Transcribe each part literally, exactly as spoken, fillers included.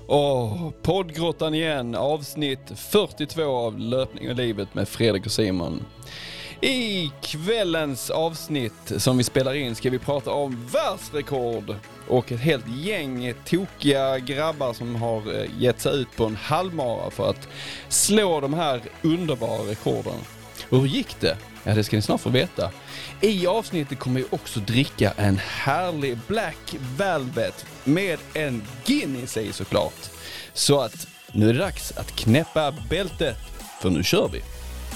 Åh, poddgrottan igen, avsnitt fyrtiotvå av Löpning och livet med Fredrik och Simon. I kvällens avsnitt som vi spelar in ska vi prata om världsrekord och ett helt gäng tokiga grabbar som har gett sig ut på en halvmara för att slå de här underbara rekorden. Och hur gick det? Ja, det ska ni snart få veta. I avsnittet kommer vi också dricka en härlig Black Velvet med en Guinness i såklart. Så att nu är det dags att knäppa bältet, för nu kör vi.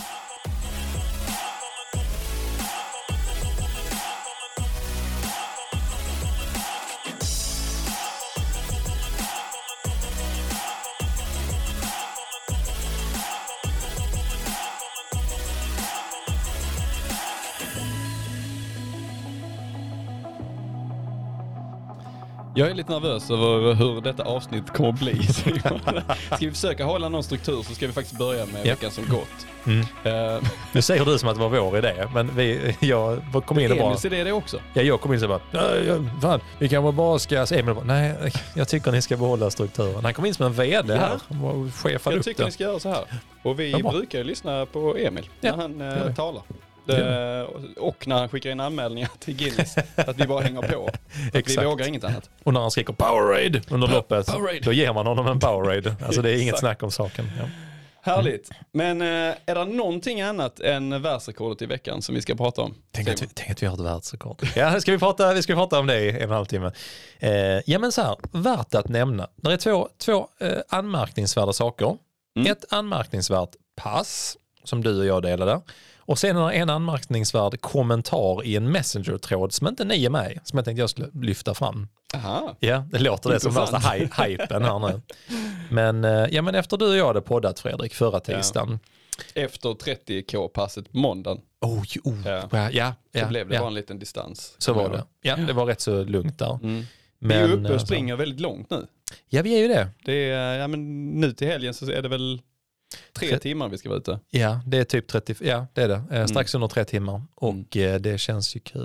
Jag är lite nervös över hur detta avsnitt kommer att bli. Ska vi försöka hålla någon struktur så ska vi faktiskt börja med ja. veckan som gått. Mm. Uh, nu säger du som att det var vår idé, men vi, jag kom in och bara... Emils idé är det också. Ja, jag kom in och bara, ja, fan, vi kan bara ska... Så Emil bara, nej, jag tycker ni ska behålla strukturen. Han kom in som en vd här och chefade jag upp tycker det. Ni ska göra så här. Och vi brukar ju lyssna på Emil när ja. han ja. uh, talar. Det, och när han skickar in anmälningar till Guinness att vi bara hänger på. Att vi vågar inget annat. Och när han skriker Powerade under pa- loppet, Powerade. Då ger man honom en Powerade. Alltså det är inget snack om saken. Ja. Härligt. Men äh, är det någonting annat än världsrekordet i veckan som vi ska prata om? Tänk att vi, tänk att vi har ett världsrekord. Ja, ska vi prata, vi ska prata om det i en och en halv timme. Eh, ja men så här, värt att nämna. Det är två, två eh, anmärkningsvärda saker. Mm. Ett anmärkningsvärt pass som du och jag delade. Och sen är en anmärkningsvärd kommentar i en messenger-tråd som inte ni är med, som jag tänkte jag skulle lyfta fram. Aha. Ja, det låter det som värsta hy- hypen här nu. Men, ja, men efter du och jag hade poddat, Fredrik, förra tisdagen. Ja. Efter trettio K-passet på måndagen. Oh, oh. Ja. Ja, ja, så ja, blev det ja. bara en liten distans. Så var det. Ja, det var rätt så lugnt där. Mm. Men, vi är uppe och springer så. väldigt långt nu. Ja, vi är ju det. Det är, ja, men nu till helgen så är det väl tre Tre... timmar vi ska vara ute. Ja, det är typ trettio, ja det är det. Eh, strax mm. under tre timmar. Och mm. eh, det känns ju kul.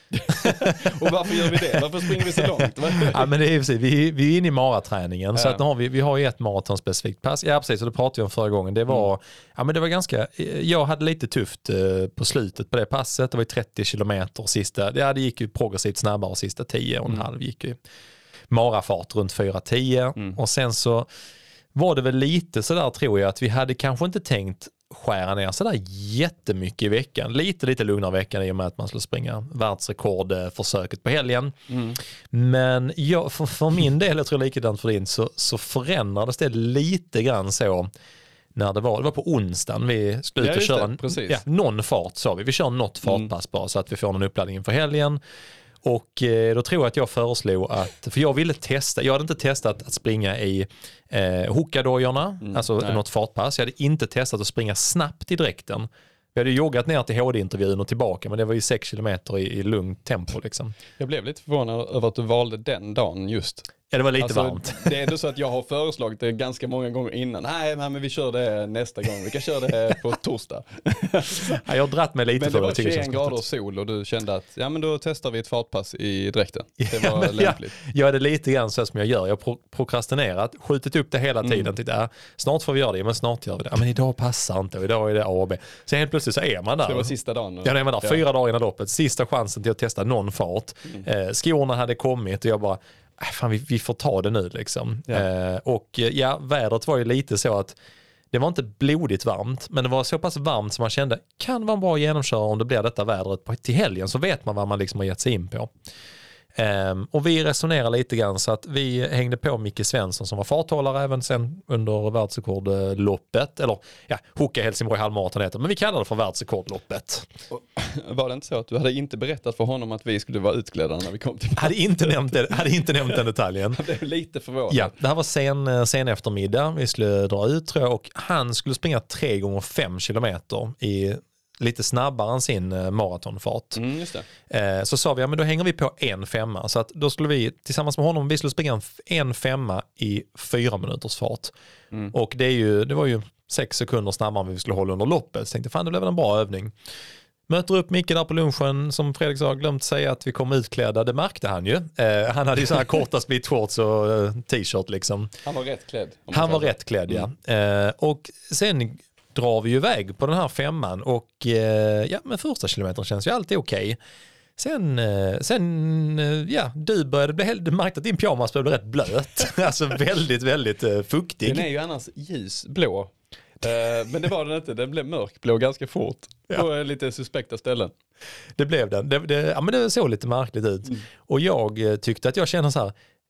Och varför gör vi det? Varför springer vi så långt? Ja, men det är precis. Vi, vi är inne i maraträningen. Ja. Så att nu har vi, vi har ju ett maratonspecifikt pass. Ja, precis. Och det pratade vi om förra gången. Det var, mm. ja, men det var ganska... Jag hade lite tufft eh, på slutet på det passet. Det var ju trettio kilometer sista. Ja, det gick ju progressivt snabbare sista tio och en mm. halv gick ju marafart runt fyra tio. Mm. Och sen så var det väl lite sådär, tror jag, att vi hade kanske inte tänkt skära ner sådär jättemycket i veckan. Lite, lite lugnare veckan i och med att man skulle springa världsrekordförsöket på helgen. Mm. Men jag, för, för min del, jag tror likadant för din, så, så förändrades det lite grann så när det var, det var på onsdagen vi skulle ut och ja, köra det, ja, någon fart, sa vi. Vi kör något fartpass bara så att vi får någon uppladdning inför helgen. Och eh, då tror jag att jag föreslog att, för jag ville testa, jag hade inte testat att springa i eh, hookadojorna, mm, alltså nej. något fartpass. Jag hade inte testat att springa snabbt i dräkten. Vi hade joggat ner till H D-intervjun och tillbaka, men det var ju sex kilometer i, i lugnt tempo liksom. Jag blev lite förvånad över att du valde den dagen just. Ja, det var lite alltså, varmt. Det är ändå så att jag har föreslagit det ganska många gånger innan. Nej, men vi kör det nästa gång. Vi kan köra det på torsdag. Ja, jag har dratt mig lite men för det. Men det var tjugoen grader sol och du kände att ja, men då testar vi ett fartpass i dräkten. Det var ja, men, lämpligt. Ja, jag hade lite grann så som jag gör. Jag har pro- prokrastinerat, skjutit upp det hela tiden. Mm. Titta, ja, snart får vi göra det, men snart gör vi det. Ja, men idag passar inte. Idag är det A och B. Så helt plötsligt så är man där. Så det var sista dagen? Ja, är man där. Ja. Fyra dagar innan loppet. Sista chansen till att testa någon fart. Mm. Eh, skorna hade kommit och jag bara... Fan, vi, vi får ta det nu liksom. Ja. Eh, och ja, vädret var ju lite så att det var inte blodigt varmt, men det var så pass varmt som man kände kan vara en bra genomköra om det blir detta vädret på, till helgen, så vet man vad man liksom har gett sig in på. Um, och vi resonerar lite grann så att vi hängde på Micke Svensson som var farthållare även sen under världsrekordloppet, eller ja, Hoka Helsingborg halvmaraton heter, men vi kallar det för världsrekordloppet. Och var det inte så att du hade inte berättat för honom att vi skulle vara utklädda när vi kom till hade inte nämnt det, hade inte nämnt den detaljen. Jag blev lite förvånad. Ja, det här var sen, sen eftermiddag, vi skulle dra ut tror jag, och han skulle springa tre gånger fem kilometer i lite snabbare än sin eh, maratonfart. Mm, just det. Eh, så sa vi, ja men då hänger vi på en femma. Så att då skulle vi tillsammans med honom, vi skulle springa en, en femma i fyra minuters fart. Mm. Och det, är ju, det var ju sex sekunder snabbare än vi skulle hålla under loppet. Så tänkte fan, det blev en bra övning. Möter upp Micke där på lunchen, som Fredrik sa, glömt säga att vi kom utklädda. Det märkte han ju. Eh, han hade ju så här korta split shorts och uh, t-shirt liksom. Han var rätt klädd. Han var rätt klädd, ja. Mm. Eh, och sen drar vi ju iväg på den här femman och eh, ja, men första kilometern känns ju alltid okej. Okay. Sen, eh, sen eh, ja, du började bli helt, du märkte att din pyjamas började bli rätt blöt. Alltså väldigt, väldigt eh, fuktig. Den är ju annars ljusblå. Uh, men det var den inte, den blev mörkblå ganska fort ja. På lite suspekta ställen. Det blev den, det, det, ja, men det såg lite märkligt ut. Mm. Och jag uh, tyckte att jag känner så här,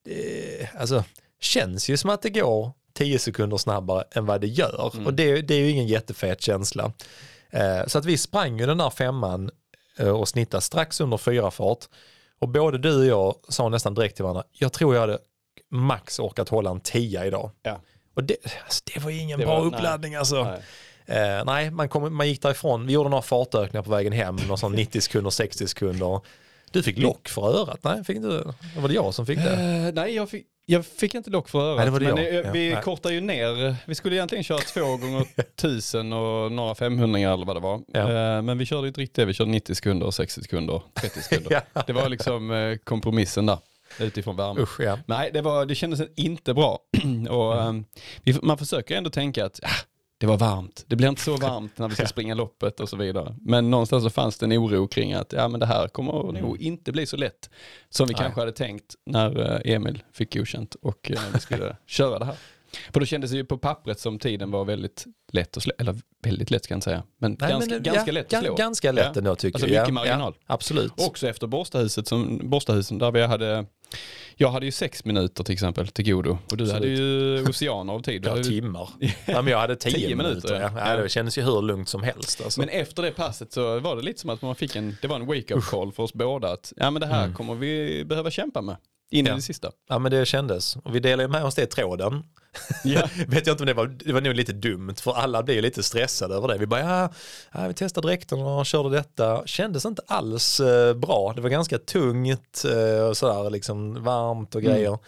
uh, alltså känns ju som att det går tio sekunder snabbare än vad det gör. Mm. Och det, det är ju ingen jättefet känsla. Uh, så att vi sprang ju den där femman uh, och snittade strax under fyra fart. Och både du och jag sa nästan direkt till varandra, jag tror jag hade max orkat hålla en tia idag. Ja. Och det, alltså, det var ingen det bra var, uppladdning nej, alltså. Nej, eh, nej man, kom, man gick därifrån. Vi gjorde några fartökningar på vägen hem. Någon sån nittio sekunder, sextio sekunder. Du fick lock för örat. Nej, fick inte, var det jag som fick det? Uh, nej, jag fick, jag fick inte lock för örat. Nej, det var det men jag. vi ja, kortar ju ner. Vi skulle egentligen köra två gånger tusen och några femhundringar eller vad det var. Ja. Uh, men vi körde ju inte riktigt. Vi körde nittio sekunder, sextio sekunder, trettio sekunder. ja. Det var liksom uh, kompromissen där. Utifrån värme. Usch, ja. Nej, det, var, det kändes inte bra. och, mm. um, vi, man försöker ändå tänka att ah, det var varmt. Det blir inte så varmt när vi ska springa loppet och så vidare. Men någonstans så fanns det en oro kring att ja, men det här kommer mm. nog inte bli så lätt som vi Nej. kanske hade tänkt när uh, Emil fick godkänt och uh, vi skulle köra det här. För då kändes det ju på pappret som tiden var väldigt lätt att slå. Eller väldigt lätt kan jag säga. Men, Nej, ganska, men ganska ja, lätt att slå. Ganska lätt ja. ändå tycker jag. Alltså mycket ja, marginal. Ja, absolut. Också efter Borstahuset, som, Borstahusen där vi hade... Jag hade ju sex minuter till exempel till godo. Och du absolut. hade ju oceaner av tid. Ja, timmar. ja, men jag hade tio, tio minuter. minuter ja. Ja, det kändes ju hur lugnt som helst. Alltså. Men efter det passet så var det lite som att man fick en... Det var en wake-up call för oss båda. Att, ja, men det här mm. kommer vi behöva kämpa med. In i ja. det sista. Ja, men det kändes. Och vi delade med oss det i tråden. Ja. Vet jag inte om det var, det var nog lite dumt, för alla blev lite stressade över det. Vi bara, ja, ja vi testade dräkten och körde detta. Kändes inte alls eh, bra. Det var ganska tungt eh, och sådär, liksom varmt och grejer. Mm.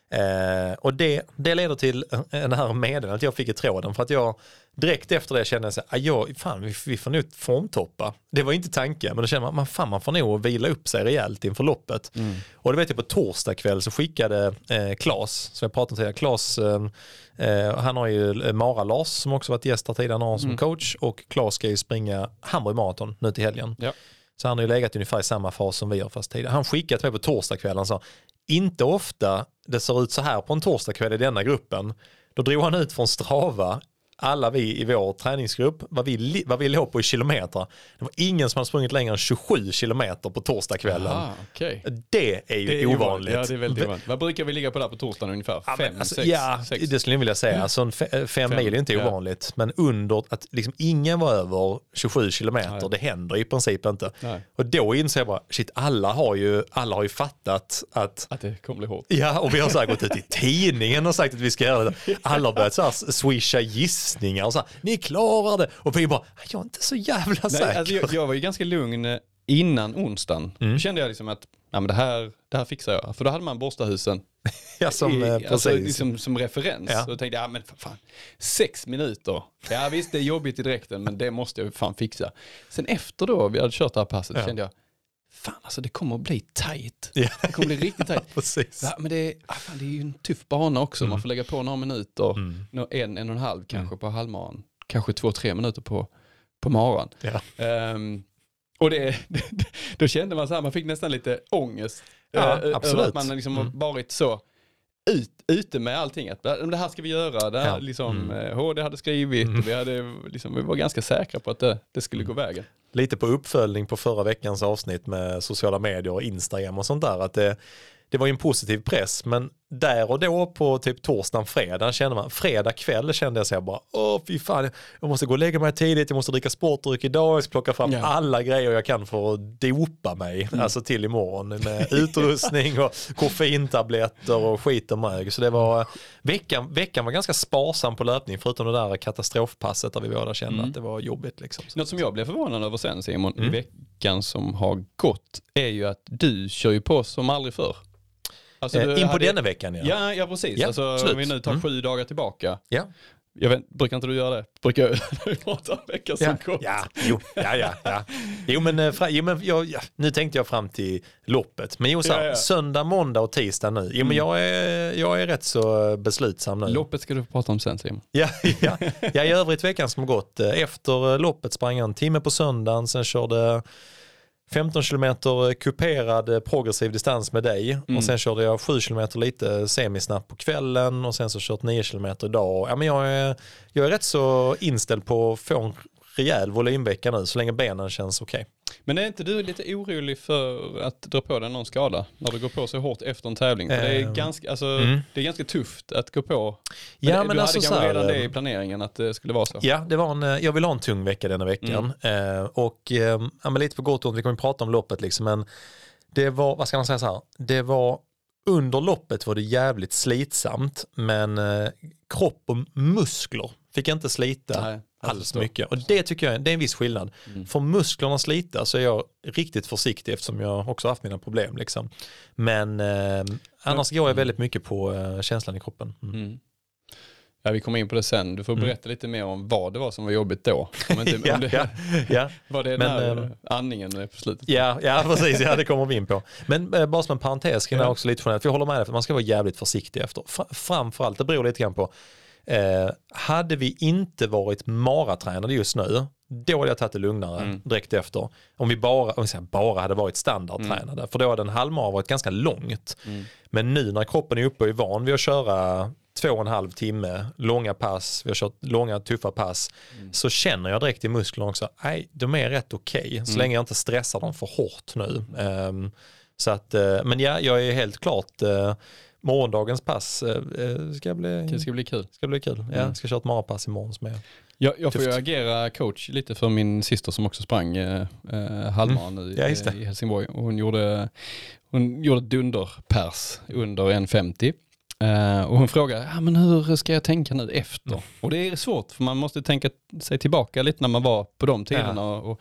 Eh, och det, det leder till den här meddelandet att jag fick i tråden, för att jag direkt efter det kände jag, jag fan, vi, vi får nu formtoppa. Det var inte tanken, men då kände man, man, fan, man får nog vila upp sig rejält inför loppet. Mm. Och det vet jag, på torsdag kväll så skickade eh, Claes, som jag pratade om tidigare, Claes, eh, eh, han har ju Mara Lars som också varit gäst här tidigare som mm. coach, och Claes ska ju springa Hamburg Marathon nu till helgen. Ja. Så han har ju legat ungefär i samma fas som vi har fast tidigare. Han skickade till mig på torsdagskvällen och sa, inte ofta det ser ut så här på en torsdagkväll i denna gruppen. Då drog han ut från Strava alla vi i vår träningsgrupp, vad vi, vad vi låg på i kilometer. Det var ingen som hade sprungit längre än tjugosju kilometer på torsdagskvällen. Aha, okay. Det är ju det är ovanligt. Ja, det är väldigt ovanligt. Vad brukar vi ligga på där på torsdagen ungefär? Ja, fem, alltså, sex, ja, sex? Det skulle jag vilja säga. Alltså, fem, fem mil är inte ja. ovanligt. Men under att liksom ingen var över tjugosju kilometer, Nej. det händer i princip inte. Nej. Och då inser jag bara, shit, alla har ju, alla har ju fattat att... Att det kommer bli hårt. Ja, och vi har så här gått ut i tidningen och sagt att vi ska göra det. Alla har börjat så här swisha gissningar och så här, ni klarar det. Och vi bara, jag är inte så jävla Nej, säker. Alltså jag, jag var ju ganska lugn innan onsdagen. Mm. Då kände jag liksom att ja, men det, här, det här fixar jag. För då hade man Borstahusen ja, som, i, alltså, liksom, som referens. Ja. Så jag tänkte jag, ja, men fan, sex minuter. Ja visst, det är jobbigt i direkten, men det måste jag fan fixa. Sen efter då vi hade kört det här passet ja. kände jag, fan alltså det kommer att bli tajt. Ja. Det kommer att bli riktigt tajt. ja, precis. Ja, men det är, ah, fan, det är ju en tuff bana också. Mm. Man får lägga på några minuter. Mm. En, en och en halv kanske mm. på halvmaran. Kanske två, tre minuter på, på maran. Ja. Um, och det, då kände man så här, man fick nästan lite ångest. Ja, uh, absolut. Att man liksom mm. varit så ut, ute med allting. Att det här ska vi göra. Det här, ja. liksom, mm. H D hade skrivit. Mm. Och vi, hade, liksom, vi var ganska säkra på att det, det skulle gå vägen. Lite på uppföljning på förra veckans avsnitt med sociala medier och Instagram och sånt där. Att det, det var ju en positiv press, men där och då på typ torsdagen, fredag kände man, fredag kväll kände jag så bara, åh fy fan, jag måste gå och lägga mig tidigt, jag måste dricka sportdryck idag, jag ska plocka fram ja. alla grejer jag kan för att dopa mig, mm. alltså till imorgon med utrustning och koffeintabletter och skit och mög. Så det var, veckan, veckan var ganska sparsam på löpning, förutom det där katastrofpasset där vi båda kände mm. att det var jobbigt. Liksom. Något som jag blev förvånad över sen, Simon, mm. i veckan som har gått, är ju att du kör ju på som aldrig förr. Alltså, eh, in på hade... denna veckan, ja. Ja, ja precis. Ja, alltså, om vi nu tar mm. sju dagar tillbaka. Ja. Jag vet, brukar inte du göra det? Brukar jag prata om veckan som Ja, gått? ja, jo, ja, ja, ja. Jo, men, eh, fra, jo, men jag, ja, nu tänkte jag fram till loppet. Men jo, så, Ja, ja. söndag, måndag och tisdag nu. Jo, men jag är, jag är rätt så beslutsam nu. Loppet ska du prata om sen, Simon. Ja, ja. ja, i övrigt veckan som har gått. eh, Efter loppet sprang jag en timme på söndagen, sen körde femton kilometer kuperad eh, progressiv distans med dig. Mm. Och sen körde jag sju kilometer lite semisnabbt på kvällen och sen så kört nio kilometer idag. Ja, men jag, är, jag är rätt så inställd på att få en rejäl volymvecka nu så länge benen känns okej. Okay. Men är inte du lite orolig för att dra på dig någon skada när du går på så hårt efter en tävling? För det, är Um, ganska, alltså, mm. det är ganska tufft att gå på. Men Ja, det, men du alltså hade så kanske här, redan det i planeringen att det skulle vara så. Ja, det var en, jag vill ha en tung vecka denna veckan. Mm. Eh, och eh, ja, men lite på gott och ont, vi kommer prata om loppet liksom, men det var, vad ska man säga så här, det var under loppet var det jävligt slitsamt, men eh, kropp och muskler fick jag inte slita Nej, alls mycket. Och det tycker jag det är en viss skillnad. Mm. För musklerna slita så är jag riktigt försiktig eftersom jag också haft mina problem. Liksom. Men eh, annars går jag väldigt mycket på eh, känslan i kroppen. Mm. Mm. Ja, vi kommer in på det sen. Du får berätta mm. lite mer om vad det var som var jobbigt då. Om inte, ja, om det, ja, ja. Var det Men, när äh, andningen på slutet? Ja, ja, precis. Ja, det kommer vi in på. Men äh, bara som en parentes kan jag ja. också lite generellt. För jag håller med dig, för man ska vara jävligt försiktig efter. F- framförallt, det beror lite grann på. Eh, hade vi inte varit maratränade just nu, då hade jag tagit det lugnare mm. direkt efter. Om vi bara, om vi säger, bara hade varit standardtränade. Mm. För då hade en halvmara varit ganska långt. Mm. Men nu när kroppen är uppe och är van vid att köra två och en halv timme, långa pass, vi har kört långa tuffa pass, mm. så känner jag direkt i musklerna också, nej, de är rätt okej. Okay, så mm. länge jag inte stressar dem för hårt nu. Um, så att, uh, men ja, jag är helt klart, uh, morgondagens pass uh, ska bli, det ska bli kul. Ska bli kul. Mm. Ja, jag ska köra ett marapass imorgon som är Jag, jag får ju agera coach lite för min syster som också sprang eh, halvmaran mm. nu ja, i, i Helsingborg. Och hon gjorde, hon gjorde dunderpers under en femtio. Uh, och hon frågar, ja, men hur ska jag tänka nu efter? Mm. Och det är svårt för man måste tänka sig tillbaka lite när man var på de tiderna ja. och,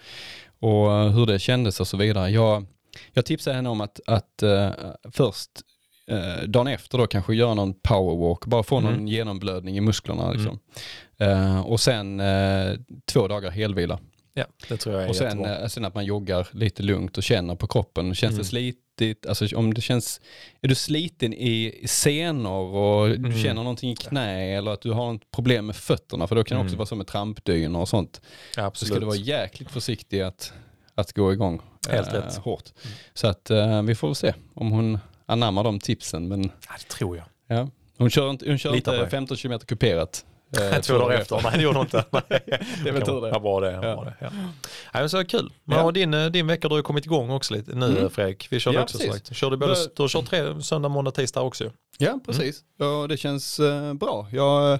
och hur det kändes och så vidare. Jag, jag tipsade henne om att, att uh, först uh, dagen efter då kanske göra någon powerwalk, bara få mm. någon genomblödning i musklerna. Liksom. Mm. Uh, och sen uh, två dagar helvila. Ja, det tror jag är och sen, jättebra. sen att man joggar lite lugnt och känner på kroppen. Känns mm. det slitigt? Alltså om det känns, är du sliten i senor och mm. du känner någonting i knä eller att du har ett problem med fötterna, för då kan det mm. också vara som med trampdynor och sånt. Ja, absolut. Så ska du vara jäkligt försiktig att, att gå igång Helt äh, rätt. hårt. Mm. Så att äh, vi får se om hon anammar de tipsen. Men, ja, det tror jag. Ja. Hon kör inte, hon kör inte femton kilometer kuperat. Eh, två dagar efter. Nej, det gjorde hon inte. Det är väl tur det. Ja, bra det. Ja. Bra det. Ja. Ja, men så är det kul. Men ja. din, din vecka har ju kommit igång också lite nu, mm. Fredrik. Vi körde ja, också sagt. Körde både, du har kört tre söndag, måndag, tisdag också. Ja, precis. Mm. Ja, det känns uh, bra. Jag,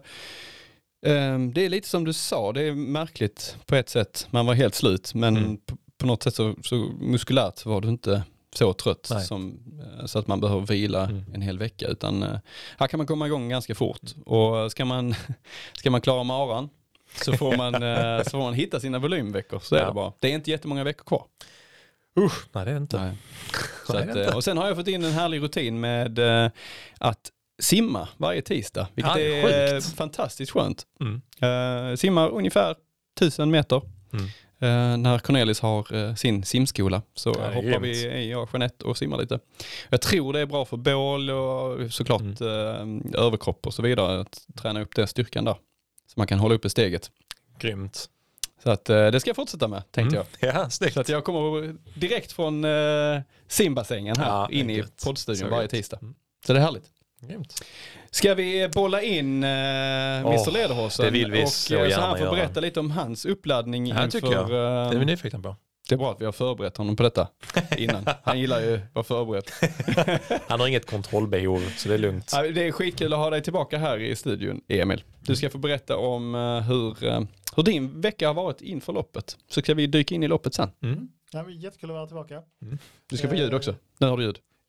uh, det är lite som du sa, det är märkligt på ett sätt. Man var helt slut, men mm. på, på något sätt så, så muskulärt var du inte så trött som, så att man behöver vila mm. en hel vecka, utan uh, här kan man komma igång ganska fort. Och ska man, ska man klara maran så får man, uh, så får man hitta sina volymveckor, så ja. är det bara. Det är inte jättemånga veckor kvar. Usch, nej det är inte. Nej. Så att, uh, och sen har jag fått in en härlig rutin med uh, att simma varje tisdag, vilket ja, är, är fantastiskt skönt. Mm. Uh, simmar ungefär tusen meter. Mm. Uh, när Cornelis har uh, sin simskola så ja, hoppar grymt. vi, jag och Jeanette, och simmar lite. Jag tror det är bra för bål och såklart mm. uh, överkropp och så vidare, att träna upp den styrkan där. Så man kan hålla uppe steget. Grymt. Så att uh, det ska jag fortsätta med, tänkte mm. jag. Ja, snyggt. Så att jag kommer direkt från uh, simbassängen här ja, in i poddstudion varje tisdag. Mm. Så det är härligt. Grymt. Ska vi bolla in uh, oh, mister Lederhosen? Det vill vi och så uh, gärna så han får göra. berätta lite om hans uppladdning ja, inför... Jag. Uh, det är vi nyfikna på. Det är bra att vi har förberett honom på detta innan. Han gillar ju att vara förberedd. Han har inget kontrollbehov, så det är lugnt. Ja, det är skitkul att ha dig tillbaka här i studion, Emil. Du ska få berätta om uh, hur, uh, hur din vecka har varit inför loppet. Så ska vi dyka in i loppet sen. Mm. Ja, det är jättekul att vara tillbaka. Mm. Du ska få ljud också. Nu har du ljud.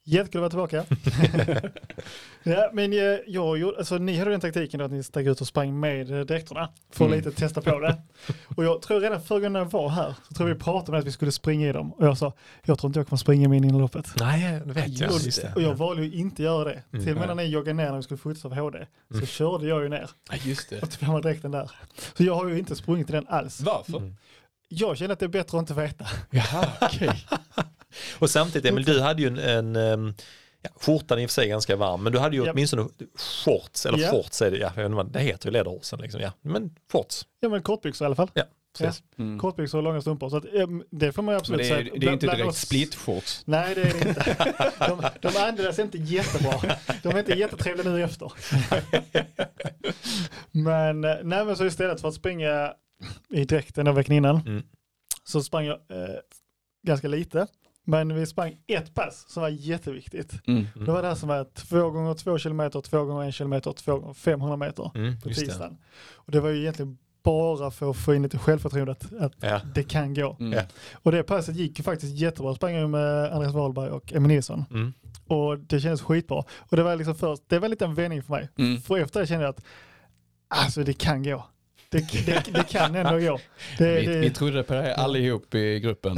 Jättekul att vara tillbaka. Ja, men jag, jag, alltså, ni hade den taktiken då att ni steg ut och sprang med dräkterna för att Mm. lite testa på det. Och jag tror redan förra gången jag var här så tror vi pratade om att vi skulle springa i dem. Och jag sa, jag tror inte jag kommer springa mig in i loppet. Nej, det vet jag. Och, Just det. och jag valde ju inte göra det. Mm. Till och med när ni joggade ner när vi skulle fotsa för H D så Mm. körde jag ju ner Ja, just det. och tog med dräkten där. Så jag har ju inte sprungit i den alls. Varför? Mm. Jag känner att det är bättre att inte veta. Jaha, okej. Och samtidigt, Emil, du hade ju en, en um, ja, skjortan i och för sig ganska varm, men du hade ju Japp. åtminstone shorts, eller Ja. shorts är det, ja, jag vet inte vad- det heter ju lederhosen liksom, ja, men shorts. Ja, men kortbyxor i alla fall. Ja, precis. Mm. Kortbyxor och långa strumpor. Så att, eh, det får man ju Men absolut det säga. är, det är Bland- inte bland direkt oss- splitshorts. Nej, det är det inte. De, de andas inte jättebra. De är inte jättetrevliga nu efter. Men, eh, nej, men så istället för att springa i dräkten av veckan innan Mm. så sprang jag eh, ganska lite. Men vi sprang ett pass som var jätteviktigt. Mm. Det var det här som var två gånger två kilometer, två gånger en kilometer, två gånger femhundra meter Mm, på just det. tisdagen. Och det var ju egentligen bara för att få in lite självförtroende att, att Ja. det kan gå. Mm. Ja. Och det passet gick ju faktiskt jättebra. Jag sprang ju med Andreas Wahlberg och Emil Nilsson. Mm. Och det kändes skitbra. Och det var liksom först, det var lite en vändning för mig. Mm. För efter det kände jag att alltså det kan gå. Det, det, det kan ändå gå. Det, Vi, det, vi trodde på det här allihop i gruppen.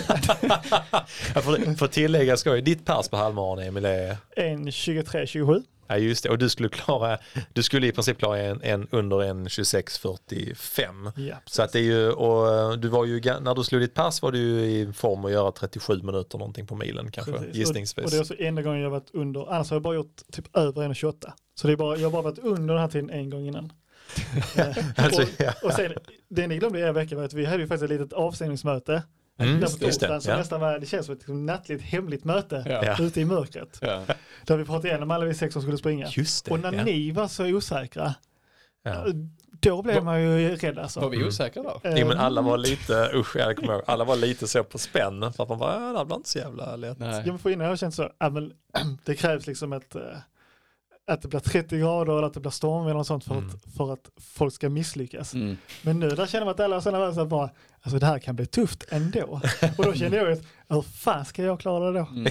Ja, för, för tillägga ska ju ditt pass på halvmaran, Emil, är... en tjugotre tjugosju. Ja, just det. Och du skulle klara, du skulle i princip klara en, en under en tjugosex fyrtiofem. Ja, Så att det är ju, och du var ju, när du slog ditt pass var du ju i form att göra trettiosju minuter någonting på milen kanske, precis. gissningsvis. Och, och det är också enda gången jag varit under, annars har jag bara gjort typ över en tjugoåtta. Så det är bara, jag har bara varit under den här tiden en gång innan. Eh, Alltså, och, ja. och sen, det ni glömde i er vecka var att vi hade ju faktiskt ett litet avstängningsmöte. Mm, Där på just det, torsdagen som ja. nästan var, det känns som ett liksom nattligt hemligt möte Ja. Ja. ute i mörkret. Ja. Där vi pratade igenom alla vi sex som skulle springa. Just det. Och när ja. ni var så osäkra, Ja. då blev Va- man ju rädd alltså. Var vi Mm. osäkra då? Eh, Jo, men alla var lite, usch, jag kommer ihåg, alla var lite så på spänn för att man bara, ja, det här blir inte så jävla lätt. Nej. Ja, men för innan har jag känt så, ja, men, det krävs liksom ett, eh, att det blir trettio grader eller att det blir storm eller något sånt för, Mm. att, för att folk ska misslyckas. Mm. Men nu där känner man att alla sådana var så här bara, alltså det här kan bli tufft ändå. Och då kände jag att, hur fan ska jag klara det då? Mm.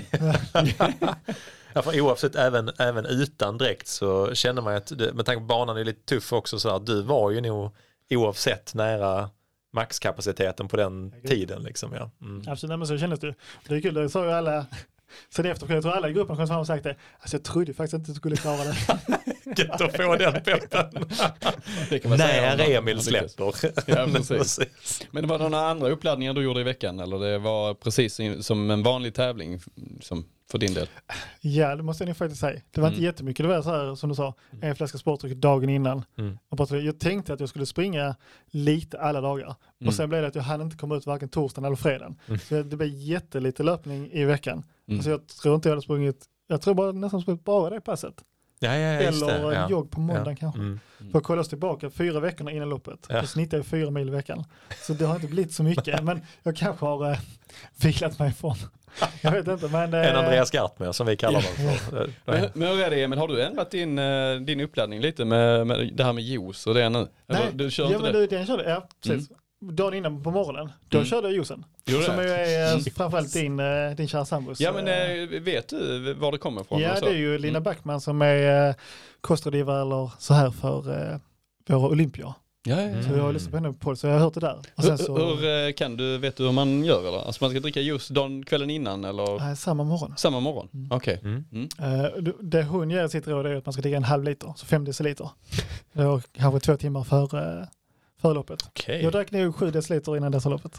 Ja, för oavsett, även, även utan direkt så känner man att, det, med tanke på banan är lite tuff också, så här, du var ju nog oavsett nära maxkapaciteten på den Ja, gud. tiden liksom, ja. Mm. Absolut, nej, men så kändes det. Det är kul, det sa ju alla, sen efter, jag tror alla i gruppen kom fram och sagt det, alltså jag trodde faktiskt inte att du skulle klara det. Gött att få den peppen. Det kan man säga om När man- Emil släpper. Ja, precis. Men det var några andra uppladdningar du gjorde i veckan, eller det var precis som en vanlig tävling som för din del? Ja, det måste jag nog faktiskt säga. Det var Mm. inte jättemycket, det var så här som du sa, en flaska sportdryck dagen innan. Mm. Och bara, jag tänkte att jag skulle springa lite alla dagar. Mm. Och sen blev det att jag hann inte komma ut varken torsdagen eller fredagen. Mm. Så det blev jättelite löpning i veckan. Mm. Alltså jag tror inte jag hade sprungit, jag tror bara nästan sprungit bara det passet. Ja, ja, just Eller det. Ja. jogg på måndagen Ja. kanske. Mm. För att kolla oss tillbaka fyra veckorna innan loppet. Ja. Då snittar jag fyra mil i veckan. Så det har inte blivit så mycket. Men jag kanske har uh, vilat mig ifrån. Jag vet inte. Men, uh, En Andreas Gartmer som vi kallar honom för. Men, men hur är det, Emil? Har du ändrat din, eh, din uppladdning lite med, med det här med juice och det nu? Eller, Nej, du kör ja, inte men det? du, den körde, ja, precis. Dagen innan på morgonen, då Mm. körde jag juicen. Gjorde Som det? är eh, framförallt din, eh, din kära sambos. Ja, men eh, eh, vet du var det kommer ifrån? ja, och så? det är ju Lina Mm. Backman som är eh, kostrådgivare eller så här för eh, våra Olympier. Ja, ja, Mm. Så jag har lyssnat på henne på det, så jag har hört det där. Och sen Hur, så, hur eh, kan du, vet du hur man gör eller? Alltså man ska dricka juice dagen, kvällen innan eller nej, samma morgon. samma morgon? Mm. Okej. Mm. Eh, det- det hon ger i sitt råd är att man ska dricka en halv liter, så fem deciliter. Det var kanske två timmar för, eh, för loppet. Okej. Jag drack nog sju deciliter innan dessa loppet.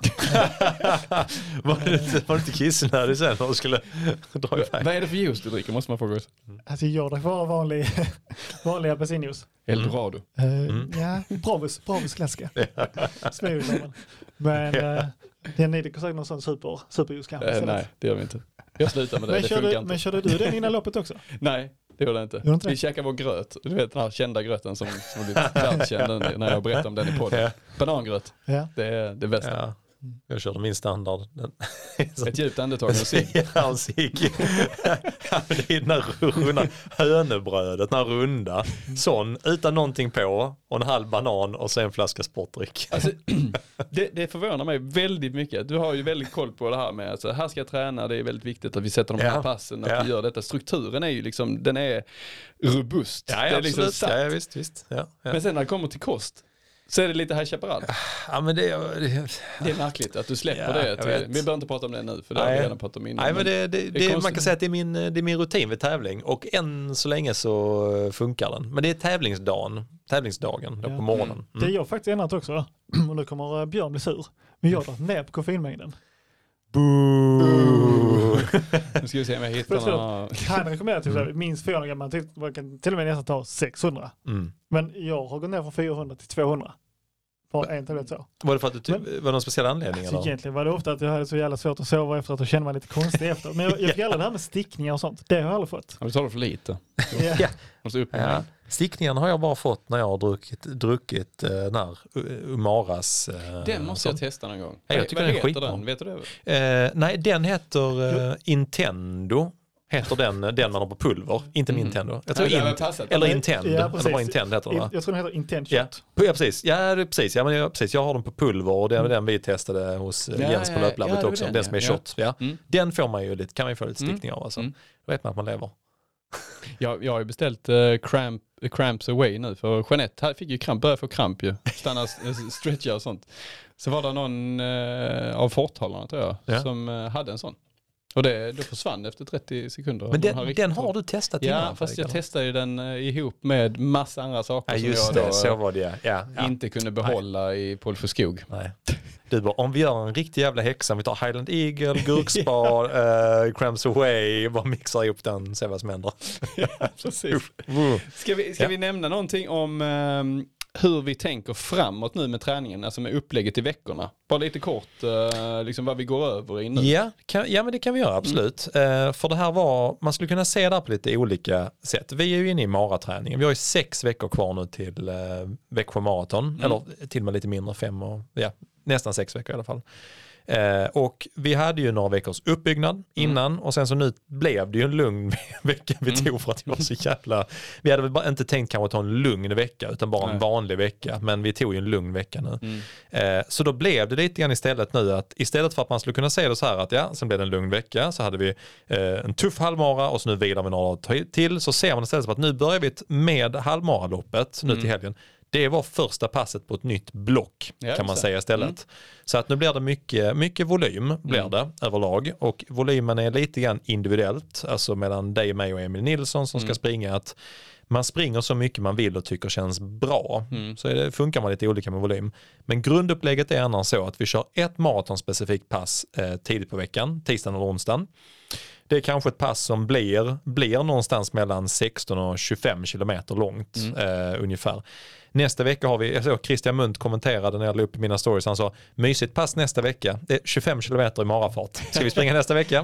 var det inte, var det inte kissnödig sen när du skulle dra iväg? Vad är det för juice du dricker, måste man fråga oss? Alltså jag drack bara vanlig, vanlig apelsinjuice. Eldorado. Eh, Mm. Ja, Bravus, Bravus klassiska. Småjuice. Men uh, den är säkert någon sån super, superjuice kanske. Eh, istället. nej, det gör vi inte. Jag slutar med det, Men det funkar körde, inte. men körde du den innan loppet också? Nej, det gjorde jag inte. Gjorde inte det? Vi käkade vår gröt. Du vet den här kända gröten som, som blivit världskänd nu när jag berättade om den i podden. Ja. Banangröt, Ja. det är det bästa. Ja. Jag körde min standard. Ett djupt andetag och cigg. Ja, och cigg. Det är den här runda hönebrödet, den här runda. Sån, utan någonting på. Och en halv banan och sen en flaska sportdryck. Alltså, det, det förvånar mig väldigt mycket. Du har ju väldigt koll på det här med alltså, här ska jag träna, det är väldigt viktigt att vi sätter de här ja. passen, att ja. vi gör detta. Strukturen är ju liksom, den är robust. Ja, ja, det är liksom absolut. satt. Ja, ja, visst, visst. Ja, ja. Men sen när det kommer till kost så är det lite High Chaparral. Ja, men det, det, det är märkligt att du släpper ja, det. Till, vi behöver inte prata om det nu, för det har vi redan pratat om innan. Nej, men det, det, det, det man kan säga att det är, min, det är min rutin vid tävling och än så länge så funkar den. Men det är tävlingsdagen, tävlingsdagen då ja. på morgonen. Mm. Det är jag faktiskt ändrat också. Och nu kommer Björn bli sur. Men jag har dragit ner på koffeinmängden. Boo. Nu ska vi se om jag hittar några... Han rekommenderar till mm. minst fyrahundra gram. Man till, man kan till och med nästan ta sexhundra. Mm. Men jag har gått ner från fyrahundra till tvåhundra. För en tablett så. Var det för att du ty- men, var det någon speciell anledning? Alltså, eller? egentligen var det ofta att jag hade så jävla svårt att sova efter att jag kände mig lite konstig efter. Men jag, jag fick alla det här med stickningar och sånt. Det har jag aldrig fått. Ja, du tar det för lite. Ja. Ja. Måste upp Ja. Stickningarna har jag bara fått när jag har druckit, druckit uh, när Umaras. Uh, den måste jag testa någon gång. Ja, jag tycker vad den är heter skitbra. den? Vet du det? Uh, nej, den heter uh, Nintendo. Heter den, den man har på pulver. Inte Mm. Nintendo. Jag tror Nej, det in, var passat. eller Intend. Ja, eller bara Intend heter den, va? Jag tror den heter Intend Ja, Shot. ja, precis. Ja, det är precis. Ja, men jag, precis. Jag har den på pulver och det är den vi testade hos Ja, Jens på ja, löplabbet ja, det var också. den, Den som är ja. shot. Ja. Mm. Den får man ju lite, kan man ju få lite stickning av. Alltså. Mm. Då vet man att man lever. Jag, jag har ju beställt uh, cramp, uh, Cramps Away nu, för Jeanette här fick ju kramp, började få kramp ju. Stanna, uh, stretcha och sånt. Så var det någon uh, av forthållarna tror jag, Ja. som uh, hade en sån. Och det, då försvann efter trettio sekunder. Men den, har, den har du testat innan? Ja, fast jag testade ju den uh, ihop med massa andra saker Ja, just som det. jag då, Så var det, ja. ja. inte kunde behålla Nej. i Paul för skog. Nej. Du bara, om vi gör en riktig jävla häxa, vi tar Highland Eagle, gurkspar, uh, Cramps Away, bara mixar ihop den, se vad som händer. Ja, precis. Ska vi, ska Ja. vi nämna någonting om um, hur vi tänker framåt nu med träningen, alltså med upplägget i veckorna? Bara lite kort, uh, liksom vad vi går över i nu. Ja, kan, ja, men det kan vi göra, absolut. Mm. Uh, för det här var, man skulle kunna se det på lite olika sätt. Vi är ju inne i maraträningen. Vi har ju sex veckor kvar nu till uh, Växjö maraton, mm. eller till och med lite mindre, fem och ja, nästan sex veckor i alla fall. Eh, och vi hade ju några veckors uppbyggnad innan mm. och sen så nu blev det ju en lugn vecka vi tog mm. för att vi var så jävla, vi hade väl bara inte tänkt kanske ta en lugn vecka utan bara Nej. en vanlig vecka, men vi tog ju en lugn vecka nu. Mm. Eh, så då blev det lite grann istället nu att istället för att man skulle kunna säga det så här att ja, sen blev det en lugn vecka, så hade vi eh, en tuff halvmara och så nu vilar vi några dagar till, så ser man istället som att nu börjar vi med halvmaraloppet nu mm. till helgen. Det var första passet på ett nytt block ja, kan man så. säga istället. Mm. Så att nu blir det mycket, mycket volym blir mm. det överlag. Och volymen är lite grann individuellt. Alltså mellan dig, mig och Emil Nilsson som mm. ska springa. Att man springer så mycket man vill och tycker känns bra. Mm. Så det funkar man lite olika med volym. Men grundupplägget är annars så att vi kör ett maratonspecifikt pass eh, tidigt på veckan. Tisdagen eller onsdagen. Det är kanske ett pass som blir, blir någonstans mellan sexton och tjugofem kilometer långt mm. eh, ungefär. Nästa vecka har vi, jag såg Christian Munt kommenterade när jag la upp mina stories, han sa mysigt pass nästa vecka, det är tjugofem kilometer i marafart. Ska vi springa nästa vecka?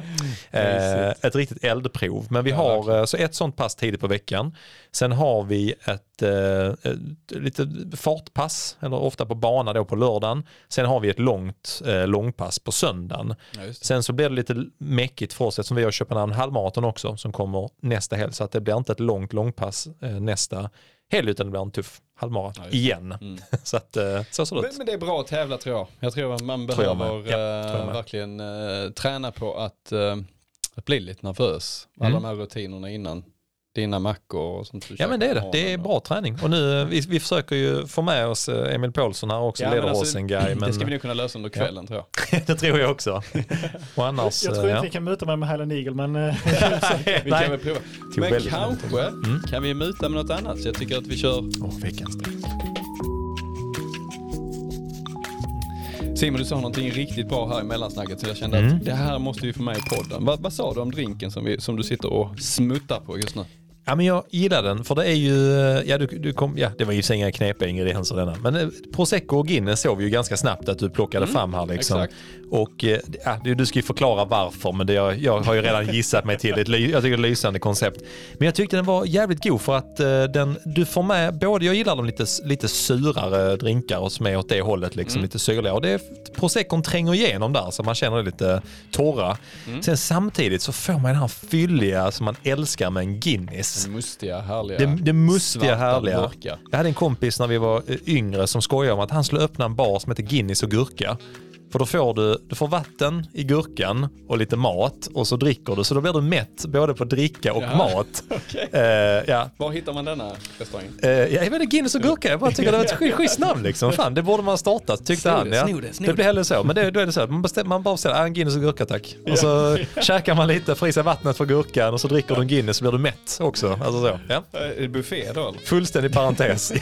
eh, ett riktigt eldprov. Men vi ja, har verkligen. så ett sånt pass tidigt på veckan. Sen har vi ett, eh, ett lite fartpass, eller ofta på bana då på lördagen. Sen har vi ett långt eh, långpass på söndagen. Ja, sen så blir det lite mäckigt för oss eftersom vi har Köpenhamn halvmaraton också som kommer nästa helg, så att det blir inte ett långt långpass eh, nästa helg utan det blir en tuff halvmara ja, igen. Mm. så att så ser det ut. Men, men det är bra att tävla tror jag. Jag tror att man behöver ja, äh, verkligen äh, träna på att, äh, att bli lite nervös. Alla mm. de här rutinerna innan. Dina mackor och sånt. Ja men det är det. Det är bra träning. Och nu, vi, vi försöker ju få med oss Emil Paulsson här också, ja, lederhåsen-guy. Alltså, men... Det ska vi nog kunna lösa under kvällen ja. tror jag. Det tror jag också. Och annars, jag tror inte ja. vi kan muta med med Highland Eagle, men... vi kan väl prova. Men kanske mm. kan vi muta med något annat. Så jag tycker att vi kör... Åh, veckans det. Simon, du sa någonting riktigt bra här i mellansnacket så jag kände mm. att det här måste vi få med i podden. Va, vad sa du om drinken som, vi, som du sitter och smuttar på just nu? Ja, men jag gillar den, för det är ju, ja, du, du kom, ja det var ju inga knepiga ingredienser denna, men eh, Prosecco och Guinness såg vi ju ganska snabbt att du plockade mm, fram här liksom. Exakt. Och eh, ja, du, du ska ju förklara varför, men det, jag, jag har ju redan gissat mig till det. Jag tycker det är ett lysande koncept. Men jag tyckte den var jävligt god för att eh, den, du får med, både jag gillar de lite, lite surare drinkar och som är åt det hållet liksom, mm. lite syrliga. Och det är, Proseccon tränger igenom där så man känner det lite torra. Mm. Sen samtidigt så får man den här fylliga som man älskar med en Guinness. Det mustiga, härliga. Det, det mustiga, härliga. Mörka. Jag hade en kompis när vi var yngre som skojade om att han skulle öppna en bar som heter Guinness och gurka. För då får du, du får vatten i gurkan och lite mat och så dricker du. Så då blir du mätt både på dricka och ja. mat. Okay. Uh, ja. Var hittar man denna restaurang? Uh, jag vet inte, Guinness och gurka. Jag bara tycker det var ett sk- schysst namn liksom. Fan, det borde man starta, tyckte snor han. Det, ja. snor det, snor det blir heller så. Men det, då är det så. Man, bestäm, man bara säger, ah, en Guinness och gurka tack. Och så käkar man lite, frisar vattnet för gurkan och så dricker du en Guinness så blir du mätt också. Alltså så. Ja. Är det buffé då? Eller? Fullständig parentes.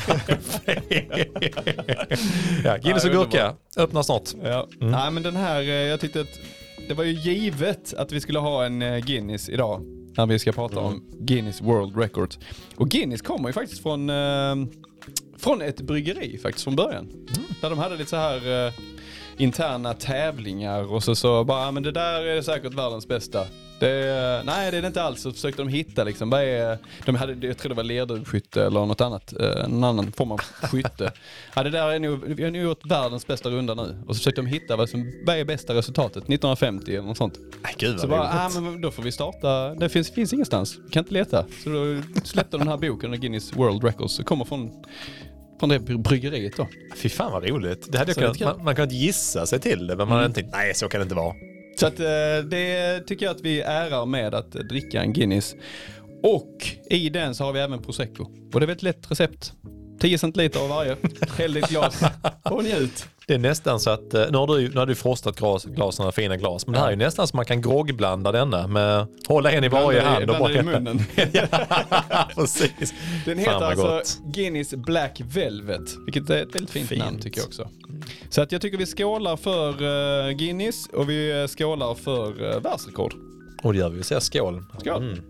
ja, Guinness och gurka. Öppnar snart. Ja. Mm. Nej, men den här, jag tyckte att det var ju givet att vi skulle ha en Guinness idag när vi ska prata mm. om Guinness World Records. Och Guinness kommer ju faktiskt från eh, från ett bryggeri faktiskt från början. Mm. Där de hade lite så här eh, interna tävlingar och så så bara, men det där är säkert världens bästa. Det, nej, det är det inte alls. Så försökte de hitta liksom, vad är, de hade, jag tror det var lerduvskytte eller något annat, eh, en annan form av skytte. Ja, det där är nog, vi har nu gjort världens bästa runda nu. Och så försökte de hitta vad som vad är bästa resultatet, nittonhundrafemtio eller något sånt. Nej, gud, så bara, ah, men då får vi starta, det finns, finns ingenstans, vi kan inte leta. Så då släppte de den här boken, Guinness World Records, så kommer från från det bryggeriet då. Fy fan vad roligt. Det hade kunnat, man, man kan inte gissa sig till det, men man mm. hade tänkt, nej så kan det inte vara. Så att, det tycker jag att vi ärar med att dricka en Guinness. Och i den så har vi även Prosecco. Och det är ett lätt recept. tio centiliter av varje. Häll ditt glas och njut. Det är nästan så att, nu har du, nu har du frostat glas, glasen, fina glas. Men ja. Det här är ju nästan så man kan groggblanda denna med hålla en i varje hand. Och bara i munnen. Ja, precis. Den heter alltså gott. Guinness Black Velvet. Vilket är ett väldigt fint, fint namn tycker jag också. Så att jag tycker vi skålar för uh, Guinness och vi skålar för uh, världsrekord. Och det gör vi, vi säger skål. Skål. Mm.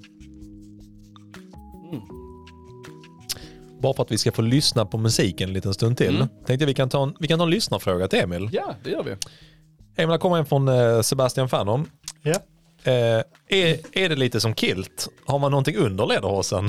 Mm. Bara för att vi ska få lyssna på musiken en liten stund till. Mm. Tänkte vi kan ta en, vi kan ta en lyssnarfråga till Emil. Ja, det gör vi. Emil, kommer en från uh, Sebastian Fanon. Ja. Uh, är, är det lite som kilt? Har man någonting under lederhosen?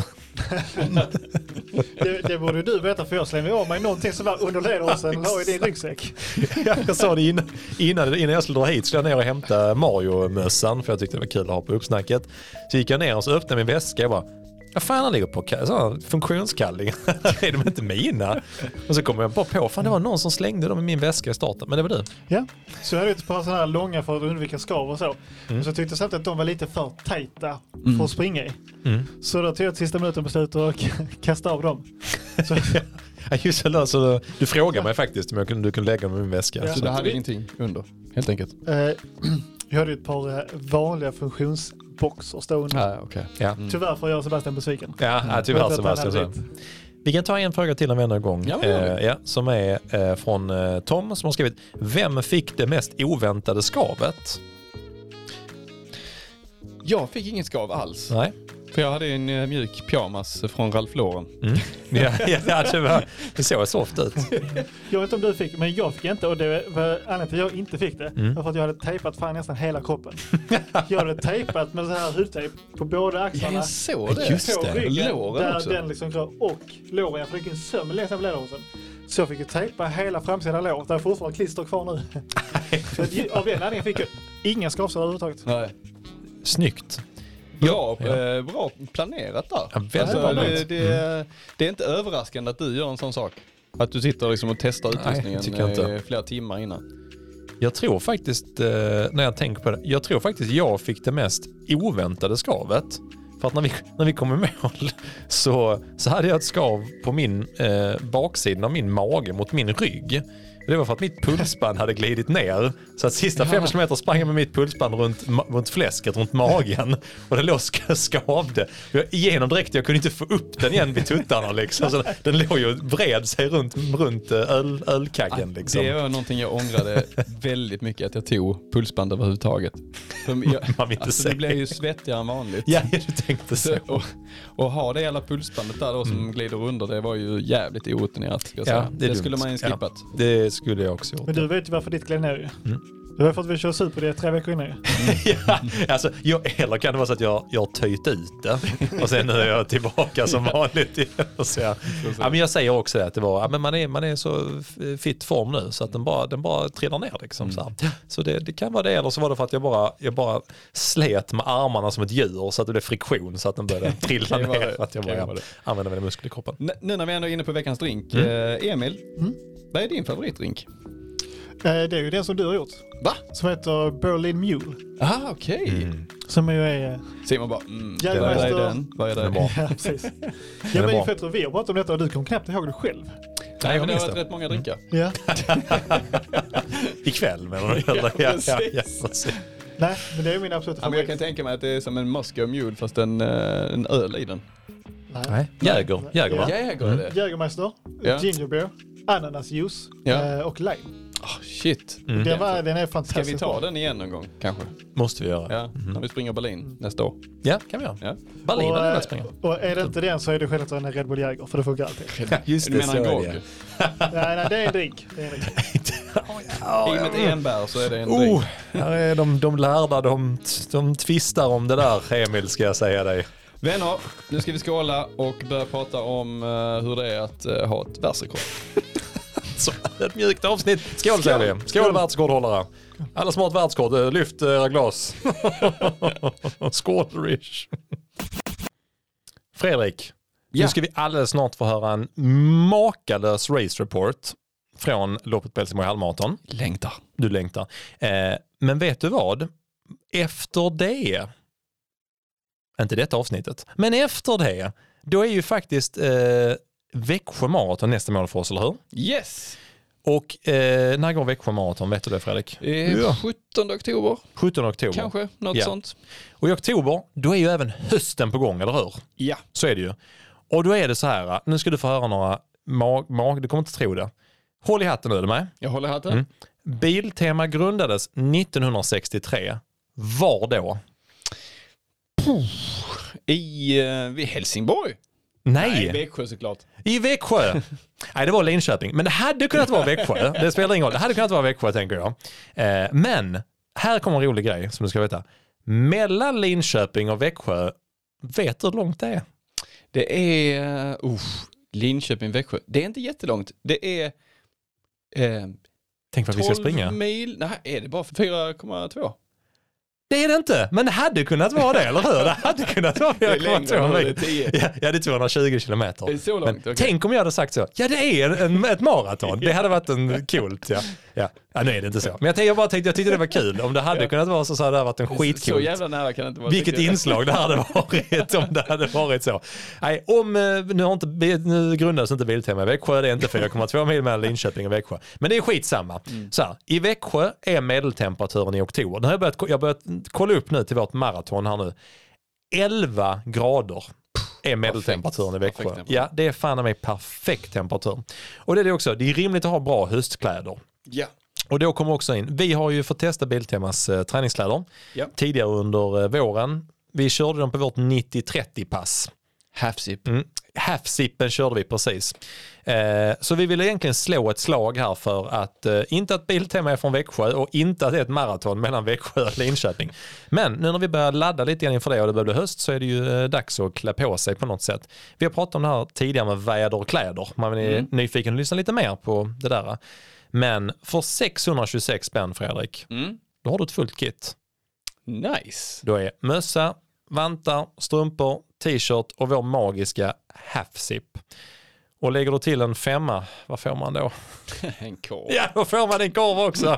det, det borde du veta, för jag slänger av mig någonting som var under lederhosen la i din ryggsäck. Jag sa det innan, innan, innan jag skulle dra hit, skulle jag ner och hämta Mario-mössan för jag tyckte det var kul att ha på uppsnacket. Så gick jag ner och så öppnade min väska och bara, vad fan, han ligger på sådana funktionskallingar. Är de inte mina? Och så kom jag bara på, fan det var någon som slängde dem i min väska i starten, men det var du. Ja, så jag hade ett par sådana här långa för att undvika skav och så. Mm. Och så tyckte jag samtidigt att de var lite för tajta mm. för att springa i. Mm. Så då tog jag till sista minuten beslut och kasta av dem. Så. Ja, just det, så du frågade mig faktiskt om jag kunde, du kunde lägga dem i min väska. Ja. Så, så det hade vi... ingenting under, helt enkelt? Uh, jag hade ett par vanliga funktionsboxar stående. Ah, okay. Ja. Mm. Tyvärr får jag Sebastian besviken. Ja, ja tyvärr Sebastian. Vi kan ta en fråga till en vänner igång. Ja, eh, ja, som är eh, från eh, Tom som har skrivit: vem fick det mest oväntade skavet? Jag fick inget skav alls. Nej. För jag hade en uh, mjuk pyjamas från Ralph Lauren. Mm. Ja, ja, det, var, det såg soft ut. Jag vet inte om du fick, men jag fick inte. Och det var anledningen till att jag inte fick det. Mm. För att jag hade tejpat fan nästan hela kroppen. Jag hade tejpat med så här hudtejp på båda axlarna. Ja, jag såg det. Just på det. ryggen, låren där också. Den liksom, och låren. Jag fick en söm längs av lederhosen. Så jag fick ju tejpa hela framsida låret. Där är fortfarande klister kvar nu. Så av den anledningen fick jag inga skavsår överhuvudtaget. Nej. Snyggt. Bra, ja. eh, bra planerat där. Ja, alltså, bra det, det, mm. det är inte överraskande att du gör en sån sak. Att du sitter liksom och testar utrustningen Nej, flera timmar innan. Jag tror faktiskt, eh, när jag tänker på det, jag tror faktiskt jag fick det mest oväntade skavet. För att när vi, när vi kom i mål så, så hade jag ett skav på min eh, baksidan av min mage mot min rygg. Det var för att mitt pulsband hade glidit ner. Så att sista fem kilometer sprang jag med mitt pulsband runt, runt fläsket, runt magen. Och det låg och skavde. Igenom direkt, jag kunde inte få upp den igen vid tuttarna liksom. Så den låg ju vred sig runt, runt öl, ölkaggen liksom. Det var någonting jag ångrade väldigt mycket, att jag tog pulsband överhuvudtaget. Jag, Man vill inte alltså, det blev ju svettigare än vanligt. Ja, du tänkte så. Och, och ha det hela pulsbandet där då som mm. glider under, det var ju jävligt orutinerat, ska jag säga. Ja, det, det skulle man ju skippat. Ja, det skulle jag också gjort. Men du vet ju varför ditt gled ner ju. Mm. Det var för att vi kör super det tre veckor innan. ja, alltså, jag, eller kan det vara så att jag, jag har töjt ut det och sen nu är jag tillbaka som vanligt igen. Så jag, ja, men jag säger också att det var, ja, men man, är, man är så fit form nu så att den bara, den bara trillar ner. Liksom, så här. Så det, det kan vara det, eller så var det för att jag bara, jag bara slet med armarna som ett djur så att det blev friktion så att den började trilla ner. Det, att jag bara använde mina muskler i kroppen. N- nu när vi ändå är inne på veckans drink, mm. eh, Emil, mm. vad är din favoritdrink? Det är ju den som du har gjort. Va? Som heter Berlin Mule. Ah, okej. Okay. Mm. Som ju är... Simon bara, mm, vad är den? Vad är det? Ja, precis. Ja, men ju för att vi har pratat om detta och du kom knappt ihåg det själv. Nej, men det har varit rätt många drinkar. Ja. Ikväll menar du? Ja, ja, precis. ja, ja, precis. Nej, men det är min absoluta ja, men jag kan tänka mig att det är som en Moscow Mule fast en, en öl i den. Nej, Jäger. Jäger, va? Jäger är det. Jägermeister, Ja. ginger beer, ananasjuice Ja. och lime. Oh, shit. Mm. Den, var, den är Ska fantastisk. vi ta den igen någon gång, kanske? Måste vi göra. Ja, när vi springer Berlin nästa år. Ja, kan vi göra. Ja. Berlin och, är det äh, springa. och är det inte den så är det självklart en Red Bull Jäger för det funkar alltid. Just Du menar en grogg? nej, nej, det är en drink. Det är en drink. I och med ett enbär så är det en drink. Oh, här är de, de lärda, de, de tvistar om det där, Emil, ska jag säga dig. Vänner, nu ska vi skåla och börja prata om uh, hur det är att uh, ha ett världsrekord. Så ett mjukt avsnitt. Skål, säger vi. Skål, Skål världsrekordhållare. Alla som har ett världsrekord, lyft era glas. Skål, Rich. Fredrik, Ja. nu ska vi alldeles snart få höra en makalös race report från loppet på Helsingborg halvmaraton. Längtar. Du längtar. Eh, men vet du vad? Efter det, inte detta avsnittet, men efter det, då är ju faktiskt eh, Växjö maraton nästa mål för oss, eller hur? Yes! Och eh, när går Växjö maraton, vet du det, Fredrik? Eh, Ja. sjuttonde oktober, sjuttonde oktober. kanske, något Ja. sånt. Och i oktober, då är ju även hösten på gång, eller hur? Ja. Så är det ju. Och då är det så här, nu ska du få höra några mag, mag du kommer inte tro det. Håll i hatten nu, är du med? Jag håller hatten. Mm. Biltema grundades nittonhundrasextiotre. Var då? I uh, vid Helsingborg? Nej, Nej, Växjö såklart. i Växjö. Nej, det var Linköping. Men det hade kunnat vara Växjö. Det spelar ingen roll. Det hade kunnat vara Växjö, tänker jag. Eh, men här kommer en rolig grej som du ska veta. Mellan Linköping och Växjö, vet du hur långt det är? Det är uh, Linköping, Växjö. Det är inte jättelångt. Det är eh, Tänk vad vi ska springa. tolv mil. Nej, är det bara fyra komma två? Det är det inte, men det hade kunnat vara det, eller hur? Det hade kunnat vara Det är fyra komma två längre, mil. det är tio. Ja, ja, det är tvåhundratjugo kilometer. Det är så långt, Men okej. tänk om jag hade sagt så. Ja, det är en, ett maraton. Det hade varit en coolt. Ja. Ja. Ja, nu är det inte så. Men jag, tänkte, jag bara tänkte, jag tyckte det var kul. Om det hade Ja. kunnat vara så, så hade det varit en Så skitkul. jävla nära kan det inte vara. Vilket tycker jag. inslag det hade varit om det hade varit så. Nej, om, eh, nu, har inte, nu grundas inte Biltema i Växjö, det är inte fyra komma två mil mellan Linköping och Växjö. Men det är skitsamma. Mm. Så här, i Växjö är medeltemperaturen i oktober. Nu har jag börjat, jag har börjat kolla upp nu till vårt maraton här nu. elva grader är medeltemperaturen i Växjö. Perfekt temperatur. Ja, det är fan av mig perfekt temperatur. Och det är det också, det är rimligt att ha bra höstkläder. Ja. Och då kommer också in, vi har ju fått testa Biltemas eh, träningskläder Ja. tidigare under eh, våren. Vi körde dem på vårt nittio trettio pass. Half zip. Mm. Half-zippen körde vi precis. Eh, så vi vill egentligen slå ett slag här för att, eh, inte att Biltema är från Växjö och inte att det är ett maraton mellan Växjö och Linköping. Men nu när vi börjar ladda lite grann inför det och det börjar bli höst så är det ju eh, dags att klä på sig på något sätt. Vi har pratat om det här tidigare med väder och kläder. Man är Mm. nyfiken att lyssna lite mer på det där. Men för sexhundratjugosex spänn, Fredrik, Mm. då har du ett fullt kit. Nice. Då är mössa, vantar, strumpor, t-shirt och vår magiska half-zip. Och lägger du till en femma, vad får man då? En korv. Ja, då får man en korv också.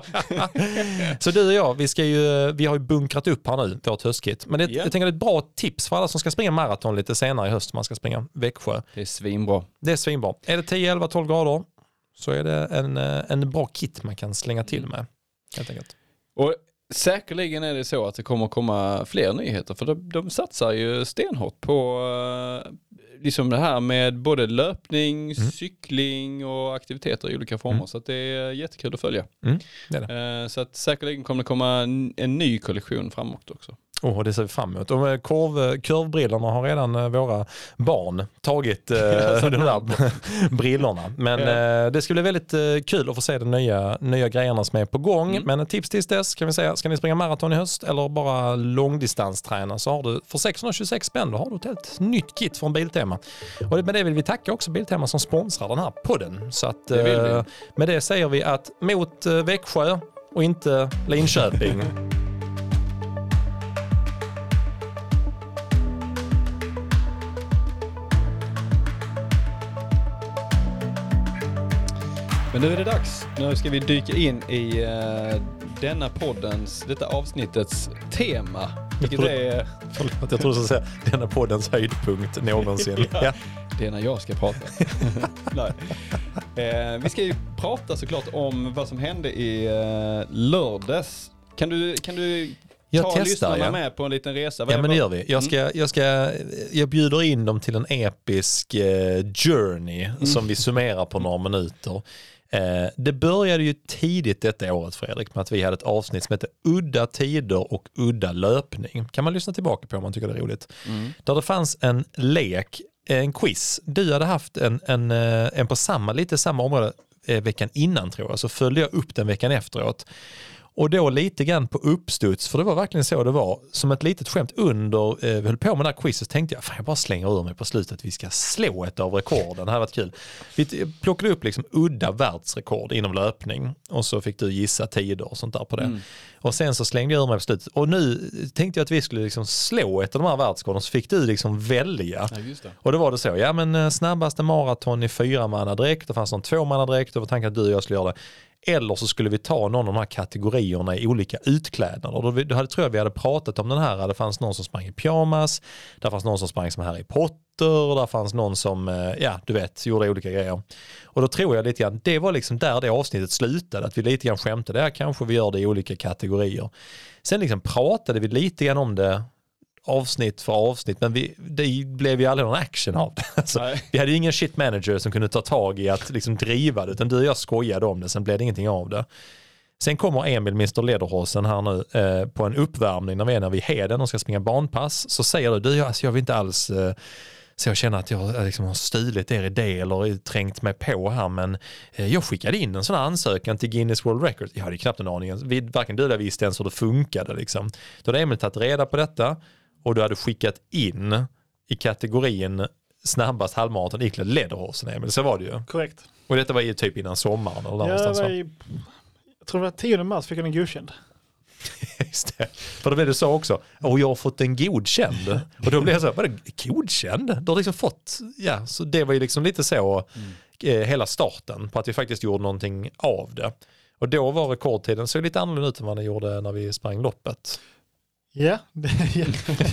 Så du och jag, vi, ska ju, vi har ju bunkrat upp här nu, vårt höstkit. Men det, Ja. jag tänker det är ett bra tips för alla som ska springa maraton lite senare i höst. Man ska springa Växjö. Det är svinbra. Det är svinbra. Är det tio, elva, tolv grader så är det en, en bra kit man kan slänga till med. Helt enkelt. Och säkerligen är det så att det kommer komma fler nyheter, för de, de satsar ju stenhårt på uh, liksom det här med både löpning, mm. cykling och aktiviteter i olika former. Mm. Så att det är jättekul att följa. Mm, det är det. Uh, så att säkerligen kommer det komma en, en ny kollektion framåt också. Oh, det ser vi fram emot. Och korv, kurvbrillorna har redan våra barn tagit eh, de där brillorna. Men eh, det ska bli väldigt eh, kul att få se de nya, nya grejerna som är på gång. Mm. Men tips tills dess kan vi säga, ska ni springa maraton i höst eller bara långdistansträna, så har du för sexhundratjugosex spänn, då har du ett helt nytt kit från Biltema. Och med det vill vi tacka också Biltema som sponsrar den här podden. Så att, eh, med det säger vi att mot eh, Växjö och inte Linköping. Men nu är det dags. Nu ska vi dyka in i uh, denna poddens, detta avsnittets tema. Vilket jag är... Förlåt, jag tror du ska säga denna poddens höjdpunkt någonsin. ja, ja. Det är när jag ska prata. Nej. Uh, vi ska ju prata såklart om vad som hände i uh, lördags. Kan du... Kan du Jag Ta testar, lyssnarna ja. med på en liten resa. Vad ja, men det gör vi. Jag, ska, jag, ska, jag bjuder in dem till en episk eh, journey mm. som vi summerar på några minuter. Eh, det började ju tidigt detta året, Fredrik, med att vi hade ett avsnitt som heter Udda tider och udda löpning. Kan man lyssna tillbaka på om man tycker det är roligt. Mm. Där det fanns en lek, en quiz. Du hade haft en, en, en på samma, lite samma område eh, veckan innan, tror jag. Så följde jag upp den veckan efteråt. Och då lite grann på uppstuds, för det var verkligen så det var. Som ett litet skämt under, eh, vi höll på med den här quizet, tänkte jag, fan jag bara slänger ur mig på slutet att vi ska slå ett av rekorden. Det här var kul. Vi plockade upp liksom udda världsrekord inom löpning. Och så fick du gissa tider och sånt där på det. Mm. Och sen så slängde jag ur mig på slutet. Och nu tänkte jag att vi skulle liksom slå ett av de här världsrekorden, så fick du liksom välja. Ja, just det. Och då var det så, ja men snabbaste maraton i fyra manna direkt. Det fanns någon två manna direkt. Det var tanken att du och jag skulle göra det. Eller så skulle vi ta någon av de här kategorierna i olika utklädnader. Då, då hade, tror jag vi hade pratat om den här. Det fanns någon som sprang i pyjamas. Där fanns någon som sprang som Harry Potter. Där fanns någon som, ja du vet, gjorde olika grejer. Och då tror jag lite grann, det var liksom där det avsnittet slutade. Att vi lite grann skämtade, ja kanske vi gör det i olika kategorier. Sen liksom pratade vi lite grann om det avsnitt för avsnitt, men vi, det blev ju aldrig någon action av det. Alltså, vi hade ju ingen shit manager som kunde ta tag i att liksom driva det, utan du och jag skojade om det, sen blev det ingenting av det. Sen kommer Emil, mister Lederhosen här nu eh, på en uppvärmning när vi är när vi är Heden och ska springa barnpass, så säger du, du alltså, jag vill inte alls eh, så jag känner att jag liksom har stulit er idé eller trängt mig på här, men eh, jag skickade in en sån här ansökan till Guinness World Records. Jag hade knappt en aning, vi, varken du eller visste ens hur det funkade liksom. Då hade Emil tagit reda på detta. Och du hade skickat in i kategorin snabbast halvmaraton iklädd Lederhosen, Emil. Så var det ju. Korrekt. Och detta var ju typ innan sommaren. Eller ja, var i, jag tror det var tionde mars fick jag den godkänd. Just det. För då blev det så också. Och jag har fått en godkänd. Och då blev jag så här, var det godkänd? Du har liksom fått, ja. Så det var ju liksom lite så mm. eh, hela starten på att vi faktiskt gjorde någonting av det. Och då var rekordtiden så lite annorlunda ut än vad den gjorde när vi sprang loppet. Ja, ja.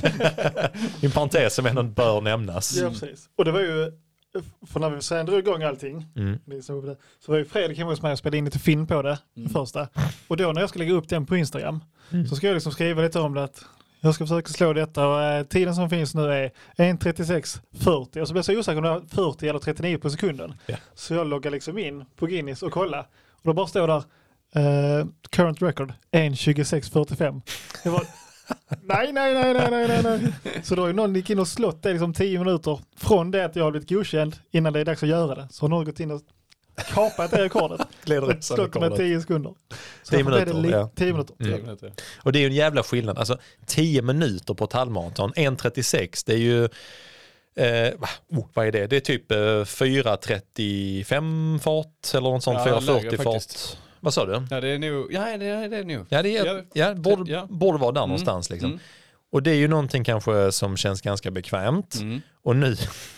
En parentes som ändå bör nämnas. Ja, precis. Och det var ju, för när vi sen drog igång allting, mm. så var ju Fredrik hemma hos mig och spelade in lite film på det, mm. första. Och då när jag ska lägga upp den på Instagram, mm. så ska jag liksom skriva lite om det, att jag ska försöka slå detta, och äh, tiden som finns nu är en trettiosex fyrtio, och så blir jag så osäker om det är fyrtio eller trettionio på sekunden. Yeah. Så jag loggar liksom in på Guinness och kollar. Och då bara står där, uh, current record, en tjugosex fyrtiofem. Det var... Nej, nej, nej, nej, nej, nej, nej. Så då har ju någon gick in och slått det liksom tio minuter från det att jag har blivit godkänd innan det är dags att göra det. Så har någon gått in och kapat det rekordet. Och slått med tio sekunder. Så tio minuter, li- ja. tio minuter. Mm. Mm. Och det är ju en jävla skillnad. Alltså tio minuter på ett halvmaraton, en trettiosex, det är ju Eh, oh, vad är det? Det är typ eh, fyra trettiofem fart eller något sånt, ja, fyra fyrtio fart. Faktiskt. Vad sa du? Ja, det är nog. Ja, det är, det är nog. Ja, det är, ja, ja, borde, ja. borde vara där mm. någonstans liksom. Mm. Och det är ju någonting kanske som känns ganska bekvämt. Mm. Och nu,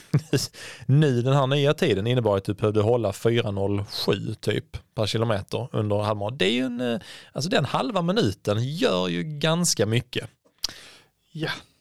nu den här nya tiden innebar att du behövde hålla fyra noll sju typ per kilometer under halvmaraton. Det är ju en, alltså den halva minuten gör ju ganska mycket. Ja.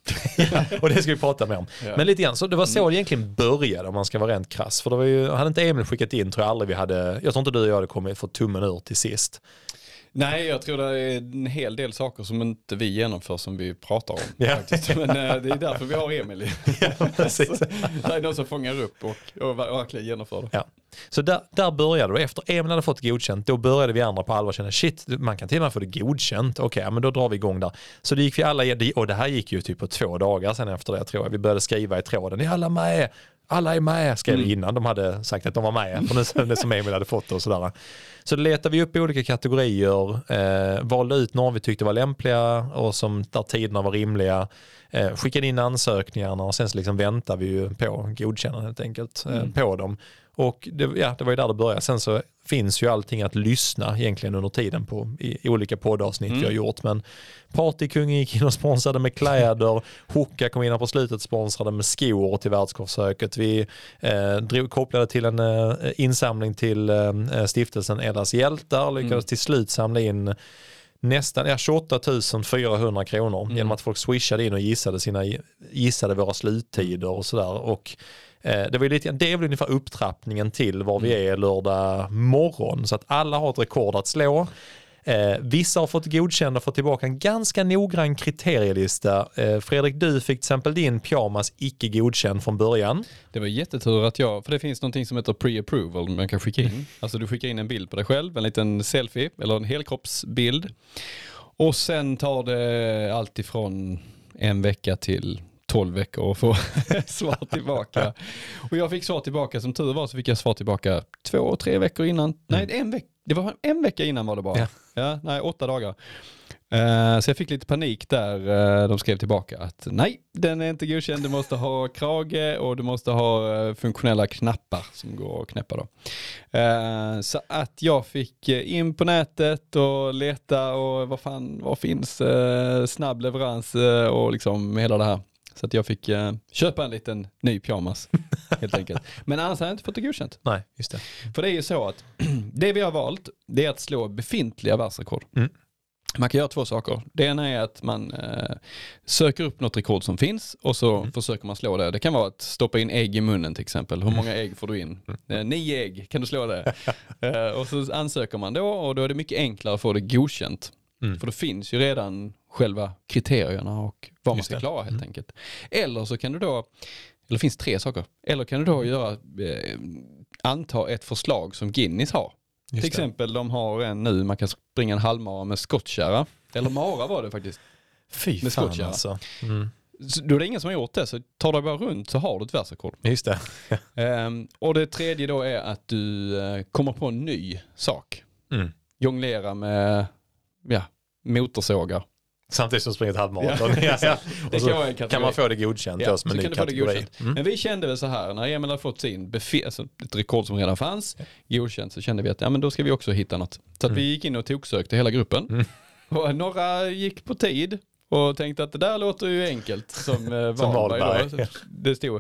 Ja, och det ska vi prata mer om. Ja. Men lite grann, så det var så det egentligen började om man ska vara rent krass. För det var ju, hade inte Emil skickat in tror jag aldrig vi hade, jag tror inte du och jag hade kommit för tummen ur till sist. Nej, jag tror det är en hel del saker som inte vi genomför som vi pratar om. Ja. Faktiskt. Men äh, det är därför vi har Emil. Ja, precis. Det är någon som fångar upp och, och verkligen genomför det. Ja. Så där, där började det. Efter Emil hade fått godkänt, då började vi andra på allvar känna shit, man kan till och med få det godkänt. Okej, okay, men då drar vi igång där. Så det gick vi alla, och det här gick ju typ på två dagar sen efter det tror jag. Vi började skriva i tråden, är alla med? Alla är med, skrev vi innan de hade sagt att de var med. För det som Emil hade fått och sådär. Så då letade vi upp olika kategorier, eh, valde ut några vi tyckte var lämpliga och som där tiderna var rimliga. Eh, skickade in ansökningarna och sen så liksom väntade vi ju på godkännande helt enkelt eh, mm. på dem. Och det, ja, det var ju där det började. Sen så finns ju allting att lyssna egentligen under tiden på i, i olika poddavsnitt mm. vi har gjort. Men Partykungen gick in och sponsrade med kläder. Hoka kom in på slutet sponsrade med skor till världskorvsöket. Vi eh, drog, kopplade till en eh, insamling till eh, stiftelsen Ellas hjältar. Lyckades mm. till slut samla in nästan ja, tjugoåtta tusen fyrahundra kronor mm. genom att folk swishade in och gissade, sina, gissade våra sluttider och sådär. Och det var lite, det är väl ungefär upptrappningen till var vi är lördag morgon. Så att alla har ett rekord att slå. Eh, vissa har fått godkända och fått tillbaka en ganska noggrann kriterielista. Eh, Fredrik, du fick till exempel din pyjamas icke godkänd från början. Det var jättetur att jag, för det finns någonting som heter pre-approval man kan skicka in. Mm. Alltså du skickar in en bild på dig själv, en liten selfie eller en helkroppsbild. Och sen tar det allt ifrån en vecka till tolv veckor och få svar tillbaka. Och jag fick svar tillbaka, som tur var så fick jag svar tillbaka två, tre veckor innan. Mm. Nej, en vecka. Det var en vecka innan var det bara. Ja, ja nej, åtta dagar. Uh, så jag fick lite panik där. Uh, de skrev tillbaka att nej, den är inte godkänd. Du måste ha krage och du måste ha uh, funktionella knappar som går att knäppa då. Uh, så att jag fick in på nätet och leta och vad fan, vad finns uh, snabb leverans uh, och liksom hela det här. Så att jag fick uh, köpa en liten ny pyjamas helt enkelt. Men annars har jag inte fått det godkänt. Nej, just det. För det är ju så att det vi har valt, det är att slå befintliga världsrekord. Mm. Man kan göra två saker. Det ena är att man uh, söker upp något rekord som finns och så mm. försöker man slå det. Det kan vara att stoppa in ägg i munnen till exempel. Hur många ägg får du in? Uh, nio ägg, kan du slå det? Uh, och så ansöker man då och då är det mycket enklare att få det godkänt. Mm. För det finns ju redan själva kriterierna och vad man ska klara helt mm. enkelt. Eller så kan du då, eller det finns tre saker. Eller kan du då göra, eh, anta ett förslag som Guinness har. Just Till exempel det. De har en nu, man kan springa en halvmara med skottkärra. Eller mara var det faktiskt. Fy med fan alltså. Mm. Så då är det ingen som har gjort det, så tar du bara runt så har du ett världsrekord. Just det. um, och det tredje då är att du uh, kommer på en ny sak. Mm. Jonglera med ja, motorsågar. Samtidigt som springer ett halvmaraton. Ja. Ja. Det kan, kan, kan man få det godkänt ja, som en ny kategori. Mm. Men vi kände väl så här, när Emil hade fått sin befe- alltså ett rekord som redan fanns, ja. godkänt, så kände vi att ja, men då ska vi också hitta något. Så att mm. vi gick in och toksökte hela gruppen. Mm. Och några gick på tid och tänkte att det där låter ju enkelt som uh, Wahlberg. Det stod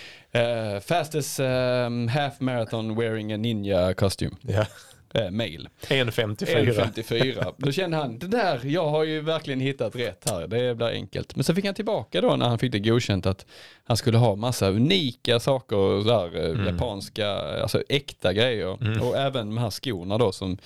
uh, fastest um, half marathon wearing a ninja costume. Ja. Eh, mail. en femtiofyra. en femtiofyra. Då kände han, det där, jag har ju verkligen hittat rätt här. Det blir enkelt. Men så fick han tillbaka då när han fick det godkänt att han skulle ha massa unika saker, där, mm. japanska, alltså äkta grejer. Mm. Och även de här skorna då som,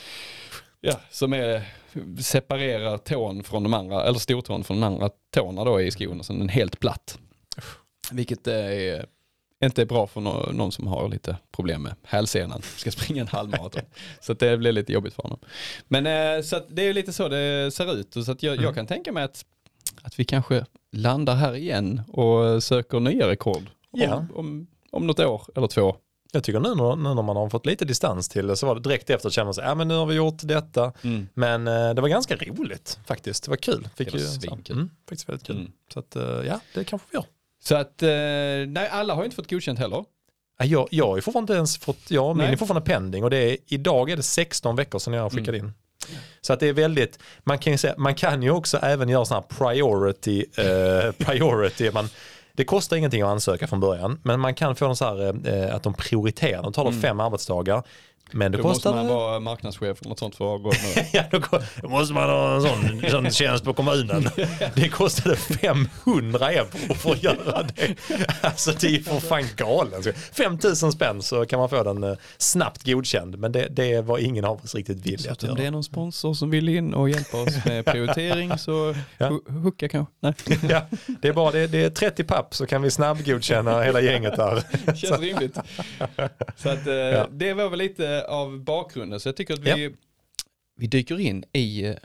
ja, som är, separerar tån från de andra, eller stortån från de andra tårna då i skorna, som en helt platt. Vilket är inte är bra för no- någon som har lite problem med hälsenan. Ska springa en halvmaraton. Så att det blir lite jobbigt för honom. Men eh, så att det är lite så det ser ut. Så att jag, mm. jag kan tänka mig att, att vi kanske landar här igen och söker nya rekord. Ja. Om, om, om något år eller två. Jag tycker nu när, nu när man har fått lite distans till det, så var det direkt efter att känna sig, ja men nu har vi gjort detta. Mm. Men eh, det var ganska roligt faktiskt. Det var kul. Fick det var ju, svinkul. Mm, faktiskt väldigt kul. Mm. Så att eh, ja, det kanske vi gör. Så att, eh, nej, alla har inte fått godkänt heller. Jag, jag har fortfarande inte ens fått, jag min är fortfarande pending och det är, idag är det sexton veckor sedan jag skickade in. Mm. Så att det är väldigt, man kan ju säga, man kan ju också även göra sån här priority, eh, priority, man, det kostar ingenting att ansöka från början, men man kan få en så här eh, att de prioriterar, de tar mm. fem arbetsdagar. Men det då kostar... måste man vara marknadschef eller något sånt för att gå med. Ja, då, då måste man ha en sån, sån tjänst på kommunen. Det kostade femhundra euro för att göra det. Alltså det är för fan galen. fem tusen spänn så kan man få den snabbt godkänd. Men det, det var ingen av oss riktigt villig att Så om göra. det är någon sponsor som vill in och hjälpa oss med prioritering så Ja. hu- hucka kanske. Nej. Ja, det är bara det, det är trettio papp så kan vi snabbgodkänna hela gänget där. Känns rimligt. Så att, eh, Ja. det var väl lite av bakgrunden. Så jag tycker att vi, Ja. vi dyker in i eh,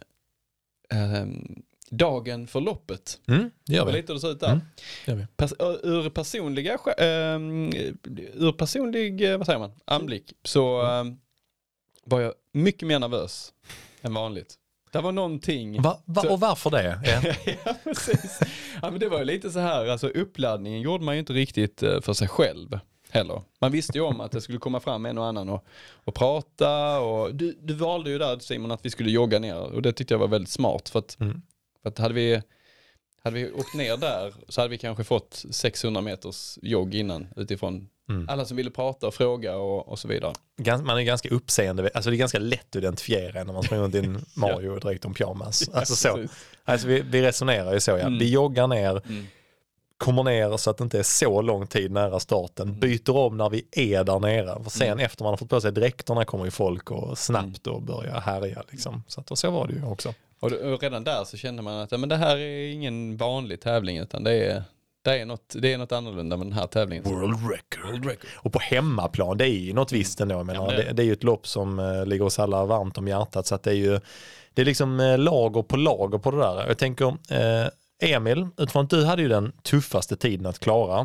dagen för loppet. Mm, det gör Det var vi. lite hur det ser ut där. Mm, det gör vi. Pers- ur personliga sk- eh, ur personlig, eh, vad säger man, anblick så eh, var jag mycket mer nervös än vanligt. Det var någonting. Va, va, och varför det? Ja. Ja, precis. Ja, men det var ju lite så här, alltså uppladdningen gjorde man ju inte riktigt eh, för sig själv heller. Man visste ju om att det skulle komma fram en och annan och, och prata och du, du valde ju där, Simon, att vi skulle jogga ner och det tyckte jag var väldigt smart för att, Mm. för att hade vi hade vi åkt ner där så hade vi kanske fått sexhundra meters jogg innan utifrån Mm. alla som ville prata och fråga och, och så vidare. Gans, man är ganska uppseende, alltså det är ganska lätt att identifiera när man springer runt i en Mario och direkt om pyjamas. Alltså så. Precis. Alltså vi, vi resonerar ju så, ja. Mm. Vi joggar ner, Mm. kommer ner så att det inte är så lång tid nära starten, byter om när vi är där nere. För sen Mm. efter man har fått på sig dräkterna kommer ju folk och snabbt och börjar härja liksom. Så, att, och så var det ju också. Och, då- och redan där så kände man att ja, men det här är ingen vanlig tävling utan det är, det är, något, det är något annorlunda med den här tävlingen. World record. Och på hemmaplan, det är ju något visst ändå. Jag menar, Ja, det- det, det är ju ett lopp som uh, ligger oss alla varmt om hjärtat. Så att det är ju det är liksom uh, lager på lager på det där. Jag tänker, uh, Emil, utifrån att du hade ju den tuffaste tiden att klara.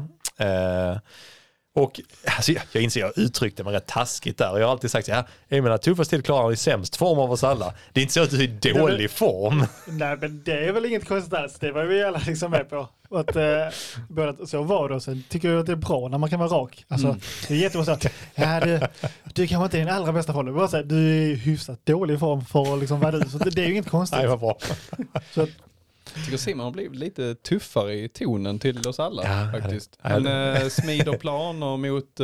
Uh, och alltså, jag, jag inser, jag uttryckte mig rätt taskigt där. Och jag har alltid sagt så här, jag menar, tuffast tid klarar i sämst form av oss alla. Det är inte så att du är i dålig form. Nej, men det är väl inget konstigt alls. Det var vi alla liksom med på. Att, eh, både att, så var det och sen tycker jag att det är bra när man kan vara rak. Alltså, Mm. det är jättebra så att ja, du, du kanske inte är i den allra bästa formen. Bara så här, du är i hyfsat dålig form för att liksom vara du. Så det, det är ju inget konstigt. Nej, vad bra. Så att, Jag tycker Simon har blivit lite tuffare i tonen till oss alla Ja, faktiskt. ja, Han det- eh, smider planer mot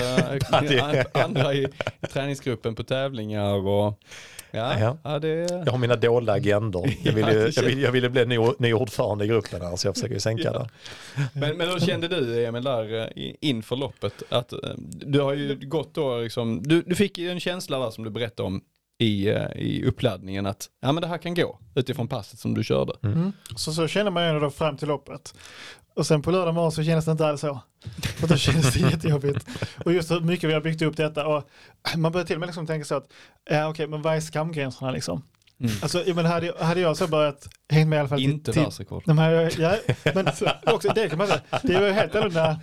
eh, det- andra i, i träningsgruppen på tävlingar och ja, Ja. ja. det Jag har mina dolda agendor. Jag ville, ju- jag ville, jag ville bli ny, ny ordförande i gruppen här, så jag försöker ju sänka Ja. det. Men, men hur kände du, Emil, där eh, i- inför loppet? Att, eh, du har ju gått då liksom, du, du fick ju en känsla där som du berättade om i, eh, i uppladdningen att ja, men det här kan gå utifrån passet som du körde. mm. så, så känner man ju ändå fram till loppet. Och sen på lördag morgon så kändes det inte alls så. Och då kändes det jättejobbigt. Och just hur mycket vi har byggt upp detta. Och man börjar till och med liksom tänka så att, ja okej, men vad är skamgränserna liksom? Mm. Alltså, men hade, hade jag så börjat hängt med i alla fall Inte till, världsrekord. de här, ja, men också det kan man säga, det är ju helt annorlunda.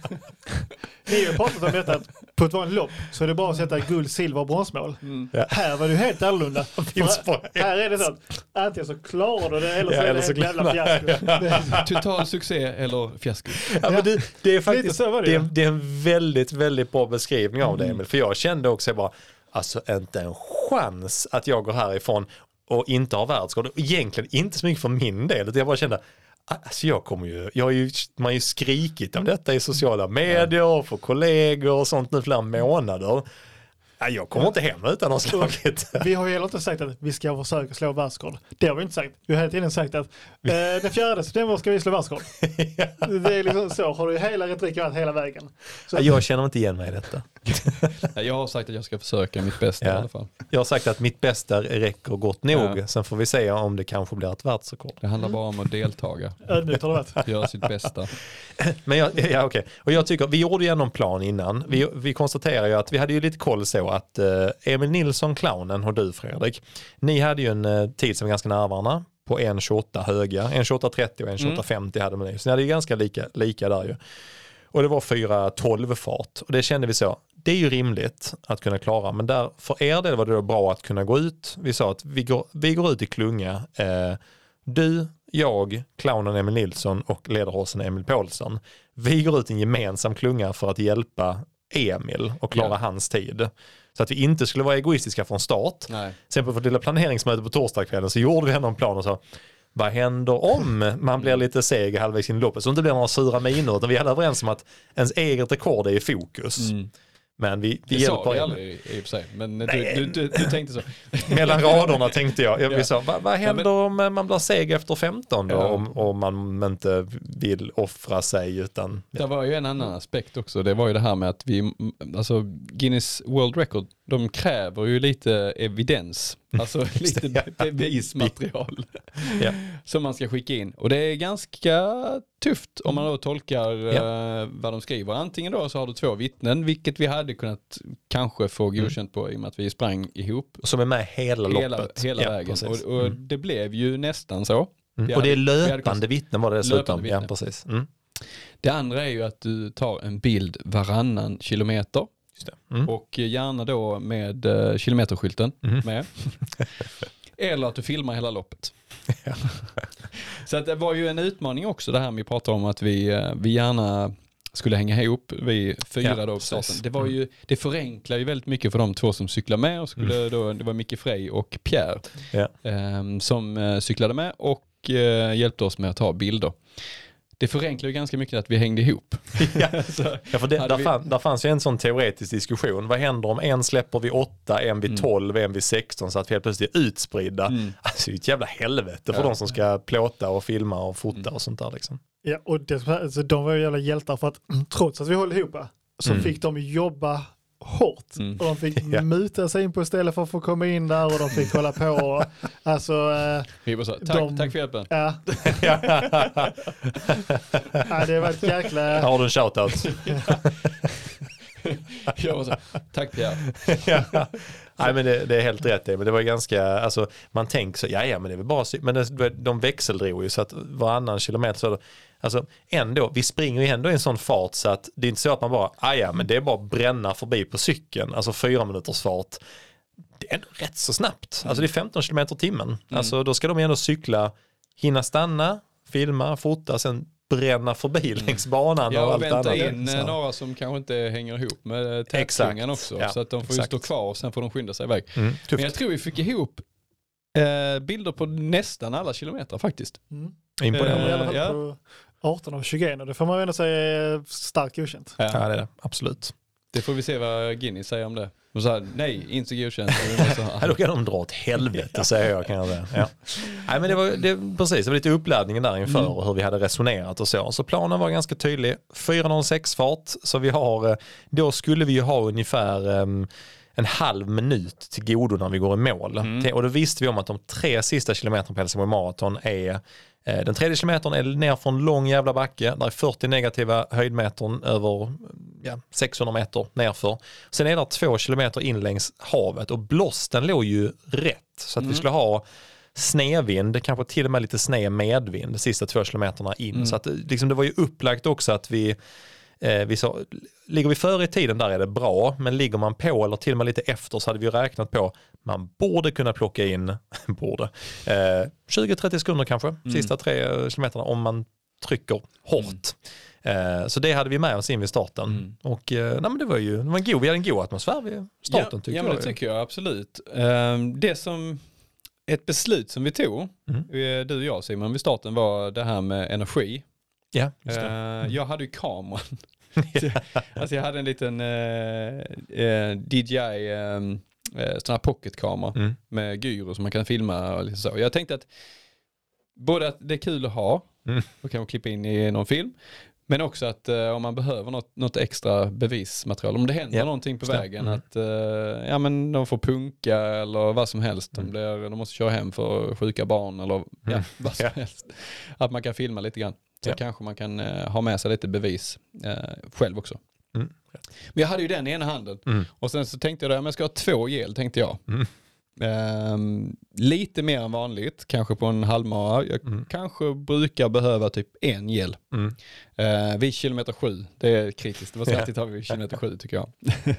Ni har ju pratat om detta, att på ett vanligt lopp så är det bara att sätta guld, silver och bronsmål. Mm. Ja. Här var det ju helt annorlunda. Finns på För här är det så att antingen så klarar du det eller så Ja, är eller det så ett jävla klarar- fiasko. Det- Total succé eller fiasko. Ja, men det, det är faktiskt Lite så var det det, ju. är, det är en väldigt, väldigt bra beskrivning av det, Emil. För jag kände också bara, alltså inte en chans att jag går härifrån och inte har världsrekord. Och egentligen inte så mycket för min del, utan jag bara kände, alltså jag kommer ju, jag har ju, man har ju skrikit om detta i sociala medier och för kollegor och sånt nu flera månader. Ja, jag kommer inte hem utan att ha slagit. Vi har ju heller inte sagt att vi ska försöka slå världsrekord. Det har vi inte sagt. Vi har hela tiden sagt att eh, den fjärde september ska vi slå världsrekord. Det är liksom så, har du hela retoriken varit hela vägen. Så, Ja, jag känner inte igen mig i detta. Nej, jag har sagt att jag ska försöka mitt bästa Ja. i alla fall. Jag har sagt att mitt bästa räcker gott nog. Ja. Sen får vi se om det kanske blir ett världsrekord. Det handlar bara om att deltaga, ödmjukt har det varit. göra sitt bästa. Men jag, ja, okej. Och jag tycker, vi gjorde ju ändå en plan innan. Vi, vi konstaterar ju att vi hade ju lite koll så att eh, Emil Nilsson, clownen, och du Fredrik, ni hade ju en eh, tid som var ganska nära varandra på en tjugoåtta höga, en tjugoåtta trettio och en tjugoåtta femtio hade man. Så ni hade ju ganska lika, lika där ju. Och det var fyra tolv fart och det kände vi så. Det är ju rimligt att kunna klara, men där, för er del var det då bra att kunna gå ut. Vi sa att vi går, vi går ut i klunga. Eh, du, jag, clownen Emil Nilsson och ledarhossen Emil Paulsson. Vi går ut i en gemensam klunga för att hjälpa Emil och klara Ja. hans tid. Så att vi inte skulle vara egoistiska från start. Nej. Sen på vårt lilla planeringsmöte på torsdagskvällen så gjorde vi ändå en plan och sa, vad händer om man blir lite seg halvvägs in i loppet? Så det inte blir några sura miner, utan vi är alla överens om att ens eget rekord är i fokus. Mm. Men vi, vi det hjälper sa er. aldrig i och för sig, men du, du, du, du tänkte så. Mellan raderna tänkte jag. jag Ja. vi sa, vad, vad händer Ja, men, om man blir seg efter femton då? Ja. Om, om man inte vill offra sig utan... det var ju en annan aspekt också. Det var ju det här med att vi, alltså Guinness World Record, de kräver ju lite evidens. Alltså lite bevismaterial Ja. som man ska skicka in. Och det är ganska tufft om man då tolkar Ja. eh, vad de skriver. Antingen då så har du två vittnen, vilket vi hade kunnat kanske få godkänt på i och med att vi sprang ihop. Som är med hela, Hela, loppet. hela Ja, vägen. precis. Och, och Mm. det blev ju nästan så. Mm. Vi Och det är hade- vi hade löpande kunnat- vittnen var det dessutom. Löpande Ja, vittnen. precis. Mm. Det andra är ju att du tar en bild varannan kilometer. Just det. Mm. Och gärna då med uh, kilometerskylten Mm. med. Eller att du filmar hela loppet. Så att det var ju en utmaning också det här med att prata om att vi, uh, vi gärna skulle hänga ihop, vi fyra Ja, då på precis. starten. Det var ju, det förenklar ju väldigt mycket för de två som cyklar med och skulle Mm. då, det var Micke Frey och Pierre Ja. um, som uh, cyklade med och uh, hjälpte oss med att ta bilder. Det förenklar ju ganska mycket att vi hängde ihop. Ja. Så, Ja, för det, hade där, vi- fann, där fanns ju en sån teoretisk diskussion. Vad händer om en släpper vid åtta, en vid Mm. tolv, en vid sexton så att vi helt plötsligt är utspridda. Mm. Alltså det är ett jävla helvete för Ja. de som ska plåta och filma och fota Mm. och sånt där liksom. Ja, och det, alltså, de var ju jävla hjältar för att trots att vi höll ihop så Mm. fick de jobba hårt. Mm. Och de fick Ja. muta sig in på stället för att få komma in där och de fick hålla på. Och, alltså, eh, Vi bara så, tack, De- tack för hjälpen. ja. ja, det var ett jäkla... Här har du en shoutout. Jag var så, tack Pierre. Ja. Nej men det, det är helt rätt det. Men det var ju ganska, alltså man tänker så, ja ja men det är väl bara, sy- men det, de växeldrog ju så att varannan kilometer så, alltså ändå, vi springer ju ändå i en sån fart så att det är inte så att man bara, ah, ja men det är bara att bränna förbi på cykeln, alltså fyra minuters fart. Det är ändå rätt så snabbt, alltså det är femton kilometer i timmen. Alltså då ska de ändå cykla, hinna stanna, filma, fota, sen bränna förbi längs banan Ja, och och allt vänta annat. in Så. eh, några som kanske inte hänger ihop med Exakt. tätklungan också. Ja, Så att de får exakt. ju stå kvar och sen får de skynda sig iväg. Mm, Men tufft. jag tror vi fick ihop eh, bilder på nästan alla kilometer faktiskt. Mm. Imponerande. I alla fall ja. på arton av tjugoett och det får man ju ändå säga är starkt godkänt. Ja. Ja det är det, absolut. Det får vi se vad Guinness säger om det. Och så här, nej, inte godkänt. Så Ja, här, då kan de dra åt helvete säger jag kan jag säga. Ja. Nej, men det var det, precis, det var lite uppladdningen där inför Mm. och hur vi hade resonerat och så. Så planen var ganska tydlig. fyra noll sex fart. Så vi har, då skulle vi ju ha ungefär um, en halv minut till godo när vi går i mål. Mm. Och då visste vi om att de tre sista kilometerna på Helsingborg Marathon är eh, den tredje kilometern är ner från en lång jävla backe. Där är fyrtio negativa höjdmetern över ja, sexhundra meter nerför. Sen är det två kilometer in längs havet och blåsten låg ju rätt. Så att Mm. vi skulle ha snedvind, kanske till och med lite sned medvind de sista två kilometerna in. Mm. Så att liksom, det var ju upplagt också att vi Eh, vi sa, ligger vi före i tiden där är det bra, men ligger man på eller till och med lite efter så hade vi ju räknat på man borde kunna plocka in borde, eh, tjugo till trettio sekunder kanske, Mm. sista tre kilometerna om man trycker hårt. Eh, så det hade vi med oss in vid starten. Mm. Och eh, nej, men det var ju det var en god, vi hade en god atmosfär vid starten ja, tycker ja, jag. men det tycker jag absolut. Um, det som, ett beslut som vi tog, Mm. eh, du och jag Simon, vid starten var det här med energi. Ja, just det. Eh, jag hade ju kameran. Alltså jag hade en liten uh, uh, D J I um, uh, sån här pocketkamera Mm. med gyro som man kan filma och lite så. Jag tänkte att både att det är kul att ha Mm. och kan klippa in i någon film, men också att uh, om man behöver något, något extra bevismaterial, om det händer Ja, någonting på just det. vägen, Mm. att uh, ja, men de får punka eller vad som helst, de, Mm. blir, de måste köra hem för sjuka barn eller ja, Mm. vad som Ja. helst. Att man kan filma lite grann. Så Ja. kanske man kan uh, ha med sig lite bevis uh, själv också. Mm. Men jag hade ju den i ena handen. Mm. Och sen så tänkte jag, att jag ska ha två gel, tänkte jag. Mm. Ehm, lite mer än vanligt, kanske på en halvmara. Jag Mm. kanske brukar behöva typ en gel. Mm. Uh, vid kilometer sju, det är kritiskt. Det var så Ja. alltid tar vi vid kilometer sju tycker jag.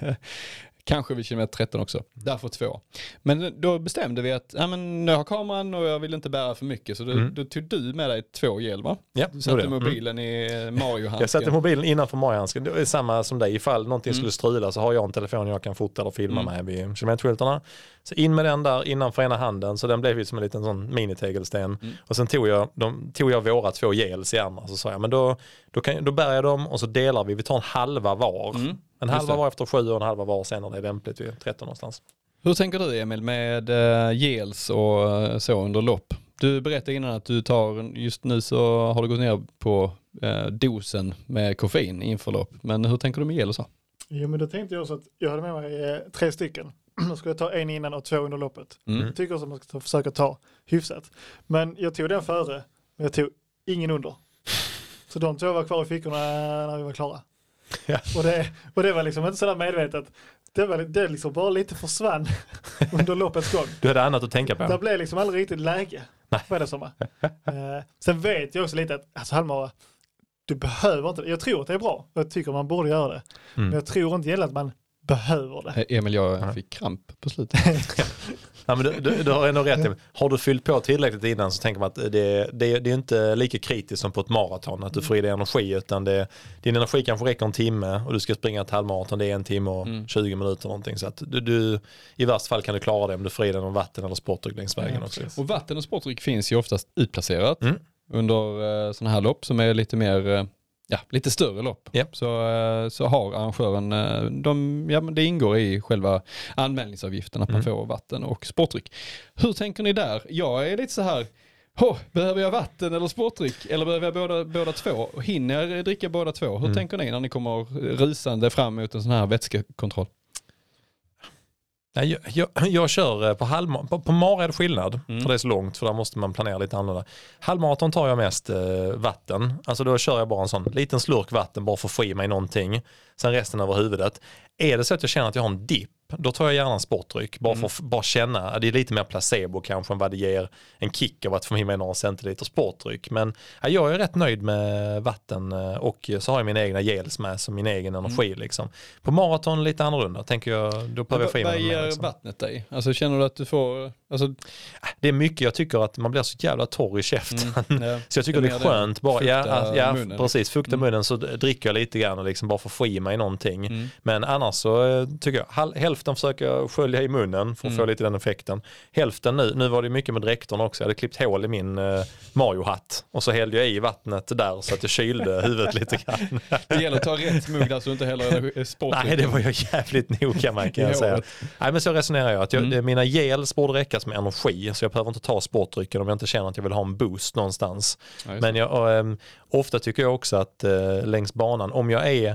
Kanske vid kilometer tretton också. Därför två. Men då bestämde vi att ja, men jag har kameran och jag vill inte bära för mycket. Så då, Mm. då tog du med dig två gel, va? Ja, Du så är satte det. Mm. mobilen i Mario-handsken. Jag satte mobilen innanför Mario-handsken. Det är samma som dig. Ifall någonting Mm. skulle strula så har jag en telefon jag kan fota eller filma Mm. med vid kilometerskyltarna. Så in med den där innanför ena handen. Så den blev ju som en liten sån minitegelsten. Mm. Och sen tog jag, de, tog jag våra två gels i andra. Så sa jag, men då, då, kan, då bär jag dem och så delar vi. Vi tar en halva var. Mm. En halva var efter sju och en halva var sen när det är lämpligt vid tretton någonstans. Hur tänker du Emil med uh, gels och så under lopp? Du berättade innan att du tar, just nu så har du gått ner på uh, dosen med koffein inför lopp. Men hur tänker du med gel och så? Jo, men då tänkte jag också att jag hade med mig eh, tre stycken. Då skulle jag ta en innan och två under loppet. Mm. Jag tycker också att man ska ta, försöka ta hyfsat. Men jag tog den före, men jag tog ingen under. Så de två var kvar i fickorna när vi var klara. Ja. Och, det, och det var liksom inte sådär medvetet. Det var det liksom bara lite försvann under loppets gång. Du hade annat att tänka på. Det blev liksom aldrig riktigt läge. Vad är det som är? eh, sen vet jag också lite att alltså Halmara, du behöver inte det. Jag tror att det är bra. Jag tycker man borde göra det. Mm. Men jag tror inte gäller att man behöver det. Emil, jag fick kramp på slutet. Ja, men du, du, du har ändå rätt. Har du fyllt på tillräckligt innan så tänker man att det, det, det är inte lika kritiskt som på ett maraton att du får i dig energi, utan det, din energi kanske räcker en timme och du ska springa ett halvmaraton, det är en timme och mm. tjugo minuter någonting. Så att du, du, i värsta fall kan du klara det om du får i dig någon vatten eller sportdryck längs vägen ja, också. Och vatten och sportdryck finns ju oftast utplacerat mm. under uh, sådana här lopp som är lite mer... Uh, Ja, lite större lopp. Yep. Så, så har arrangören, de, ja, det ingår i själva anmälningsavgiften att man mm. får vatten och sportdryck. Hur tänker ni där? Jag är lite så här, oh, behöver jag vatten eller sportdryck? Eller behöver jag båda, båda två? Hinner jag dricka båda två? Hur mm. tänker ni när ni kommer rusande fram mot en sån här vätskekontroll? Jag, jag, jag kör på halvmaraton, på, på mara är det skillnad mm. för det är så långt, för där måste man planera lite annorlunda. Halvmaraton tar jag mest eh, vatten, alltså då kör jag bara en sån liten slurk vatten bara för att få i mig någonting, sen resten över huvudet. Är det så att jag känner att jag har en dipp, då tar jag gärna en sportdryck bara för att mm. bara känna, det är lite mer placebo kanske än vad det ger en kick av att få i mig några centiliter sportdryck. Men ja, jag är rätt nöjd med vatten och så har jag mina egna gels med som min egen energi mm. liksom. På maraton lite annorlunda, tänker jag, då behöver jag få i mig. Vad ger liksom. Vattnet dig? Alltså känner du att du får... Alltså... Det är mycket, jag tycker att man blir så jävla torr i käften. Mm. Ja. Så jag tycker det, det är skönt det. bara, ja, ja munnen. Precis, fukta mm. munnen så dricker jag lite grann och liksom bara får få i mig någonting. Mm. Men annars så tycker jag, hal- hälften försöker jag skölja i munnen för att mm. få lite den effekten. Hälften nu, nu var det mycket med dräkterna också. Jag hade klippt hål i min uh, Mario-hatt och så hällde jag i vattnet där så att jag kylde huvudet lite grann. Det gäller att ta rätt mugg där så inte heller sport. Nej, det var jag jävligt noga med, kan jag säga. Nej, men så resonerar jag att jag, mm. mina gels borde räcka som energi, så jag behöver inte ta sportdrycken om jag inte känner att jag vill ha en boost någonstans. Ja, men jag, äh, ofta tycker jag också att äh, längs banan, om jag är,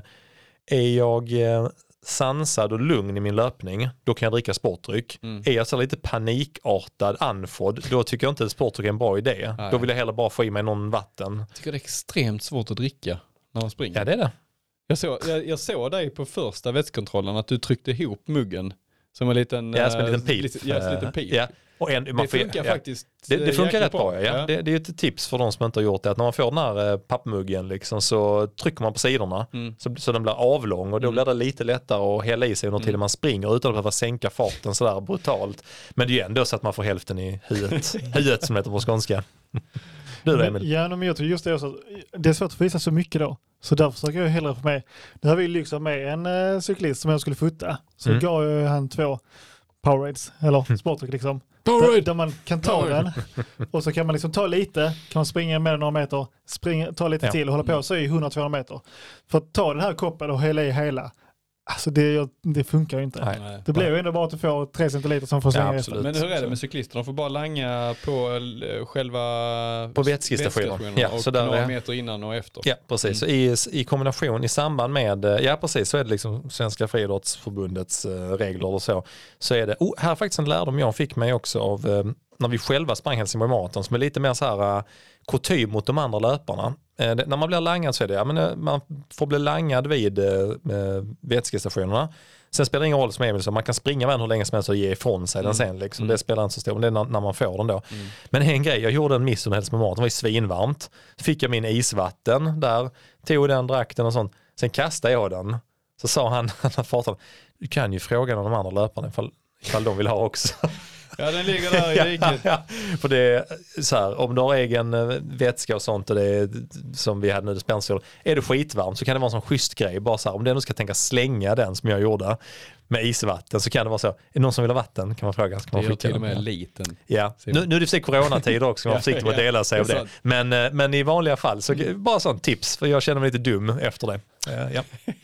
är jag äh, sansad och lugn i min löpning, då kan jag dricka sportdryck. Mm. Är jag så lite panikartad, andfådd, då tycker jag inte att sportdryck är en bra idé. Nej. Då vill jag hellre bara få i mig någon vatten. Jag tycker det är extremt svårt att dricka när man springer. Ja, det är det. Jag såg, jag, jag såg dig på första vätskekontrollen att du tryckte ihop muggen som en liten, ja, som en liten pip. Lite, ja, en liten pip. Ja. Och en, man det funkar ja. faktiskt Det, det funkar rätt bra, bra ja. ja. Det, det är ett tips för de som inte har gjort det, att när man får den här pappmuggen liksom, så trycker man på sidorna mm. så, så den blir avlång och då mm. blir det lite lättare att hälla i sig under mm. till man springer utan att behöva sänka farten sådär brutalt. Men det är ju ändå så att man får hälften i huvudet, huvudet som heter på skånska. Du då, Emil? Ja, men jag tror just det också. Det är svårt att visa så mycket då. Så därför försöker jag hellre få med. Nu har vi liksom med en uh, cyklist som jag skulle fota. Så mm. gav jag han två Powerades, eller sportdryck liksom. Där, där man kan ta Powerade. Den och så kan man liksom ta lite, kan man springa med några meter, springa, ta lite ja. till och hålla på så i hundra till tvåhundra meter. För att ta den här koppen och hälla i hela, alltså det, det funkar ju inte. Nej, det blir ju ändå bara att du får tre centiliter som får slänga ja, efter. Men hur är det med cyklister? De får bara langa på själva på vätskestationen ja, och så där, några meter innan och efter. Ja, precis. Mm. Så i, i kombination, i samband med, ja precis, så är det liksom Svenska friidrottsförbundets uh, regler och så. Så är det, oh, här är faktiskt en lärdom jag fick mig också av uh, när vi själva sprang Helsingborg Marathon, som är lite mer så här uh, kutym mot de andra löparna. Eh, det, när man blir langad så är det, ja, men, uh, man får bli langad vid uh, vätskestationerna. Sen spelar det ingen roll som Emil, så man kan springa med hur länge som helst och ge ifrån sig mm. den sen. Liksom. Mm. Det spelar inte så stor, men det är när, när man får den då. Mm. Men en grej, jag gjorde en miss under Helsingborg Marathon, det var ju svinvarmt. Så fick jag min isvatten där, tog den, drack den och sånt. Sen kastade jag den. Så sa han, han fartade, du kan ju fråga någon av de andra löparna ifall, ifall de vill ha också. Ja, den ligger där i riket. ja, ja. För det är så här, om du har egen vätska och sånt och det är, som vi hade nu, dispensfjol, är det skitvarmt så kan det vara en sån schysst grej. Bara så här, om du ändå ska tänka slänga den som jag gjorde med isvatten, så kan det vara så. Är det någon som vill ha vatten? Kan man fråga. Kan man det är till och med liten. Ja. Nu, nu är det för coronatider också, man försiktigt att dela sig av det. Men, men i vanliga fall, så bara sån tips, för jag känner mig lite dum efter det. Ja.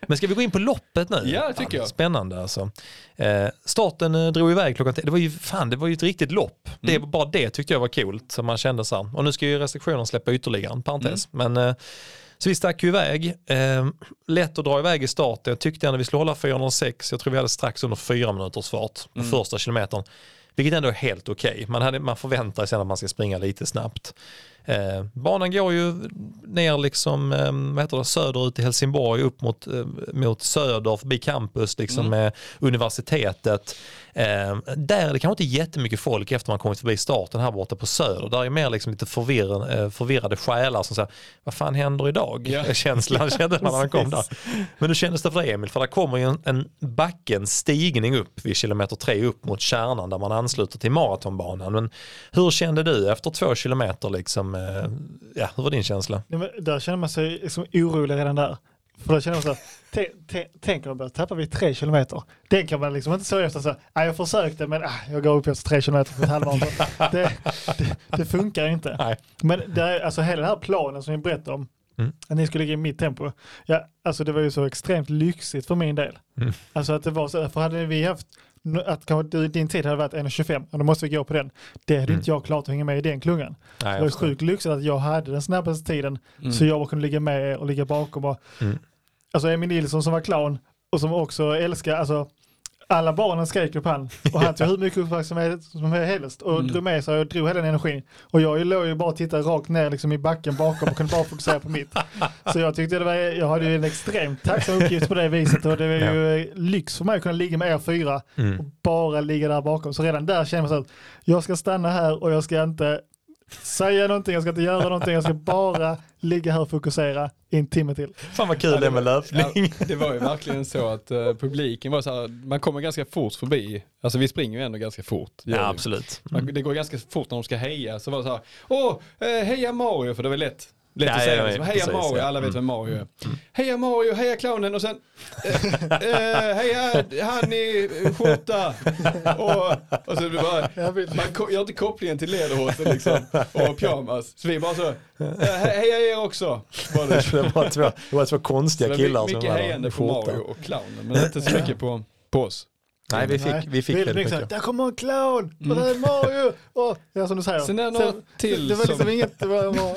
Men ska vi gå in på loppet nu? Ja, det tycker jag. Spännande alltså. Eh, starten eh, drog iväg klockan t- det var ju fan, det var ju ett riktigt lopp. Mm. Det, bara det tyckte jag var coolt, så man kände så här. Och nu ska ju restriktionen släppa ytterligare en parentes. Mm. Men eh, så vi stack ju iväg. Eh, lätt att dra iväg i starten. Jag tyckte ändå vi skulle hålla fyra noll sex. Jag tror vi hade strax under fyra minuters fart på mm. första kilometern. Vilket ändå är helt okej. Okay. Man, hade, man förväntar sig att man ska springa lite snabbt. Eh, banan går ju ner liksom, eh, vad heter det, söderut i Helsingborg upp mot, eh, mot söder förbi campus liksom, mm. med universitetet. Eh, där är det kanske inte jättemycket folk efter man kommit förbi starten här borta på söder. Där är mer liksom lite förvirrade, eh, förvirrade själar som säger, vad fan händer idag? Ja. Känslan kände man när man kom där. Men då kändes det för Emil, för där kommer ju en, en backen stigning upp vid kilometer tre upp mot kärnan där man ansluter till maratonbanan. Men hur kände du efter två kilometer liksom? Ja, hur var din känsla? Ja, men där känner man sig liksom orolig redan där. För då känner man så här, tänk om man börjar tappa vid tre kilometer. Den kan man liksom inte så efter så här, jag försökte men ah, jag går upp efter tre kilometer på ett halvmaraton. det, det, det funkar inte. Nej. Men det är, alltså hela den här planen som ni berättade om, mm. att ni skulle ligga i mitt tempo. Ja, alltså det var ju så extremt lyxigt för min del. Mm. Alltså att det var så, för hade vi haft att kanske din tid hade varit en tjugofem och då måste vi gå på den. Det hade mm. inte jag klart att hänga med i den klungan. Nej, det var sjukt lyxigt att jag hade den snabbaste tiden mm. så jag kunde ligga med och ligga bakom. Och, mm. Alltså Emil Nilsson som var clown och som också älskar, alltså alla barnen skrek på han och han tog hur mycket uppmärksamhet som helst och mm. drog med sig och drog hela den energin. Och jag låg ju bara och tittade rakt ner liksom i backen bakom och kunde bara fokusera på mitt. Så jag tyckte det var, jag hade ju en extremt tacksam uppgift på det viset och det var ju ja. lyx för mig att kunna ligga med er fyra mm. och bara ligga där bakom. Så redan där känner man så att jag ska stanna här och jag ska inte säga någonting, jag ska inte göra någonting, jag ska bara ligga här och fokusera i en timme till. Fan vad kul ja, det, det med löpning. Ja, det var ju verkligen så att uh, publiken var så här, man kommer ganska fort förbi. Alltså vi springer ju ändå ganska fort. Ja, absolut. Mm. Man, det går ganska fort när de ska heja. Så var det så här, åh, eh, heja Mario, för det var lätt. Lätt ja, att säga, ja, ja, heja precis, Mario, ja. alla vet mm. vem Mario är. Mm. Heja Mario, heja clownen och sen eh, eh, heja han i skjorta. Och, och så bara, man gör inte kopplingen till lederhosen liksom, och pyjamas. Så vi bara så, eh, heja er också. Var det. det, var två, det var två konstiga så killar mycket som var hejande på Mario och clownen, men inte så mycket på, på oss. Nej, vi fick, vi fick väldigt mycket. Där kommer en clown, och där är Mario. Och, ja, som du säger. Sen är det något till. Det var liksom som... inget. Det var, var...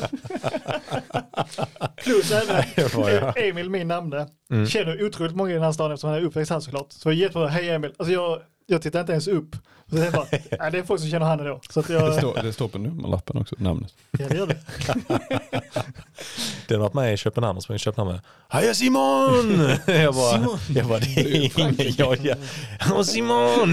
Plus även Emil, min namne, mm. känner otroligt många i den här staden eftersom han är uppväxt här såklart. Så jag jättebra, hej Emil. Alltså jag, jag tittar inte ens upp. Så det, är bara, nej, det är folk som känner han då. Så att jag... det, står, det står på nummerlappen också, namnet. Ja, det gör det. Det har varit med i Köpenhamn och sprang i Köpenhamn med Heja Simon! jag bara, Simon. Jag bara, det är ingen jag. jag Heja Simon!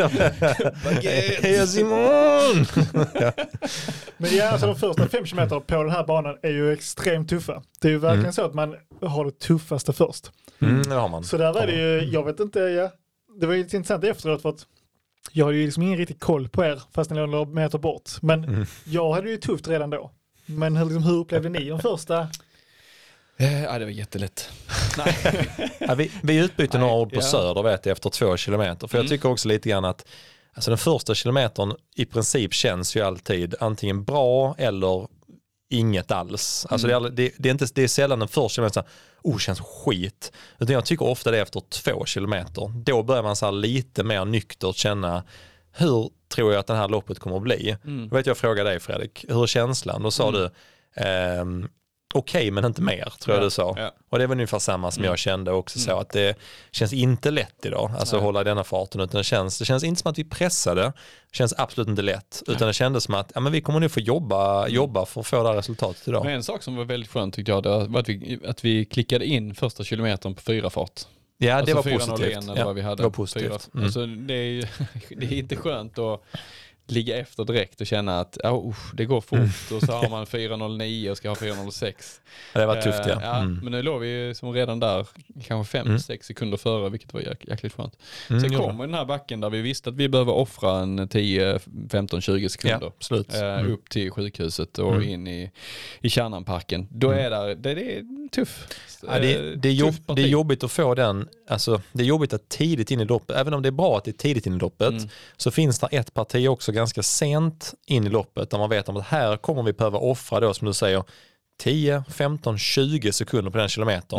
Heja Simon! ja. Men ja, alltså de första fem kilometer på den här banan är ju extremt tuffa. Det är ju verkligen mm. så att man har det tuffaste först. Mm, det har man. Så där var det ju, jag vet inte, ja, det var ju lite intressant efteråt för att jag hade ju liksom ingen riktig koll på er fast ni låg några meter bort. Men mm. jag hade ju tufft redan då. Men liksom, hur upplevde ni de första? Eh, ja, det var jättelätt. Nej. ja, vi, vi utbytte några ord på ja. söder vet jag, efter två kilometer. För mm. jag tycker också lite grann att alltså, den första kilometern i princip känns ju alltid antingen bra eller inget alls. Alltså mm. det, är, det, det, är inte, det är sällan den första kilometern oh, känns skit. Utan jag tycker ofta det är efter två kilometer. Då börjar man så här lite mer nyktert känna hur tror jag att den här loppet kommer att bli. Mm. Då vet jag frågade dig Fredrik, hur är känslan? Då sa mm. du ehm, okej okay, men inte mer tror jag ja, du sa. Ja. Och det var ungefär samma som mm. jag kände också så mm. att det känns inte lätt idag alltså att hålla denna farten utan det känns, det känns inte som att vi pressade det känns absolut inte lätt utan det kändes som att ja, men vi kommer nu få jobba, mm. jobba för att få det här resultatet idag. Men en sak som var väldigt skönt tyckte jag det var att vi, att vi klickade in första kilometern på fyra fart. Ja, alltså det var positivt. Ja, vad vi hade. Det var positivt. Mm. Alltså, det, är, det är inte skönt att ligga efter direkt och känna att oh, det går fort mm. och så har man fyra noll nio och ska ha fyra noll sex. Ja, det var tufft ja. ja mm. Men nu låg vi som redan där kanske fem sex mm. sekunder före vilket var jäk- jäkligt skönt. Mm, Sen kommer den här backen där vi visste att vi behöver offra en tio femton tjugo sekunder ja, absolut. Eh, mm. upp till sjukhuset och mm. in i, i Kärnanparken. Då är där, det, det är tufft. Ja, det, det, är jobb, det är jobbigt att få den, alltså det är jobbigt att tidigt in i loppet, även om det är bra att det är tidigt in i loppet mm. så finns det ett parti också ganska sent in i loppet där man vet att här kommer vi behöva offra då som du säger tio femton tjugo sekunder på den kilometern mm.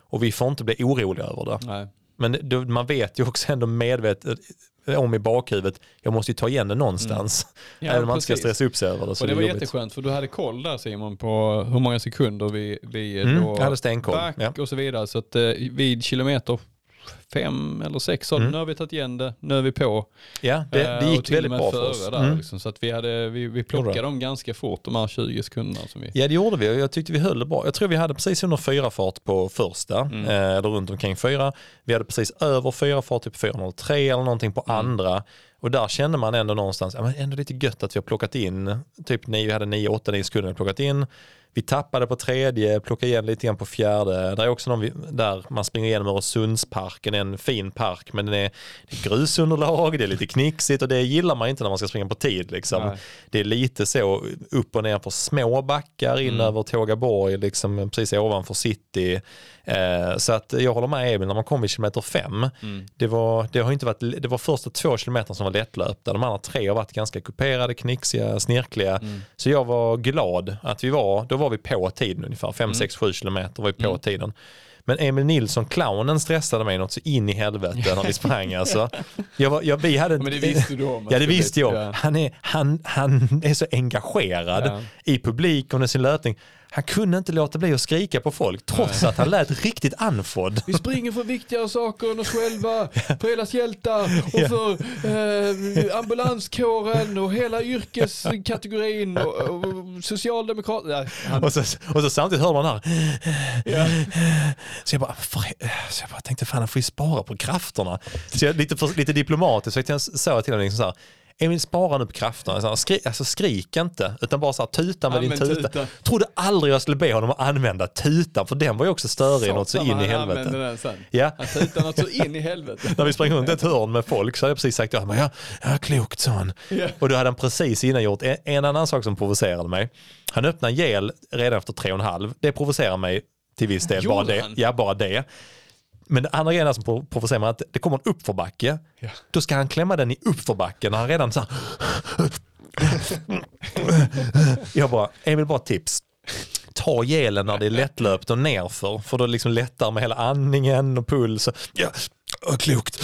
och vi får inte bli oroliga över det. Nej. Men det, man vet ju också ändå medvetet om i bakhuvudet, jag måste ju ta igen det någonstans. Mm. Ja, även om man ska stressa upp sig över det. Så och det, det var jobbigt. Jätteskönt, för du hade koll där Simon på hur många sekunder vi, vi mm, då hade stenkoll. back Ja. och så vidare. Så att eh, vid kilometer fem eller sex så mm. nu har vi tagit igen det, nu är vi på. Ja, det, det gick väldigt bra för oss. Där, mm. liksom, så att vi, hade, vi, vi plockade dem ganska fort, de här tjugo sekunderna. Som vi... Ja, det gjorde vi och jag tyckte vi höll det bra. Jag tror vi hade precis under fyra fart på första, mm. eh, eller runt omkring fyra. Vi hade precis över fyra fart, typ fyra noll tre eller någonting på mm. andra. Och där kände man ändå någonstans, ja, men ändå lite gött att vi har plockat in, typ nio, vi hade nio, åtta, nio sekunder plockat in. Vi tappade på tredje, plockade igen lite grann på fjärde. Där är också någon där man springer igenom Öresundsparken, en fin park, men den är, det är grusunderlag, det är lite knixigt och det gillar man inte när man ska springa på tid. Liksom. Det är lite så upp och ner på små backar in mm. över Tågaborg, liksom, precis ovanför city. Eh, så att jag håller med Emil, när man kom i kilometer fem, mm. det, var, det har inte varit, det var första två kilometer som var lättlöpta. De andra tre har varit ganska kuperade, knixiga, snirkliga. Mm. Så jag var glad att vi var, då var vi på tiden ungefär, fem, sex, sju kilometer var vi på mm. tiden. Men Emil Nilsson, clownen, stressade mig något så in i helvete när vi sprang. Alltså. Jag var, jag, vi hade en, men det visste du om. Ja, det visste jag. Ja. Han, är, han, han är så engagerad ja. i publiken och sin löpning. Han kunde inte låta bli att skrika på folk trots Nej. att han lät riktigt anfodd. Vi springer för viktigare saker än oss själva, för hela hjältar och för eh, ambulanskåren och hela yrkeskategorin och, och socialdemokrater. Han... Och, så, och så samtidigt hör man här. Ja. Så, jag bara, för, så jag bara tänkte, fan, han får ju spara på krafterna. Så jag, lite, för, lite diplomatiskt så sa jag till honom liksom så här, Emil, spara nu på krafterna. Alltså, skri, alltså skrik inte, utan bara så här, tuta med ja, din tuta. tuta. Trodde aldrig jag skulle be honom att använda tutan, för den var ju också störig något så in i helvete. Den sen. Ja. Han tutar något så in i helvete. När vi sprang runt ett hörn med folk så hade jag precis sagt, ja, ja, ja klokt sån. Yeah. Och då hade han precis innan gjort en, en annan sak som provocerade mig. Han öppnade gel redan efter tre och en halv. Det provocerar mig till viss del. Bara det. Ja, bara det. Men det andra grejen som provocerar mig är att det kommer en uppförbacke. Ja. Då ska han klämma den i uppförbacken när han redan så här... Jag bara, Emil, bara tips. Ta gelen när det är lättlöpt och nerför. För då liksom lättar med hela andningen och puls. Ja, klokt.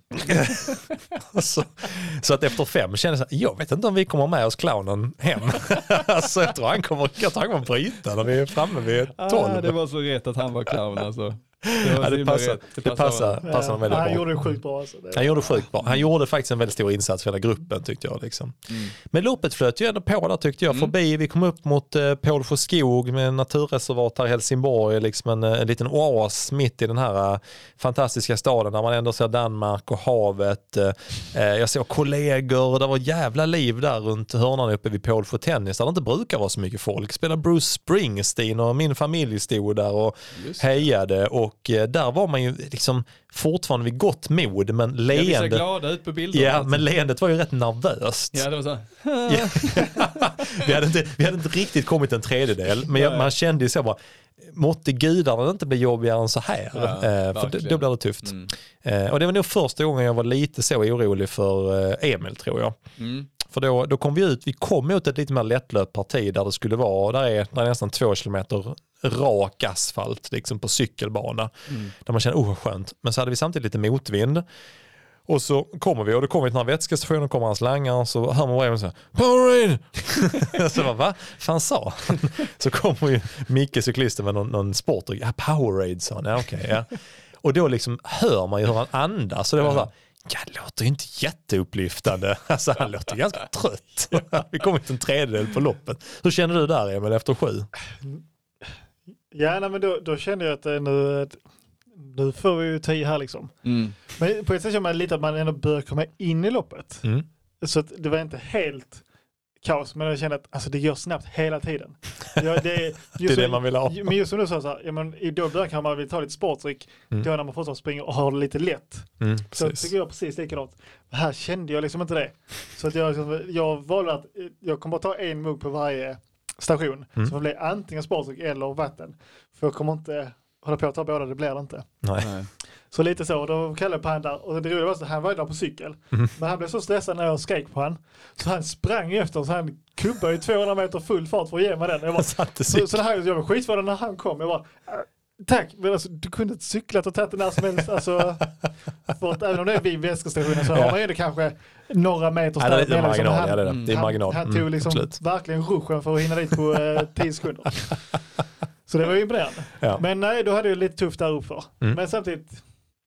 så, så att efter fem kände jag så här, jag vet inte om vi kommer med oss clownen hem. alltså jag tror han kommer, jag tror han kommer bryta när vi är framme vid tolv. Ah, det var så rätt att han var clown alltså. Det, ja, det, passar, det, det passar, passar, passar ja, väldigt han bra. Gjorde det sjukt bra alltså. Det han gjorde det sjukt bra. Han gjorde faktiskt en väldigt stor insats för hela gruppen tyckte jag. Liksom. Mm. Men loppet flöt ju ändå på där tyckte jag. Mm. Förbi, vi kom upp mot eh, Pålsjöskog med naturreservat här i Helsingborg. Liksom en, en liten oas mitt i den här uh, fantastiska staden där man ändå ser Danmark och havet. Uh, jag såg kollegor, det var jävla liv där runt hörnan uppe vid Pålsjö tennis där det inte brukar vara så mycket folk. Spelade Bruce Springsteen och min familj stod där och hejade och uh, där var man ju liksom fortfarande vid gott mod, men leende... Jag blir så glada ut på bilderna. Ja, alltså. Men leendet var ju rätt nervöst. Ja, det var så. ja. vi, hade inte, vi hade inte riktigt kommit en tredjedel, men jag, man kände ju så bara, måtte gudarna inte bli jobbigare än så här. Ja, eh, för då, då blir det tufft. Mm. Eh, och det var nog första gången jag var lite så orolig för eh, Emil, tror jag. Mm. För då, då kom vi ut, vi kom ut ett lite mer lättlöpparti där det skulle vara, där är, där är nästan två kilometer rak asfalt liksom på cykelbana. Mm. Där man känner, oh skönt. Men så hade vi samtidigt lite motvind. Och så kommer vi, och då kommer vi till den här vätskestationen och kommer hans langar, så hör man bara så här, Powerade! så bara, va? Fan sa? så kommer ju Micke, cyklisten, med någon, någon sportdryck. Ja, Powerade, sa han. Ja, okej, okay, ja. Och då liksom hör man ju hur han andas. Så det var så här, ja, det låter ju inte jätteupplyftande. Alltså han låter ganska trött. vi kommer till en tredjedel på loppet. Hur känner du där, Emil, efter sju? Ja, nej, men då, då kände jag att nu, nu får vi ju tio här liksom. Mm. Men på ett sätt känner man lite att man ändå bör komma in i loppet. Mm. Så att det var inte helt kaos, men jag kände att alltså, det går snabbt hela tiden. Ja, det, det är så, det man vill ha. Men just som du sa, så här, ja, men i då början kan man väl ta lite sportdryck mm. då när man fortfarande springer och har det lite lätt. Mm, så tycker jag precis likadant. Men här kände jag liksom inte det. Så att jag, liksom, jag valde att jag kommer bara ta en mugg på varje station. Mm. Så det blir antingen sportdryck eller vatten. För jag kommer inte hålla på att ta båda, det blir det inte. Nej. Så lite så, då kallade jag på han där. Och det roliga var att han var där på cykel. Mm. Men han blev så stressad när jag skrek på han. Så han sprang efter, så han kubbade i tvåhundra meter full fart för att ge mig den. Jag bara, så, så det här, jag var skitförd när han kom. Jag bara, Tack, men alltså, du kunde inte cyklat och tagit den där som helst. Alltså, för att även om det är vid väskerstationen så Ja. har man ju det kanske några meter Ja, det är mellan, marginal, liksom, ja, det är det. Det är han, marginal. han tog Mm, liksom absolut. verkligen ruschen för att hinna dit på eh, tio sekunder. Så det var ju imponerande. Ja. Men nej, då hade jag lite tufft där uppe. Mm. Men samtidigt,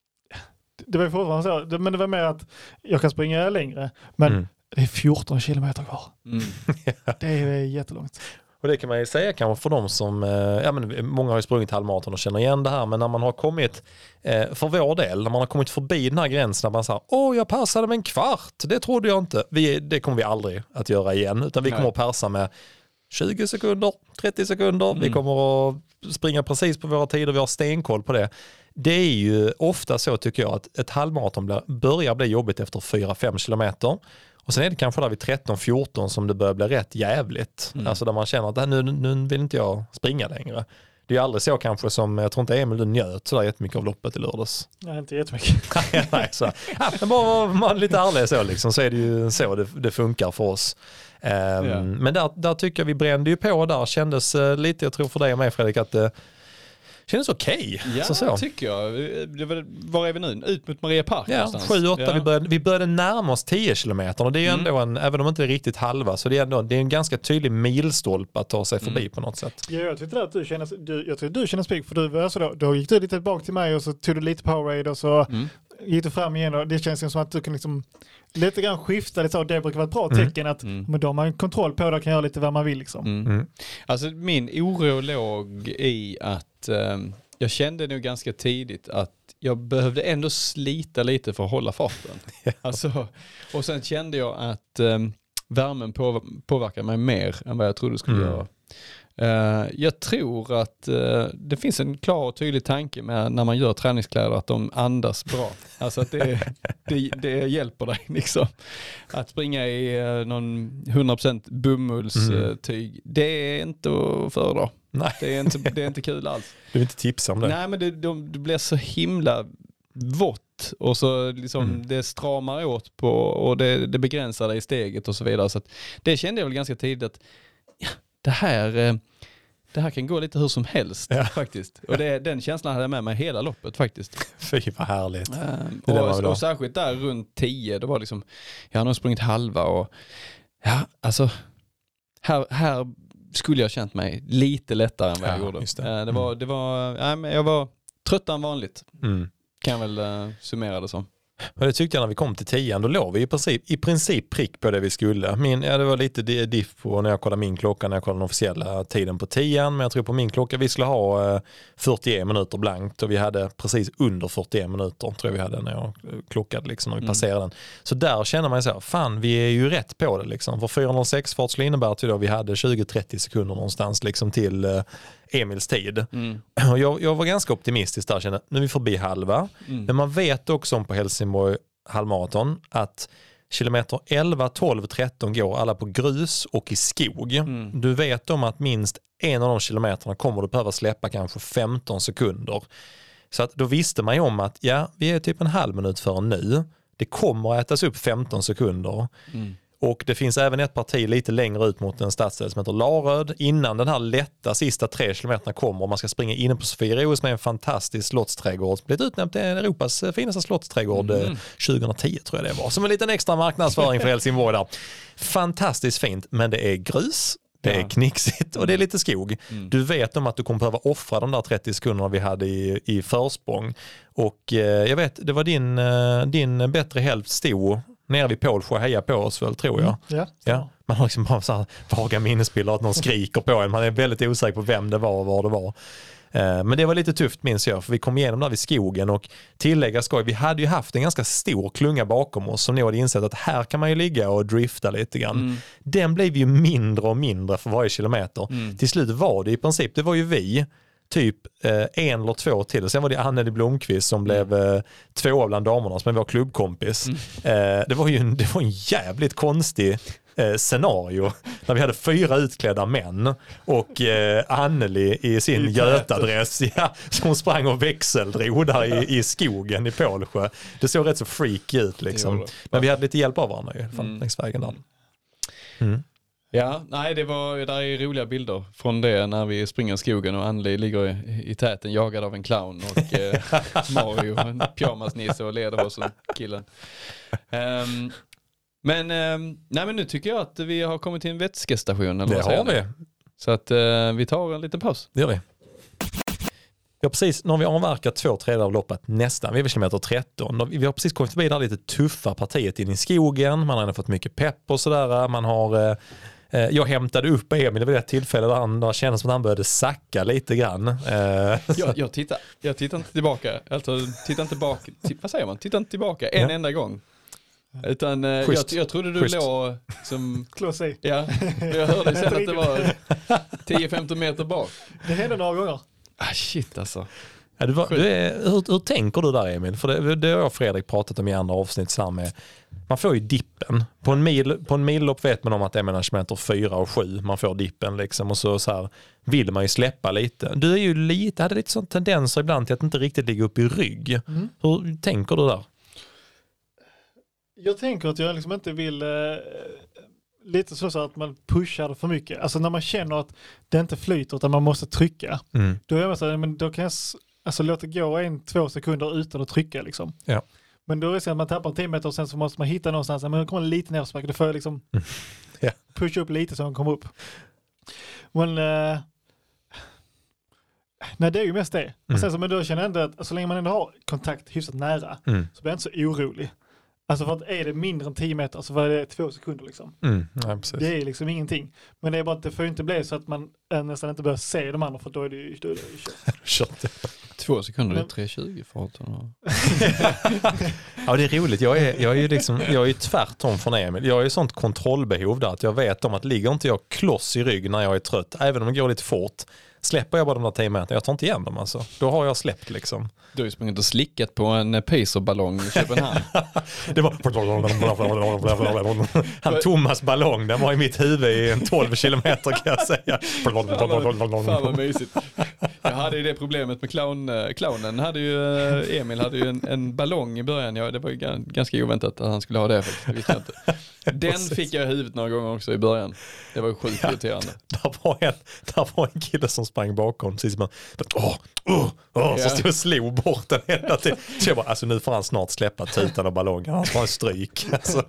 det var ju fortfarande så, det- men det var mer att jag kan springa längre, men Mm. det är fjorton kilometer kvar. Mm. Det är jättelångt. Och det kan man ju säga kanske för dem som, eh, ja men många har ju sprungit halvmaraton och känner igen det här, men när man har kommit, eh, för vår del, när man har kommit förbi den här gränsen där man säger, åh jag passade med en kvart, det trodde jag inte. Vi, det kommer vi aldrig att göra igen, utan vi Nej. kommer att persa med tjugo sekunder, trettio sekunder, Mm. vi kommer att springa precis på våra tider, vi har stenkoll på det. Det är ju ofta så tycker jag att ett halvmaraton blir, börjar bli jobbigt efter fyra fem kilometer. Och sen är det kanske där vid tretton fjorton som det börjar bli rätt jävligt. Mm. Alltså där man känner att nu, nu vill inte jag springa längre. Det är ju aldrig så kanske som, jag tror inte Emil du njöt sådär jättemycket av loppet i lördags. Nej, inte jättemycket. Nej, så. Ja, men bara var man lite ärlig så liksom, så är det ju så det, det funkar för oss. Um, Ja. Men där, där tycker jag vi brände ju på där, kändes uh, lite, jag tror för dig och mig Fredrik, att det kändes okej. Ja, så, så. tycker jag. Det var, var är vi nu? Ut mot Maria Park Ja, någonstans. sju åtta, Ja. vi, började, vi började närma oss tio kilometer och det är ju Mm. ändå en, även om det inte är riktigt halva, så det är ändå det är en ganska tydlig milstolpe att ta sig förbi Mm. på något sätt. Ja, jag tyckte att du kändes, du, jag tyckte du kändes pigg för du var alltså då, då gick du lite tillbaka till mig och så tog du lite Powerade och så Mm. gick du fram igen och det känns som att du kan liksom lite grann skifta lite så, det brukar vara ett bra Mm. tecken att Mm. men då har man kontroll på det och kan göra lite vad man vill liksom. Mm. Mm. Alltså min oro låg i att ehm, jag kände nog ganska tidigt att jag behövde ändå slita lite för att hålla farten. Alltså, och sen kände jag att um, värmen på, påverkar mig mer än vad jag trodde det skulle Mm. göra. Uh, jag tror att uh, det finns en klar och tydlig tanke med när man gör träningskläder att de andas bra. Alltså att det, det, det hjälper dig liksom. Att springa i uh, någon hundra procent bomullstyg, Mm. det är inte att föredra. Nej, Det är inte, det är inte kul alls. du vill inte tipsa om det. Nej, men det, de, det blir så himla vått och så liksom Mm. det stramar åt på och det, det begränsar dig i steget och så vidare. Så att det kände jag väl ganska tidigt att ja, det här eh, det här kan gå lite hur som helst Ja. faktiskt. Och det, den känslan hade jag med mig hela loppet faktiskt. Fy vad härligt. Um, Det där var och, väl bra. och särskilt där runt tio, det var liksom, jag har nog sprungit halva och ja, alltså här, här skulle jag känt mig lite lättare än vad jag Ja, gjorde. just det. Eh, det var, det var, nej, men jag var tröttare än vanligt, Mm. kan jag väl uh, summera det som. Och det tyckte jag när vi kom till tian, då låg vi i princip, i princip prick på det vi skulle. Min, ja, det var lite di- diff på när jag kollade min klocka, när jag kollade den officiella tiden på tian, men jag tror på min klocka vi skulle ha eh, fyrtioen minuter blankt och vi hade precis under fyrtioen minuter tror jag vi hade när jag eh, klockade liksom, när vi Mm. passerade den. Så där känner man så här, fan vi är ju rätt på det liksom. För fyrahundrasex fart skulle innebära att vi, då, vi hade tjugo till trettio sekunder någonstans liksom till eh, Emils tid. Mm. Och jag, jag var ganska optimistisk där, kände nu är vi förbi halva. Mm. Men man vet också om på Helsingborg halvmaraton att kilometer elva, tolv, tretton går alla på grus och i skog. Mm. Du vet om att minst en av de kilometerna kommer du behöva släppa kanske femton sekunder. Så att då visste man ju om att ja, vi är typ en halv minut före nu. Det kommer att ätas upp femton sekunder. Mm. Och det finns även ett parti lite längre ut mot en stadsdel som heter Laröd. Innan den här lätta sista tre kilometerna kommer och man ska springa inne på Sofiero som är en fantastisk slottsträdgård. Blivit utnämnt till Europas finaste slottsträdgård Mm. mm. tjugohundratio tror jag det var. Som en liten extra marknadsföring för Helsingborg där. Fantastiskt fint, men det är grus. Det är Ja. knixigt och det är lite skog. Mm. Du vet om att du kommer behöva offra de där trettio sekunderna vi hade i, i försprång. Och eh, jag vet, det var din, eh, din bättre hälft stod nere vid Pålsjö och heja på oss väl, tror jag. Ja. Ja, man har liksom bara så här vaga minnesbilder att någon skriker på en. Man är väldigt osäker på vem det var och var det var. Eh, Men det var lite tufft minns jag, för vi kom igenom där vid skogen och tillägga skoj, vi hade ju haft en ganska stor klunga bakom oss som nog hade insett att här kan man ju ligga och drifta lite grann. Mm. Den blev ju mindre och mindre för varje kilometer. Mm. Till slut var det i princip, det var ju vi, typ eh, en eller två till. Sen var det Anneli Blomqvist som blev eh, två bland damerna som är vår klubbkompis. Mm. Eh, det var ju en, det var en jävligt konstig eh, scenario när vi hade fyra utklädda män och eh, Anneli i sin I Götadress ja, som sprang och växeldrog där i, i skogen i Pålsjö. Det såg rätt så freaky ut liksom. Det gjorde det. Men vi hade lite hjälp av varandra ju, fan, Mm. längs vägen där. Mm. Ja, nej det var, där är roliga bilder från det när vi springer i skogen och Anneli ligger i, i täten jagad av en clown och eh, Mario, en pyjamasnisse och lederhosen killen. Um, men, um, nej men nu tycker jag att vi har kommit till en vätskestation. Eller det har vi. Så att uh, vi tar en liten paus. Det gör vi. Ja, precis. Nu har vi avverkat två tredjedelar av loppet nästan. Vi är vid kilometer tretton. Vi har precis kommit förbi det här lite tuffa partiet in i skogen. Man har fått mycket pepp och sådär. Man har... Eh, jag hämtade upp Emil vid ett tillfälle där han där kändes som att han började sacka lite grann. Eh, jag, jag, tittar, jag tittar inte tillbaka. Alltså, tittar inte tillbaka. T- vad säger man? Tittar inte tillbaka en ja. enda gång. Utan eh, jag, jag trodde du Schysst. låg som... Klås i. Ja, jag hörde sen att det var tio femton meter bak. Det hände några gånger. Ah, shit alltså. Ja, du var, du är, hur, hur tänker du där Emil? För det, det har jag och Fredrik pratat om i andra avsnitt. Så med, man får ju dippen. På en, mil, på en millopp vet man om att det är mellan kilometer fyra och sju. Man får dippen liksom. Och så, så här, vill man ju släppa lite. Du är ju lite, hade lite sån tendenser ibland till att inte riktigt ligga upp i rygg. Mm. Hur tänker du där? Jag tänker att jag liksom inte vill... Eh... lite så, så att man pushar för mycket. Alltså när man känner att det inte flyter utan man måste trycka. Mm. Då är man så här, men då kan jag alltså, låta gå en, två sekunder utan att trycka liksom. Ja. Men då är det så att man tappar en tio meter och sen så måste man hitta någonstans. Men då kommer lite ner så då får jag liksom mm. ja. pusha upp lite så man kommer upp. Men uh, nej, det är ju mest det. Mm. Och sen så, men då känner jag ändå att så länge man ändå har kontakt hyfsat nära mm. så blir jag inte så orolig. Alltså för att är det mindre än tio meter så var det två sekunder liksom. Mm, ja, precis. Det är liksom ingenting. Men det är bara att det får inte bli så att man nästan inte börjar se de andra för då är det ju, då är det ju kört. Två sekunder, det är tre tjugo farten. Ja, det är roligt. Jag är, jag är ju liksom, jag är tvärtom från Emil. Jag är ju sånt kontrollbehov där att jag vet om att ligger inte jag kloss i rygg när jag är trött, även om det går lite fort, släpper jag bara de där tio meter. Jag tar inte igen dem alltså. Då har jag släppt liksom. Du har ju sprungit och slickat på en Pacer-ballong i Köpenhamn. Det var... Han Thomas ballong, den var i mitt huvud i en tolv kilometer kan jag säga. Fan vad mysigt. Jag hade ju det problemet med clown, clownen. Hade ju, Emil hade ju en, en ballong i början. Ja, det var ju ganska oväntat att han skulle ha det faktiskt. Visste jag inte. Den fick jag i huvudet några gånger också i början. Det var ju sjukt irriterande. Ja, där, var en, där var en kille som sprang bakom. Precis som åh, åh, åh, så stod och slog bort den hela tiden. Så jag bara, alltså nu får han snart släppa tutan och ballongen. Han får en stryk. Alltså.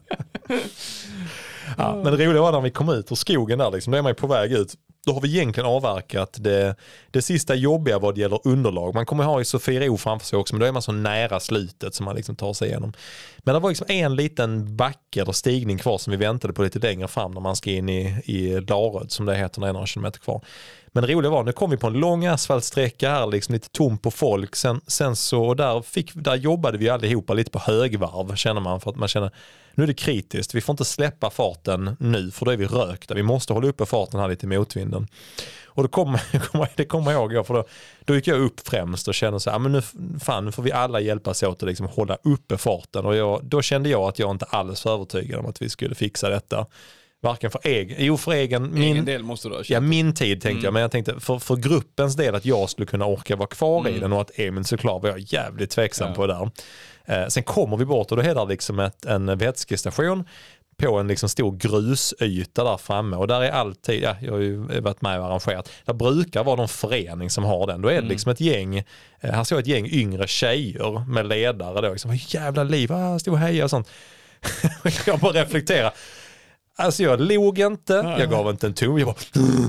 Ja, men det roliga var när vi kom ut ur skogen där, liksom, då är man ju på väg ut. Då har vi egentligen avverkat det, det sista jobbiga vad det gäller underlag. Man kommer ha i Sofiero framför sig också, men då är man så nära slutet som man liksom tar sig igenom. Men det var liksom en liten backe eller stigning kvar som vi väntade på lite längre fram när man ska in i, i Laröd som det heter, några kilometer kvar. Men det roliga var, nu kom vi på en lång asfaltsträcka här, liksom lite tom på folk. Sen, sen så, där, fick, där jobbade vi allihopa lite på högvarv, känner man, för att man känner, nu är det kritiskt. Vi får inte släppa farten nu, för då är vi rökta. Vi måste hålla uppe farten här lite i motvinden. Och då kommer, det kommer jag ihåg, för då, då gick jag upp främst och kände så här, men nu, fan, nu får vi alla hjälpas åt att liksom hålla uppe farten. Och jag, då kände jag att jag inte alls var övertygad om att vi skulle fixa detta. Varken för egen, jo för egen, min, egen del måste du ha ja, min tid tänkte mm. jag, men jag tänkte för, för gruppens del att jag skulle kunna orka vara kvar mm. i den och att Emil såklart var jag jävligt tveksam ja. på det där. Eh, sen kommer vi bort och då är det liksom ett, en vätskestation på en liksom stor grusyta där framme och där är alltid, ja, jag har ju varit med och arrangerat, där brukar vara någon förening som har den. Då är det mm. liksom ett gäng, eh, här står ett gäng yngre tjejer med ledare då, liksom, vad jävla liv, ah, stod och heja och sånt. Jag bara reflektera. Alltså jag log inte, jag gav inte en tom, jag bara,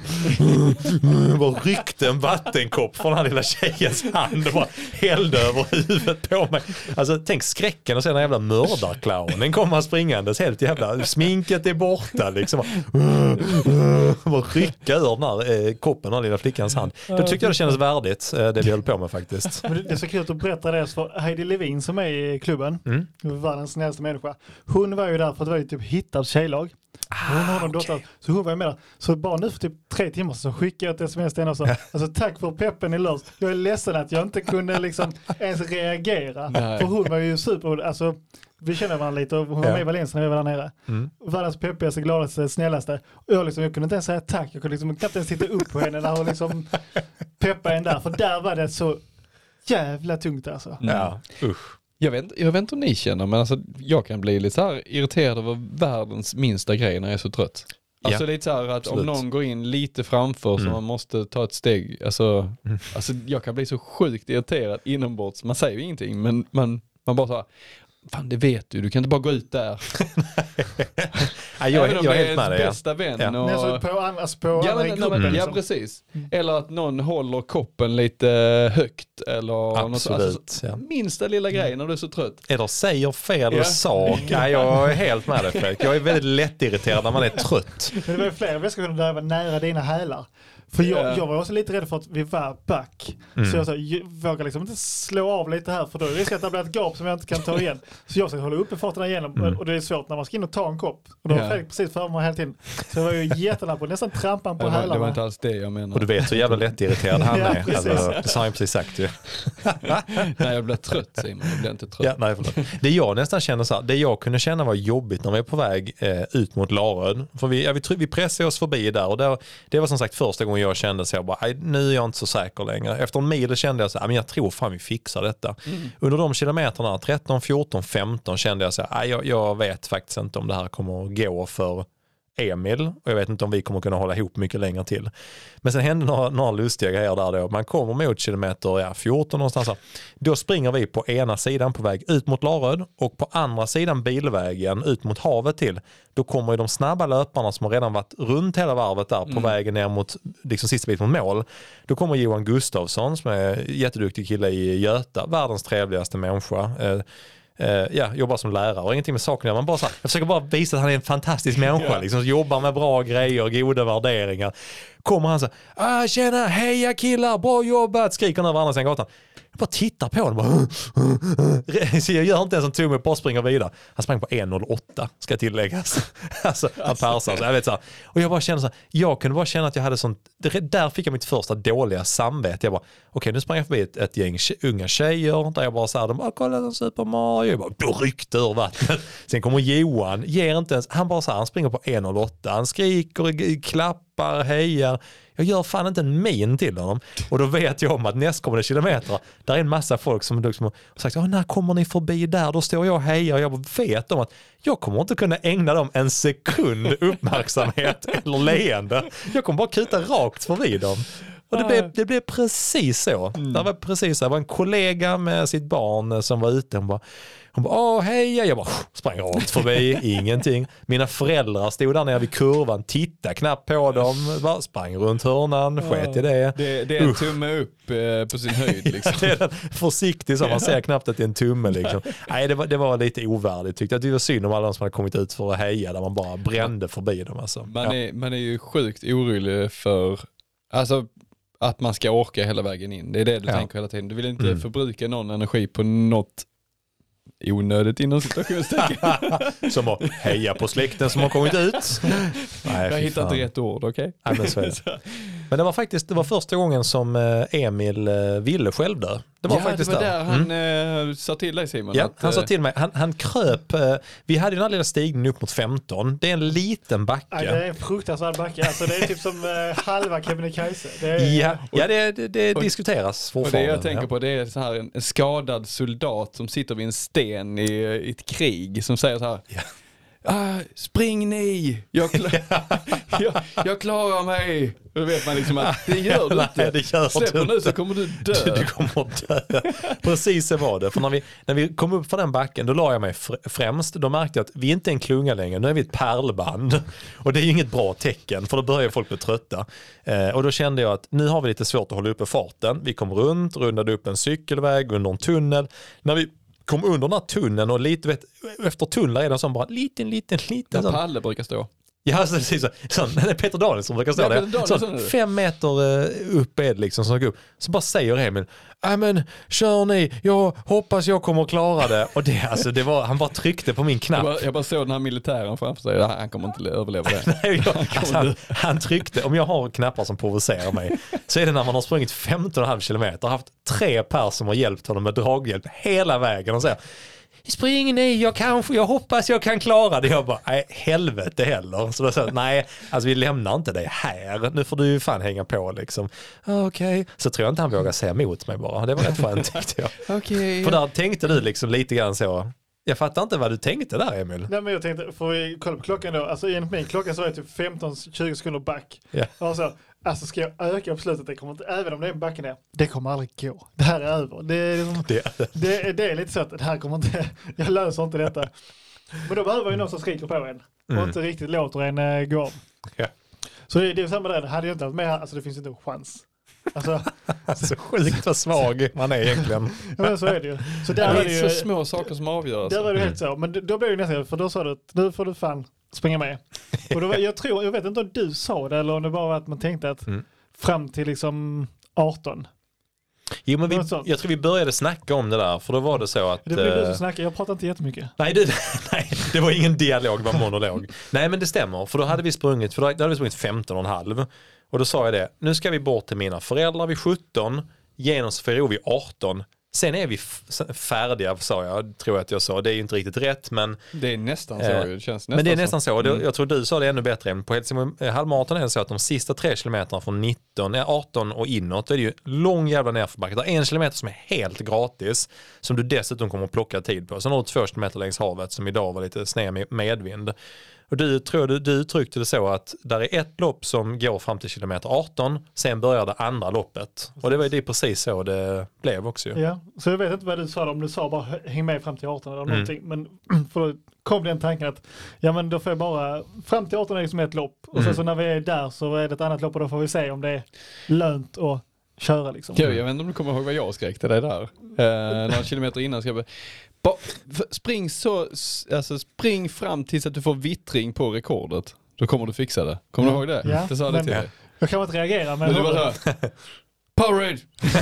jag bara ryckte en vattenkopp från den här lilla tjejens hand och bara hällde över huvudet på mig. Alltså tänk skräcken och sen en jävla mördarclownen kommer springandes, helt jävla, sminket är borta liksom. Bara rycka ur den här eh, koppen av lilla flickans hand. Då tyckte jag det kändes värdigt, eh, det vi höll på med faktiskt. Men det är så kul att du berättar det för Heidi Levin som är i klubben, mm. världens snällaste människa. Hon var ju där för att det var ju typ hittat tjejlag. Hon har en dotter, så hon var med där. Så bara nu för typ tre timmar så skickade jag ett sms till henne och sa, alltså tack för peppen i lördags. Jag är ledsen att jag inte kunde liksom ens reagera. Nej. För hon var ju super, alltså vi känner varandra lite och hon var med i Valencia när vi var där nere. Mm. Världens peppigaste, gladaste, snällaste. Och jag, liksom, jag kunde inte ens säga tack, jag kunde liksom knappt ens sitta upp på henne när hon liksom peppade en där. För där var det så jävla tungt alltså. Ja, usch. Jag vet, jag vet inte om ni känner, men alltså, jag kan bli lite så här irriterad över världens minsta grej när jag är så trött. Alltså Ja, lite så här att absolut. om någon går in lite framför så Mm. man måste ta ett steg. Alltså, Mm. alltså jag kan bli så sjukt irriterad inombords. Man säger ju ingenting men man, man bara så här, fan det vet du, du kan inte bara gå ut där. Ja, jag, Även om jag är det är helt med ens dig. bästa vän. Ja. Och... Nej, alltså på, an- alltså på Ja, andra men, i nej, gruppen. men, ja liksom. precis. Mm. Eller att någon håller koppen lite högt. Eller något så- Absolut. alltså, Ja. minsta lilla grej när du är så trött. Eller säger fel Ja. sak. Ja, jag är helt med dig Fredrik. Jag är väldigt lättirriterad när man är trött. Men det var ju flera väskor där jag var nära dina hälar. För jag, Ja. jag var också lite rädd för att vi var back. Mm. Så jag sa, "Jag vågar liksom inte slå av lite här för då är det risk att det blir ett gap som jag inte kan ta igen. Så jag ska hålla uppe farten igenom Mm. och det är svårt när man ska in och ta en kopp. Och då var Ja. Fredrik precis före mig hela tiden. Så jag var ju jättenära på nästan trampan på Det var, det var hälarna. inte alls det jag menar. Och du vet så jävla lättirriterad han Ja, är. precis. Alltså, det har jag precis sagt ju. Nej, jag blir trött Simon, jag blir inte trött. Ja, nej, förlåt. Det jag nästan känner så här, det jag kunde känna var jobbigt när vi är på väg eh, ut mot Laröd. För vi, ja, vi, tr- vi pressade oss förbi där och där, det var som sagt första gången jag kände så jag bara, "Aj, nu är jag inte så säker längre." Efter en mil kände jag så här, men jag tror fan vi fixar detta. Mm. Under de kilometerna, tretton, fjorton, femton kände jag så här, "Aj, jag, jag vet faktiskt inte om det här kommer att gå för Emil och jag vet inte om vi kommer kunna hålla ihop mycket längre till. Men sen hände några, några lustiga grejer där då. Man kommer mot kilometer ja, fjorton någonstans. Här. Då springer vi på ena sidan på väg ut mot Laröd och på andra sidan bilvägen ut mot havet till. Då kommer ju de snabba löparna som har redan varit runt hela varvet där på Mm. vägen ner mot liksom sista bit mot mål. Då kommer Johan Gustafsson som är jätteduktig kille i Göta, världens trevligaste människa. Eh, Uh, ja, jobbar som lärare och ingenting med saken att man bara så här, jag försöker bara visa att han är en fantastisk människa, liksom, jobbar med bra grejer, goda värderingar. Kommer han så ah, tjena, heja killar, bra jobbat, skriker han över andra sidan gatan. Jag bara tittar på honom bara, så jag gör inte ens en tumme på och springer vidare. Han sprang på en noll åtta ska tilläggas. Alltså han persar så jag vet så här. Och jag bara känner så här, jag kunde bara känna att jag hade sånt, där fick jag mitt första dåliga samvete. Jag bara, okej okay, nu sprang jag förbi ett, ett gäng unga tjejer där jag bara så här, de bara kollar på Super Mario. Jag bara, då ryckte ur vattnet. Sen kommer Johan, ger inte ens, han bara så här, han springer på en noll åtta, han skriker, klappar, hejar. Jag gör fan inte en min till honom. Och då vet jag om att nästkommande kilometer, där är en massa folk som liksom har sagt, när kommer ni förbi där? Då står jag och hejar och jag vet om att jag kommer inte kunna ägna dem en sekund uppmärksamhet eller leende. Jag kommer bara kuta rakt förbi dem. Och det blev, det blev precis så. Mm. Det var precis så. Det var en kollega med sitt barn som var ute. Hon bara, hon bara åh heja. Jag bara sprang rakt förbi, ingenting. Mina föräldrar stod där nere vid kurvan, tittade knappt på dem, bara sprang runt hörnan, sket i det. Det, det är en uh. tumme upp eh, på sin höjd. Liksom. Det är försiktigt så man ser knappt att det är en tumme. Liksom. Nej, det var, det var lite ovärdigt. Tyckte att det var synd om alla de som hade kommit ut för att heja där man bara brände förbi dem. Alltså. Man, ja. är, man är ju sjukt orolig för... Alltså, att man ska orka hela vägen in. Det är det du ja. tänker hela tiden. Du vill inte mm. förbruka någon energi på något onödigt inom situationstecken. Som att heja på släkten som har kommit ut. Nej, jag hittar inte rätt ord, okej? Okay? Men, men det var faktiskt det var första gången som Emil ville själv dö. Det var ja, faktiskt det var där, där. han mm. äh, sa till dig Simon. Ja, att, han sa till mig. Han, han kröp. Äh, vi hade ju den här lilla stigningen upp mot femton. Det är en liten backe. Nej, det är en fruktansvärd backe. Alltså, det är typ som äh, halva Kebnekaise. Det är... Ja, ja, det, det, det och, diskuteras fortfarande. Och det jag tänker ja. på det är så här en, en skadad soldat som sitter vid en sten i, i ett krig som säger så här. Ja. Ah, spring ni, jag, klar, jag, jag klarar mig. Då vet man liksom att det gör du inte. Nej, det gör Släpp du nu så kommer du dö. Du, du kommer dö. Precis så var det. För när vi, när vi kom upp för den backen, då la jag mig främst. Då märkte jag att vi inte är en klunga längre. Nu är vi ett pärlband. Och det är ju inget bra tecken, för då börjar folk bli trötta. Eh, och då kände jag att nu har vi lite svårt att hålla uppe farten. Vi kom runt, rundade upp en cykelväg under en tunnel. När vi kom under den här tunneln och lite, vet, efter tunnlar är det som bara liten, liten, liten. Där Palle brukar stå. Ja, precis så. så Peter Danielsson brukar stå där. Så, fem meter uh, upp är det liksom som går upp. Så bara säger Emil, nej men kör ni, jag hoppas jag kommer att klara det. Och det, alltså, det var, han bara tryckte på min knapp. Jag bara, jag bara såg den här militären framför sig, han kommer inte överleva det. Nej, jag, alltså, han, han tryckte, om jag har knappar som provocerar mig, så är det när man har sprungit femton komma fem kilometer, haft tre personer som har hjälpt honom med draghjälp hela vägen och säger, spring ni, jag kanske, jag hoppas jag kan klara det. Jag bara, nej helvete heller. Så då sa jag, nej, alltså vi lämnar inte dig här. Nu får du ju fan hänga på liksom. Okej. Okay. Så tror jag inte han vågar säga emot mig bara. Det var rätt skönt tyckte jag. Okay. För där tänkte du liksom lite grann så, Jag fattar inte vad du tänkte där, Emil. Nej, men jag tänkte, får vi kolla på klockan då? Alltså enligt min klocka så är det typ femton till tjugo sekunder back. Ja. Alltså, alltså ska jag öka på slutet, det kommer inte, även om det är en backe ner, det kommer aldrig gå. Det här är över. Det är, liksom, Det. det, det är lite så att det här kommer inte, jag löser inte detta. Men då behöver ju någon som skriker på en och Mm. inte riktigt låter en uh, gå av. Ja. Så det, det är samma där, hade jag inte haft med, alltså det finns inte en chans. Alltså, Alltså sjukt vad svag man är egentligen. ja, men så är det ju. Så där Det var är det så ju, små saker som avgör. där var det Mm. helt så. Men då blev det nästan, för då sa du att nu får du fan springa med. Och då, var- jag tror, jag vet inte om du sa det eller om det bara var att man tänkte att Mm. fram till liksom arton. Jo, men vi, Något sånt. jag tror vi började snacka om det där, för då var det så att... Det blev du eh, som snackade, jag pratar inte jättemycket. Nej det, nej, det var ingen dialog, det var monolog. Nej, men det stämmer, för då hade vi sprungit, för då hade vi sprungit femton och en halv. Och då sa jag det, nu ska vi bort till mina föräldrar vid sjutton, genom Sofiero vid arton. Sen är vi f- färdiga, sa jag, tror jag att jag sa. Det är ju inte riktigt rätt, men... Det är nästan så. Eh, Det känns nästan Men det är nästan så. Mm. Det- Jag tror du sa det ännu bättre. Än på Helsingborg eh, halvmaraton är det så att de sista tre kilometerna från nitton, eh, arton och inåt, då är det ju lång jävla nerförbacke. Det är en kilometer som är helt gratis, som du dessutom kommer att plocka tid på. Sen har du två kilometer längs havet som idag var lite sned med medvind. Och du tror du, du uttryckte det så att där är ett lopp som går fram till kilometer arton, sen börjar det andra loppet. Och det var ju det precis så det blev också. ju. Ja, så jag vet inte vad du sa, om du sa bara häng med fram till arton eller Mm. någonting. Men för då kom den tanken att ja, men då får jag bara, fram till arton är det som ett lopp. Och Mm. sen så när vi är där så är det ett annat lopp och då får vi se om det är lönt att köra liksom. Jag, jag vet inte om du kommer ihåg vad jag skrek till dig där. Eh, några kilometer innan ska jag... Ba, f- spring så, s- alltså spring fram tills att du får vittring på rekordet. Då kommer du fixa det. Kommer du ihåg det? Ja, det sa det men- till dig. Jag kan inte reagera men, Men du var så här, Powerade!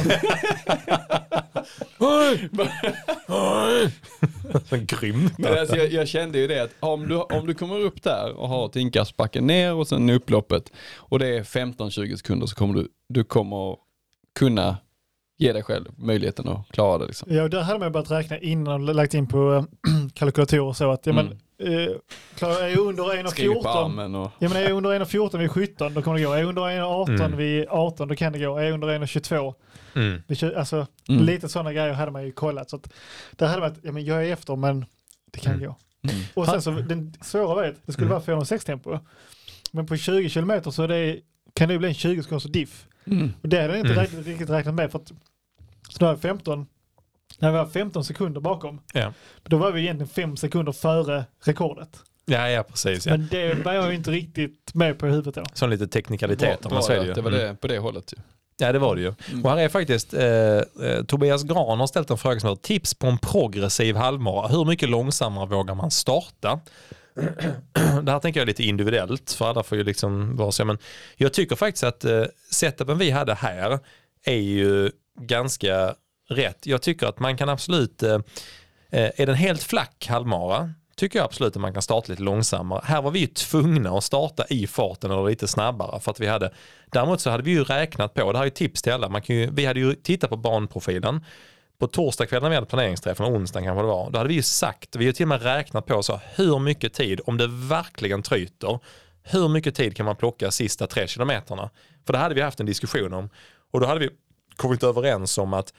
Så grymt. Men alltså jag, jag kände ju det att om du, om du kommer upp där och har ett inkastbacken ner och sen upploppet och det är femton till tjugo sekunder så kommer du, du kommer kunna ge dig själv möjligheten att klara det liksom. ja, där hade man börjat räkna innan och lagt in på äh, kalkylatorer så att ja, men, eh, klarar jag under en Skriv på fjorton armen och... ja, men är jag under en fjorton vid sjutton då kommer det gå. Är jag under en arton Mm. vid arton då kan det gå. Är jag under en tjugotvå Mm. vid tjugo, alltså Mm. lite sådana grejer hade man ju kollat så att där hade man att ja, men jag är efter men det kan Mm. gå. Mm. Och sen så den svåra var att det skulle Mm. vara fyrahundrasex tempo. Men på tjugo kilometer så är det, kan det bli en tjugo sekunders diff. Mm. Och det hade jag inte Mm. räknat, riktigt räknat med för att så då var jag femton, när vi var femton sekunder bakom. Ja. Då var vi egentligen fem sekunder före rekordet. Ja, ja, precis. Ja. Men det var jag ju inte riktigt med på huvudet då. Som lite teknikaliteter, Bra, men så är det bra ju. att det var Mm. det, på det hållet ju. Ja, det var det ju. Mm. Och här är faktiskt eh, eh, Tobias Gran har ställt en fråga som heter tips på en progressiv halvmara. Hur mycket långsammare vågar man starta? Det här tänker jag är lite individuellt för alla får ju liksom vara så. Men jag tycker faktiskt att eh, setupen vi hade här är ju ganska rätt. Jag tycker att man kan absolut, eh, är den helt flack halvmara tycker jag absolut att man kan starta lite långsammare. Här var vi ju tvungna att starta i farten eller lite snabbare för att vi hade, däremot så hade vi ju räknat på, det här är ju tips till alla, man kan ju, vi hade ju tittat på banprofilen på torsdagskvällen när vi hade planeringsträffen och onsdagen kanske det var, då hade vi ju sagt, vi har till och med räknat på så hur mycket tid, om det verkligen tryter, hur mycket tid kan man plocka sista tre kilometerna? För det hade vi haft en diskussion om och då hade vi kommit överens om att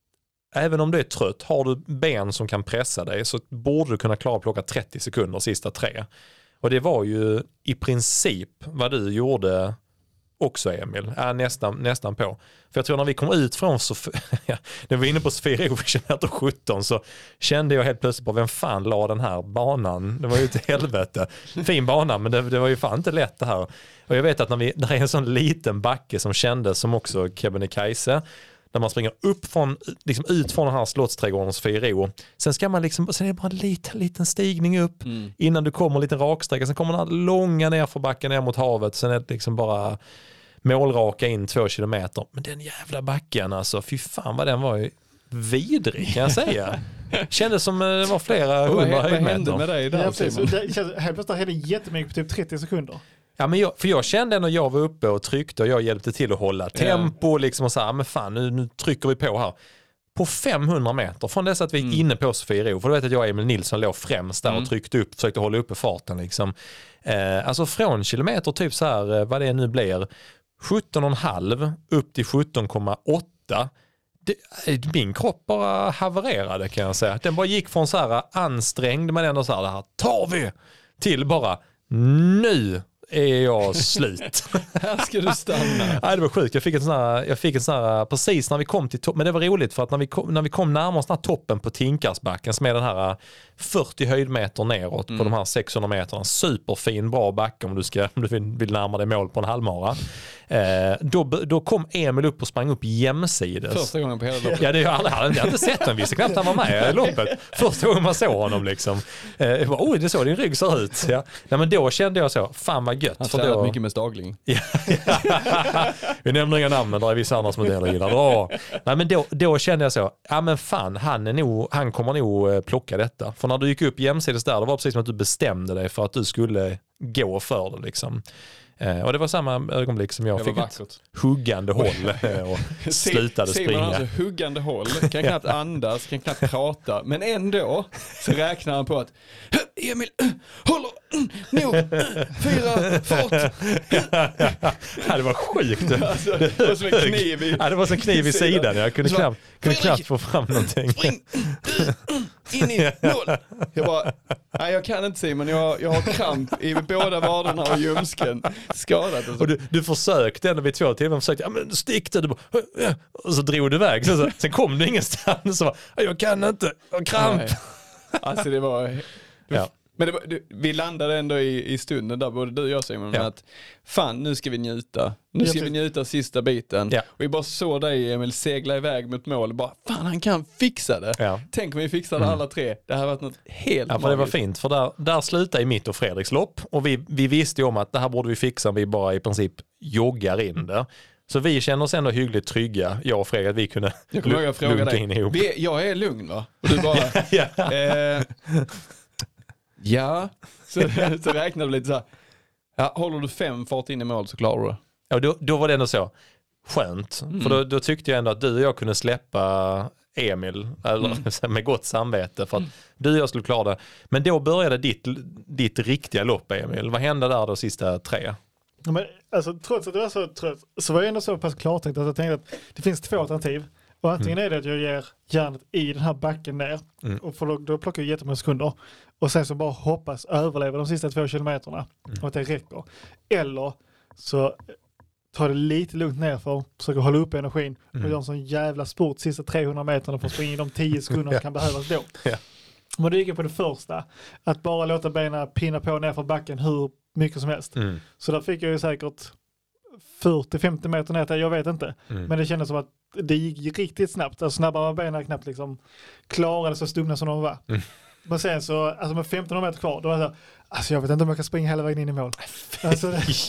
även om du är trött, har du ben som kan pressa dig så borde du kunna klara att plocka trettio sekunder sista tre. Och det var ju i princip vad du gjorde också, Emil. Ja, nästan, nästan på. För jag tror när vi kom ut från Sof- ja, när vi var inne på Sofiero för kilometer sjutton så kände jag helt plötsligt på vem fan la den här banan. Det var ju ett helvete. Fin bana, men det, det var ju fan inte lätt det här. Och jag vet att när vi, där är en sån liten backe som kändes som också Kebnekaise, när man springer upp från, liksom ut från den här slottsträdgården Sofiero. Sen ska man liksom, sen är det bara en liten, liten stigning upp Mm. innan du kommer en liten raksträcka. Sen kommer den här långa nerförbacken ner mot havet. Sen är det liksom bara målraka in två kilometer. Men den jävla backen alltså, fy fan vad den var ju vidrig kan jag säga. Kändes som det var flera Och vad, hundra vad hände höjdmeter. med dig Ja, där precis. Simon? Det känns, helt plötsligt hände jättemycket på typ trettio sekunder. Ja, men jag, för jag kände när jag var uppe och tryckte och jag hjälpte till att hålla tempo liksom och så här, men fan nu, nu trycker vi på här. På femhundra meter från dess att vi är Mm. inne på Sofiero, för du vet att jag och Emil Nilsson låg främst där Mm. och tryckte upp, försökte hålla uppe farten liksom. Eh, alltså från kilometer typ så här, eh, vad det nu blir, sjutton komma fem upp till sjutton komma åtta. det, min kropp bara havererade kan jag säga. Den bara gick från så här ansträngd men ändå så här, det här tar vi till bara nu är jag slut. Här ska du stanna. Nej, det var sjukt. Jag fick en sån här, jag fick en sån här precis när vi kom till toppen. Men det var roligt för att när vi kom, när vi kom närmare oss den här toppen på Tinkarsbacken som är den här fyrtio höjdmeter neråt mm. på de här sexhundra meterna. Superfin, bra backe om du, ska, om du vill, vill närma dig mål på en halvmara. Eh, då, då kom Emil upp och sprang upp jämsides. Första gången på hela loppet. Ja, det jag aldrig, jag hade inte sett honom. Visste knappt han var med i loppet. Första gången man såg honom liksom. Eh, jag bara, oj, det så din rygg ser ut. Ja. Nej, men då kände jag så, fan vad gött. Han för tränat då... mycket med Stagling. Vi nämner inga namn, men det är vissa andra som delar gillar. Oh. Nej, men då, då kände jag så, ja men fan, han, är nog, han kommer nog plocka detta. För när du gick upp jämsides där, det var precis som att du bestämde dig för att du skulle gå för det liksom. Eh, och det var samma ögonblick som jag fick ett huggande håll och slutade springa. Simon har alltså huggande håll, kan knappt andas, kan knappt prata, men ändå så räknar han på att Emil, håller, nu, fyra, fart. Ja, det var sjukt. Alltså, det var som en kniv i, ja, det var som en kniv i sidan. Jag kunde knappt, kunde knappt få fram någonting. Spring, in i mål. Jag bara, nej jag kan inte Simon, jag, jag har kramp i båda vaderna och ljumsken. Skadat. Alltså. Och du, du försökte ändå vid två timmar, försökte, ja men stick det, du bara, och så drog du iväg. Så, så, sen kom du ingenstans så bara, jag kan inte, jag har kramp. Nej. Alltså det var... Ja. Men det var, du, vi landade ändå i, i stunden där, både du och jag Simon, ja. Att fan, nu ska vi njuta. Nu ska vi njuta sista biten. Ja. Och vi bara såg dig Emil segla iväg mot mål och bara, fan han kan fixa det. Ja. Tänk om vi fixade mm. alla tre. Det här har varit något helt ja, för det var fint, för där, där slutade i mitt och Fredriks lopp. Och vi, vi visste ju om att det här borde vi fixa om vi bara i princip joggar in det. Så vi känner oss ändå hyggligt trygga, jag och Fredrik, att vi kunde jag kommer jag fråga dig. In ihop. Vi, jag är lugn va? Och du bara... ja. Eh, ja. Så, så räknar du lite så här. Ja, håller du fem fart in i mål så klarar du det. Ja, då, då var det ändå så skönt. Mm. För då, då tyckte jag ändå att du och jag kunde släppa Emil eller, mm. med gott samvete för att mm. du och jag skulle klara det. Men då började ditt, ditt riktiga lopp Emil. Vad hände där de sista tre? Ja, men, alltså, trots att du var så trött så var jag ändå så pass klartänkt att jag tänkte att det finns två alternativ. Och antingen mm. är det att jag ger järnet i den här backen ner mm. och för då, då plockar jag jättemånga sekunder och sen så bara hoppas överleva de sista två kilometerna mm. och att det räcker. Eller så tar det lite lugnt ner för försöka hålla upp energin mm. och göra en sån jävla sport sista trehundra meterna för att springa in de tio sekunderna som kan behövas då. Ja. Men det gick på det första, att bara låta benen pinna på ner för backen hur mycket som helst. Mm. Så där fick jag ju säkert fyrtio till femtio meter ner till, jag vet inte. Mm. Men det kändes som att det gick riktigt snabbt. Alltså snabbare med benen knappt liksom klarade så stumna som de var. Mm. Men sen så, alltså med femton meter kvar, då var det så, alltså jag vet inte om jag kan springa hela vägen in i mål. Alltså,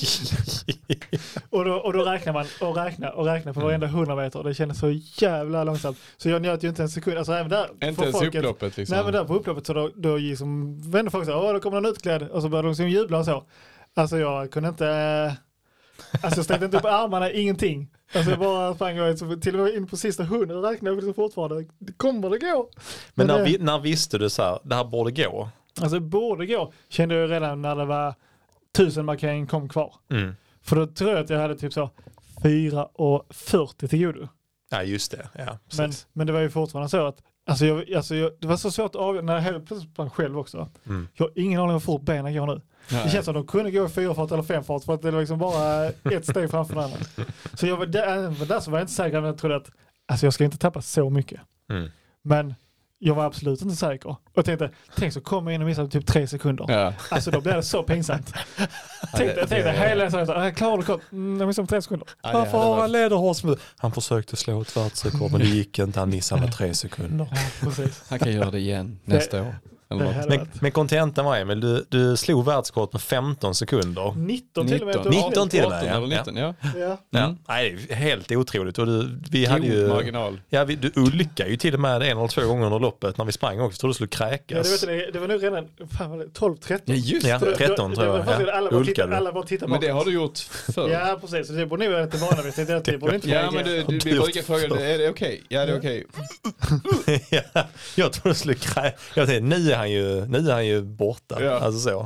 och, då, och då räknar man och räknar och räknar på varenda hundra meter. Det kändes så jävla långsamt. Så jag njöt ju inte en sekund. Alltså även där. Inte ens folket, upploppet liksom. Nej men där på upploppet så då, då liksom vände folk så, åh då kommer någon utklädd. Och så började de liksom jubla och så. Alltså jag kunde inte, alltså jag stäckte inte upp armarna, ingenting. Alltså jag bara sprang och till och med in på sista hundra och räknade liksom fortfarande. Det kommer det gå. Men, men när, det, vi, när visste du så här, det här borde gå? Alltså det borde gå. Kände jag redan när det var tusen markering kom kvar. Mm. För då tror jag att jag hade typ så fyra och fyrtio till godo. Ja just det. Ja, men, men det var ju fortfarande så att alltså jag, alltså jag, det var så svårt att avgöra när jag helt plötsligt sprang själv också. Mm. Jag har ingen aning om hur fort benen går nu. Nej. Det känns som att de kunde gå i fyra fart eller fem fart för att det var liksom bara ett steg framför den andra. Så jag var där, var där så var jag inte säker, men jag trodde att alltså jag ska inte tappa så mycket. Mm. Men jag var absolut inte säker. Och jag tänkte, tänk så kommer jag in och missar typ tre sekunder. Ja. Alltså då blir det så pinsamt. Ja, tänkte, jag tänkte hela tiden, jag klarar det kort. Mm, jag missar om tre sekunder. Ja, varför har han lederhårsmut? Han försökte slå ett världsrekord, men det gick inte. Han missade med tre sekunder. Ja, precis. Han kan göra det igen nästa det, år. Men, men kontentan var Emil, du, du slog världskort med femton sekunder. nitton till och med. nitton till och med, ja. nitton, ja. ja. ja. Mm. Nej, helt otroligt. Och du, vi hade ju, marginal. Ja, vi, du ulkade ju till och med en eller två gånger under loppet när vi sprang också. Jag trodde du skulle kräkas. Ja, det, vet, det var nu redan tolv tretton. Ja, just ja, tretton tror jag. Det, det, alla, bara titta, alla bara tittar men det har du gjort förr. Ja, precis. Så det borde ni vara lite vana vid. Det, det borde inte ja, men du, du, vi brukar fråga, är det okej? Okay? Ja, det är okej. Okay. ja, jag trodde du skulle kräkas. Jag tänkte, nu är han ju, nu är han ju borta. Ja. Alltså så.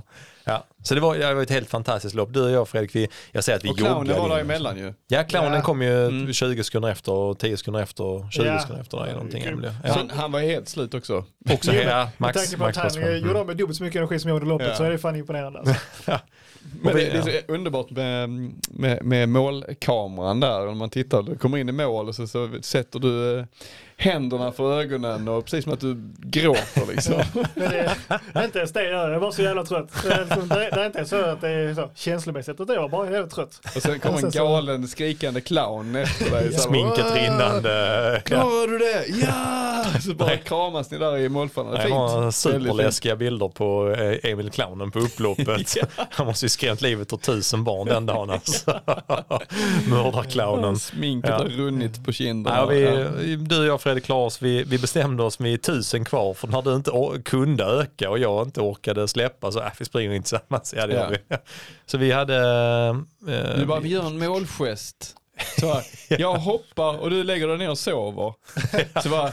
Ja. Så det var, det var ett helt fantastiskt lopp. Du och jag, Fredrik, vi, jag säger att vi joggade. Och clownen var där emellan ju. Ja, clownen ja. kom ju Mm. tjugo sekunder efter och tio sekunder efter och tjugo Ja. sekunder efter. Där, någonting. Kul. Ja. Han, han var helt slut också. Också Jo, ja, Med Max, tanke på att Max han Forsman. mm. gjorde av med dubbelt så mycket energi som jag under loppet Ja. så är det fan imponerande. Alltså. Men det, det är så underbart med, med, med målkameran där. Om man tittar, du kommer in i mål och så, så sätter du eh, händerna för ögonen och precis som att du gråter liksom. Men det är inte ens det jag gör, jag var så jävla trött. Det är, liksom, det är inte så att det är så känslomässigt, utan jag var bara helt trött. Och sen kommer en galen skrikande clown efter dig. Så här, Sminket rinnande. Ja. klarar du det? Ja! Så bara kramas ni där i målfällan. Jag har superläskiga bilder på eh, Emil Clownen på upploppet. Ja. Han måste ju skrämt livet ur tusen barn den dagen. Alltså. Mördarclownen. Sminket Ja. har runnit på kinderna. Ja, vi, du och jag, Fredrik Klaas, vi, vi bestämde oss med tusen kvar, för när du inte or- kunde öka och jag inte orkade släppa så äh, vi springer inte tillsammans. Ja, det Ja. gör vi. Så vi hade... Eh, Du bara, vi gör en målgest. Så här, jag hoppar och du lägger dig ner och sover. Så bara,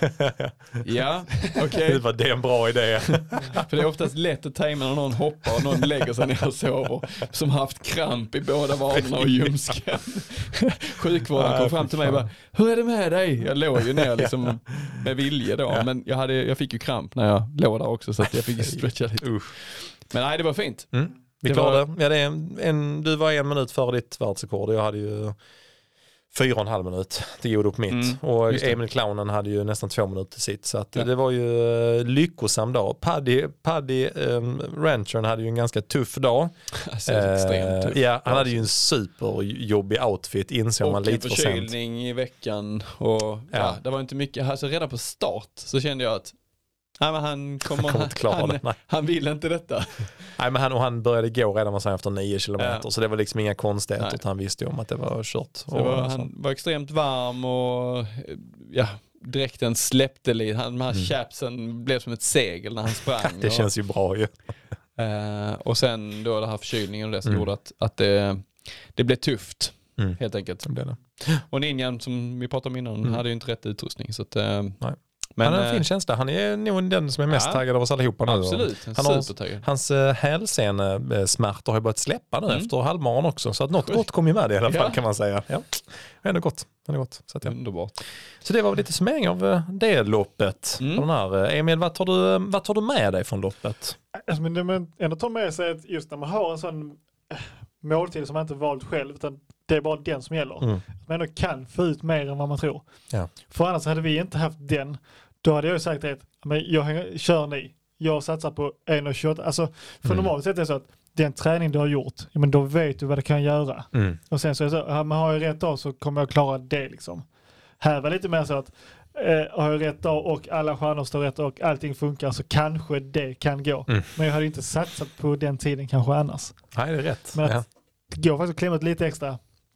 ja, okej. Okay. det var det en bra idé. För det är oftast lätt att tajma när någon hoppar och någon lägger sig ner och sover. Som haft kramp i båda vaderna och ljumsken. Sjukvården kom fram till mig och bara, hur är det med dig? Jag låg ju ner liksom med vilje då. Ja. Men jag, hade, jag fick ju kramp när jag låg där också så att jag fick stretcha lite. Usch. Men nej, det var fint. Mm. Vi Det klarade var- ja, det är en, en, du var en minut före ditt världsrekord och jag hade ju fyra och en halv minut till god upp mitt. Mm, och just det. Emil Clownen hade ju nästan två minuter sitt. Så att Ja. det var ju uh, lyckosam dag. Paddy, Paddy um, Ranchern hade ju en ganska tuff dag. Alltså, extremt tuff. Eh, ja, han hade ju en superjobbig outfit, insåg man Och en lite för sent. förkylning i veckan och ja. Ja. det var inte mycket. Alltså redan på start så kände jag att nej, men han kommer, kommer inte klara han, det, nej. han vill inte detta. Nej, men han, och han började gå redan var efter nio kilometer, Ja. så det var liksom inga konstigheter. Nej. Utan han visste ju om att det var kört. Så det var, och, han var extremt varm och ja, dräkten släppte lite. Han, de här Mm. chapsen blev som ett segel när han sprang. det känns ju bra ju. Och, eh, och sen då det här förkylningen och det som Mm. gjorde att, att det, det blev tufft Mm. helt enkelt. Det blev det. Och Ninjan som vi pratade om innan Mm. hade ju inte rätt utrustning. Så att, eh, Nej. men, han har en eh, fin känsla. Han är nog den som är mest ja. taggad av oss allihopa nu. absolut, en Han har- supertaggad. Hans uh, hälsenesmärtor har ju börjat släppa nu Mm. efter halvmaran också. Så att något gott kom ju med det i alla fall Ja. kan man säga. Ja. Ändå gott. Ändå gott. Så, att, ja. Underbart. så det var väl lite summering av uh, det loppet. Mm. Den här. Uh, Emil, vad tar, du, vad tar du med dig från loppet? Alltså, men det man ändå tar med sig att just när man har en sån eh, måltid som man inte valt själv, utan det är bara den som gäller. Mm. Att man ändå kan få ut mer än vad man tror. Ja. För annars hade vi inte haft den. Då hade jag ju sagt att men jag hänger, kör ni. Jag satsar på en tjugoåtta. Alltså, för Mm. normalt sett är det så att den träning du har gjort, ja, men då vet du vad det kan göra. Mm. Och sen så är det så, ja, men har jag rätt dag så kommer jag klara det liksom. Här var lite mer så att eh, har jag rätt dag och alla stjärnor står rätt och allting funkar så kanske det kan gå. Mm. Men jag hade inte satsat på den tiden kanske annars. Nej, det är rätt. Men att Ja. det går faktiskt att klämma ut lite extra.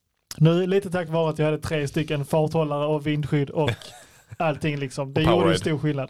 Nu lite tack vare att jag hade tre stycken farthållare och vindskydd och allting liksom. Det Och gjorde Powerade. ju stor skillnad.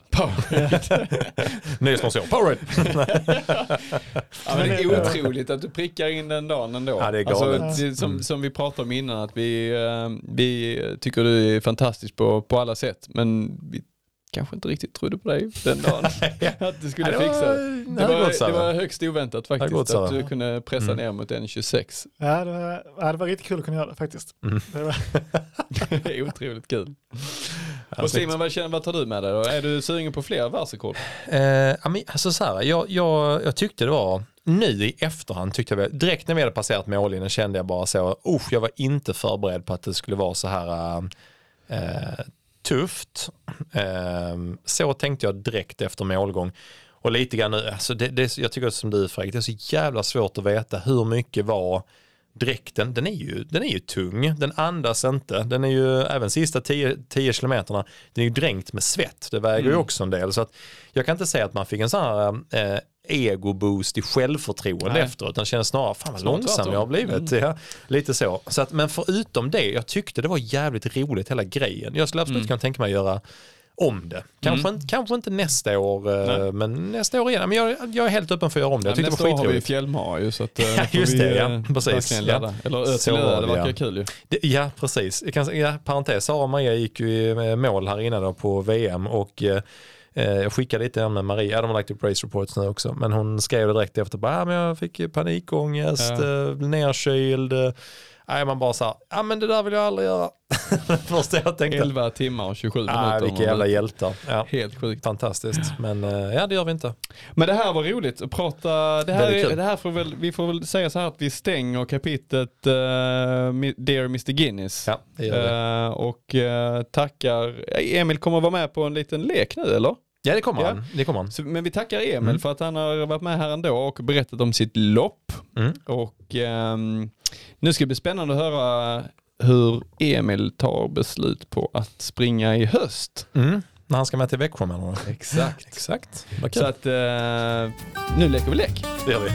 Ny sponsor. Powerade. Ja, men det är otroligt att du prickar in den dagen ändå. Ja, det är alltså, galet. det, som, Mm. som vi pratade om innan, att vi, eh, vi tycker du är fantastisk på, på alla sätt, men vi kanske inte riktigt trodde på dig den dagen. Att du skulle Ja, det var- fixa det det. hade Var, gått så det här. var högst oväntat hade gått faktiskt, så att här. du kunde pressa Mm. ner mot en tjugosex. Ja, det var, ja, det var riktigt kul att kunna göra det faktiskt. Mm. Det var, Det är otroligt kul. Ja, Och snyggt. Simon, vad, känner, vad tar du med dig då? Är du sugen på fler världsrekord? Eh, ja, men, alltså så här, jag, jag, jag tyckte det var, nu i efterhand tyckte jag, väl- direkt när vi hade passerat mållinjen kände jag bara så, usch, jag var inte förberedd på att det skulle vara så här eh, tufft. Eh, så tänkte jag direkt efter målgång. Och lite grann nu, alltså det, det, jag tycker som du Fredrik, det är så jävla svårt att veta hur mycket var dräkten, den är ju, den är ju tung, den andas inte, den är ju även sista tio kilometerna, den är ju dränkt med svett, det väger Mm. ju också en del, så att jag kan inte säga att man fick en sån här eh, ego-boost i självförtroende Nej. efteråt, utan känns snarare, fan vad Snart långsam tvärtom. jag har blivit, Mm. ja, lite så. så att, men förutom det, jag tyckte det var jävligt roligt hela grejen, jag skulle absolut Mm. kunna tänka mig att göra om det. Kanske, Mm. inte, kanske inte nästa år, eh, Nej. men nästa år igen. Men jag, jag är helt öppen för att göra om det. Jag Ja, tyckte nästa det år var har vi skitroligt. Fjällmar ju, så att, eh, Ja, får just vi, det, ja. eh, Precis. verkligen Ja. ladda. Eller Så Ötterlöda, var det det, verkar ja. kul ju. Det, ja, precis. Jag kan, ja, parentes, Sara och Maria gick ju i mål här inne då på V M och eh, Eh, jag skickade lite grann med Maria, de har lagt upp race reports nu också, men hon skrev det direkt efter, bara, ah, men jag fick panikångest, ja. eh, nerkyld, eh, nej, man bara sa, ja men det där vill jag aldrig göra. Först jag tänkte, elva timmar och tjugosju minuter. Ah, vilka jävla hjältar. Ja. Helt sjukt. Fantastiskt. Men ja, det gör vi inte. Men det här var roligt att prata. Det här, det är är, det här får väl, vi får väl säga så här att vi stänger kapitlet uh, Dear mister Guinness. Ja, det gör vi. Uh, och uh, tackar. Emil kommer vara med på en liten lek nu, eller? Ja, det kommer ja. han. Det kommer han. Så, men vi tackar Emil mm. för att han har varit med här ändå och berättat om sitt lopp. Mm. Och um, nu ska det bli spännande att höra hur Emil tar beslut på att springa i höst. Mm. När han ska med till Växjö med honom. Exakt. Exakt. Så att uh, nu leker vi lek. Det gör vi.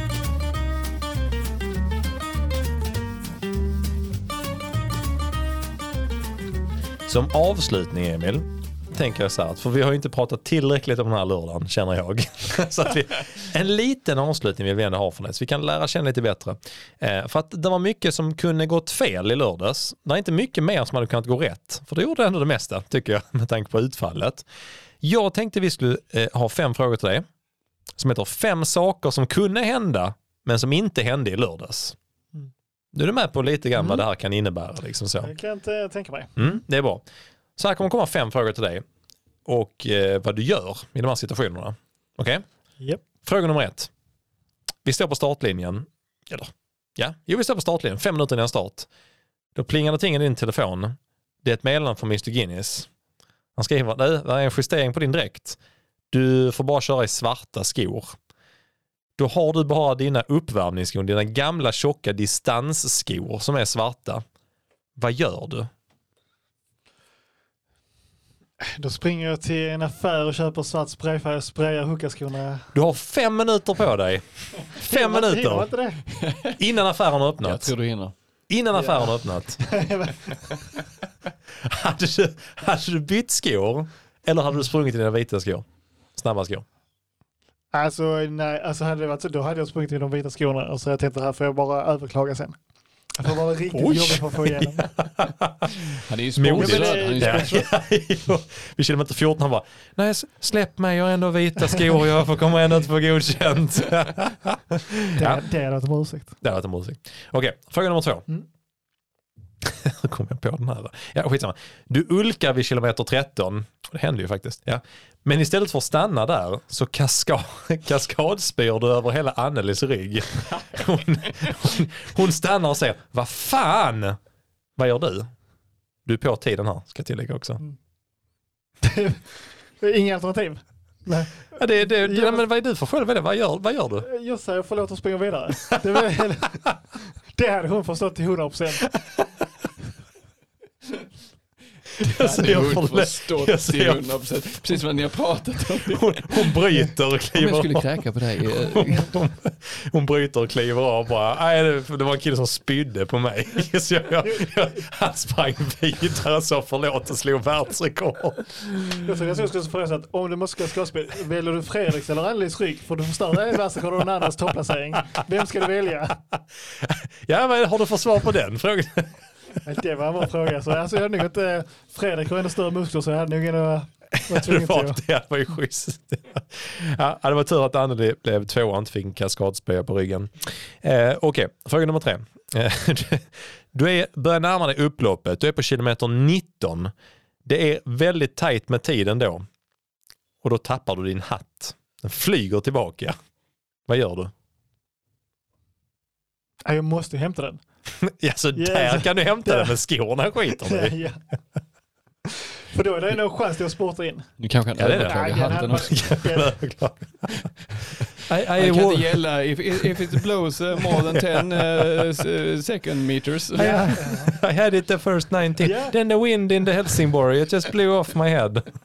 Som avslutning, Emil, tänker jag så här, för vi har ju inte pratat tillräckligt om den här lördagen, känner jag. Så att vi, en liten avslutning vill vi ändå ha för det, så vi kan lära känna lite bättre. Eh, för att det var mycket som kunde gått fel i lördags. Det är inte mycket mer som hade kunnat gå rätt, för det gjorde ändå det mesta, tycker jag, med tanke på utfallet. Jag tänkte vi skulle eh, ha fem frågor till dig, som heter fem saker som kunde hända, men som inte hände i lördags. Mm. Du är med på lite grann mm. vad det här kan innebära. Liksom så. Jag kan inte tänka mig. Mm, det är bra. Så här kommer komma fem frågor till dig och eh, vad du gör i de här situationerna. Okej? Okay? Yep. Fråga nummer ett. Vi står på startlinjen. Eller, ja, jo, vi står på startlinjen. Fem minuter innan start. Då plingar det ting i din telefon. Det är ett meddelande från mister Guinness. Han skriver, det är en justering på din dräkt. Du får bara köra i svarta skor. Då har du bara dina uppvärmningsskor, dina gamla tjocka distansskor som är svarta. Vad gör du? Då springer jag till en affär och köper svart sprayfärg och sprayar huckaskorna. Du har fem minuter på dig. Fem jag minuter. Jag inte det. Innan affären har öppnat. Jag tror du hinner. Innan affären har öppnat. hade, du, hade du bytt skor eller hade du sprungit i dina vita skor? Snabba skor. Alltså, nej, alltså hade det varit så, då hade jag sprungit i de vita skorna och så jag tänkte här får jag bara överklaga sen. Jag får vara riktigt jobbigt för att få igenom. Han är ju sponsrad. Vi känner inte fjorton, han bara, nej släpp mig, jag har ändå vita skor, jag får komma ändå inte få godkänt. det, ja. det är det om ursäkt. Det är det om ursäkt. Okej, fråga nummer två. Mm. Hur kom jag på den här? Ja, skitsamma. Du ulkar vid kilometer tretton. Det händer ju faktiskt. Ja. Men istället för att stanna där så kaska, kaskadspyr du över hela Annelies rygg. Hon, hon, hon stannar och säger, vad fan? Vad gör du? Du är på tiden här, ska jag tillägga också. Mm. Det är inga alternativ. Nej. Ja, det, det, det, jag, men vad är du för själv? Vad gör, vad gör du? Jag säger förlåt att springa vidare. Det, var, det hade hon förstått till hundra procent. Jag säger hon förstått jag till hundra procent. Precis som ni har pratat om. Hon, hon bryter och kliver av. Om jag skulle kräka på dig. Hon, hon, hon bryter och kliver av bara. Nej, det, det var en kille som spydde på mig. Så jag, jag, jag, han sprang vidare och sa förlåt och slog världsrekord. Jag tror jag skulle fråga så att om du måste ska spela, väljer du Fredriks eller Annelies rygg för du förstår det är världsrekord och någon annans topplacering. Vem ska du välja? Ja, men har du för svar på den frågan? Det var en bra fråga. Så alltså, jag hade nog inte, Fredrik har ännu större muskler så jag hade nog ändå varit tvungen till att. Det var ju schysst. Ja, det var tur att Anneli blev två och inte fick en kaskadspöja på ryggen. Eh, Okej, okay. Fråga nummer tre. Eh, du är, börjar närma dig upploppet. Du är på kilometer nitton. Det är väldigt tajt med tiden då. Och då tappar du din hatt. Den flyger tillbaka. Vad gör du? Jag måste hämta den. Ja, så där yeah. kan du hämta den med skorna skiter du. Yeah. För då är det nog chans till att sporta in. Nu kanske kan överklaga hatten också. I, I det kan inte gälla if, if it blows uh, more than ten uh, second meters. I, I had it the first nineteen. Yeah. Then the wind in the Helsingborg, it just blew off my head.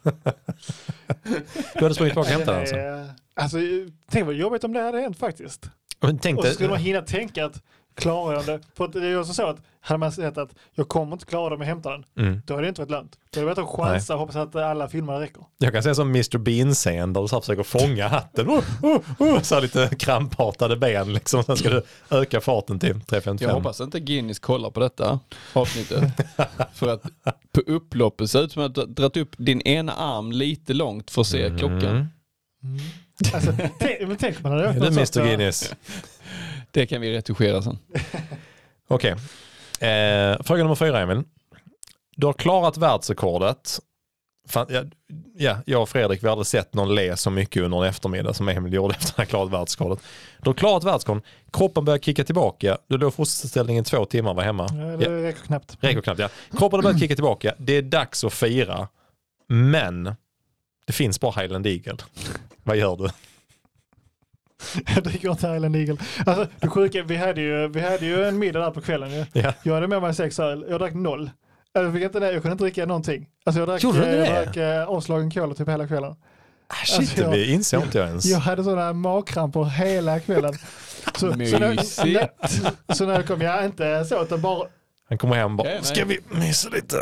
Du hade sprungit tillbaka och hämtat den alltså. Alltså, tänk vad jobbigt om det hade hänt faktiskt. Men tänkte, och så skulle man hinna tänka att klarar jag det? För det är ju också så att hade man sett att jag kommer inte klara det om jag hämtar den, mm. då hade det inte varit lönt. Då hade det varit en chans att hoppas att alla filmer räcker. Jag kan säga som mister Bean-scen där du så försöker fånga hatten. Oh, oh, oh, så lite krampartade ben liksom. Sen ska du öka farten till tre femtiofem. Jag hoppas inte Guinness kollar på detta avsnittet. För att på upploppet ser ut som att du har dragit upp din ena arm lite långt för att se mm. klockan. Mm. Alltså, tänk, tänk man hade är det mister Guinness? Det kan vi retuschera sen. Okej. Okay. Eh, fråga nummer fyra, Emil. Du har klarat världsrekordet. Fan, ja, ja, jag och Fredrik, vi hade sett någon le så mycket under en eftermiddag som Emil gjorde efter att han klarat världsrekordet. Du har klarat världsrekordet. Kroppen börjar kicka tillbaka. Du låg fosterställningen två timmar var hemma. Ja, det räcker knappt. Räcker knappt, ja. Kroppen har börjat kicka tillbaka. Det är dags att fira. Men det finns bara Highland Eagle. Vad gör du? Jag dricker inte Highland Eagle. Alltså, det sjuka, vi hade ju, vi hade ju en middag där på kvällen. Ju. Ja. Jag hade med mig sex öl. Jag drack noll. Jag, fick inte, jag kunde inte dricka någonting. Alltså jag drack, jag drack äh, avslagen kola typ hela kvällen. Ah, shit, alltså, jag, vi inser inte jag ens. Jag hade sådana magkramper hela kvällen. Så, så, när, så när jag kom, jag inte så att det bara... Han kommer hem och bara, ska vi mysa lite?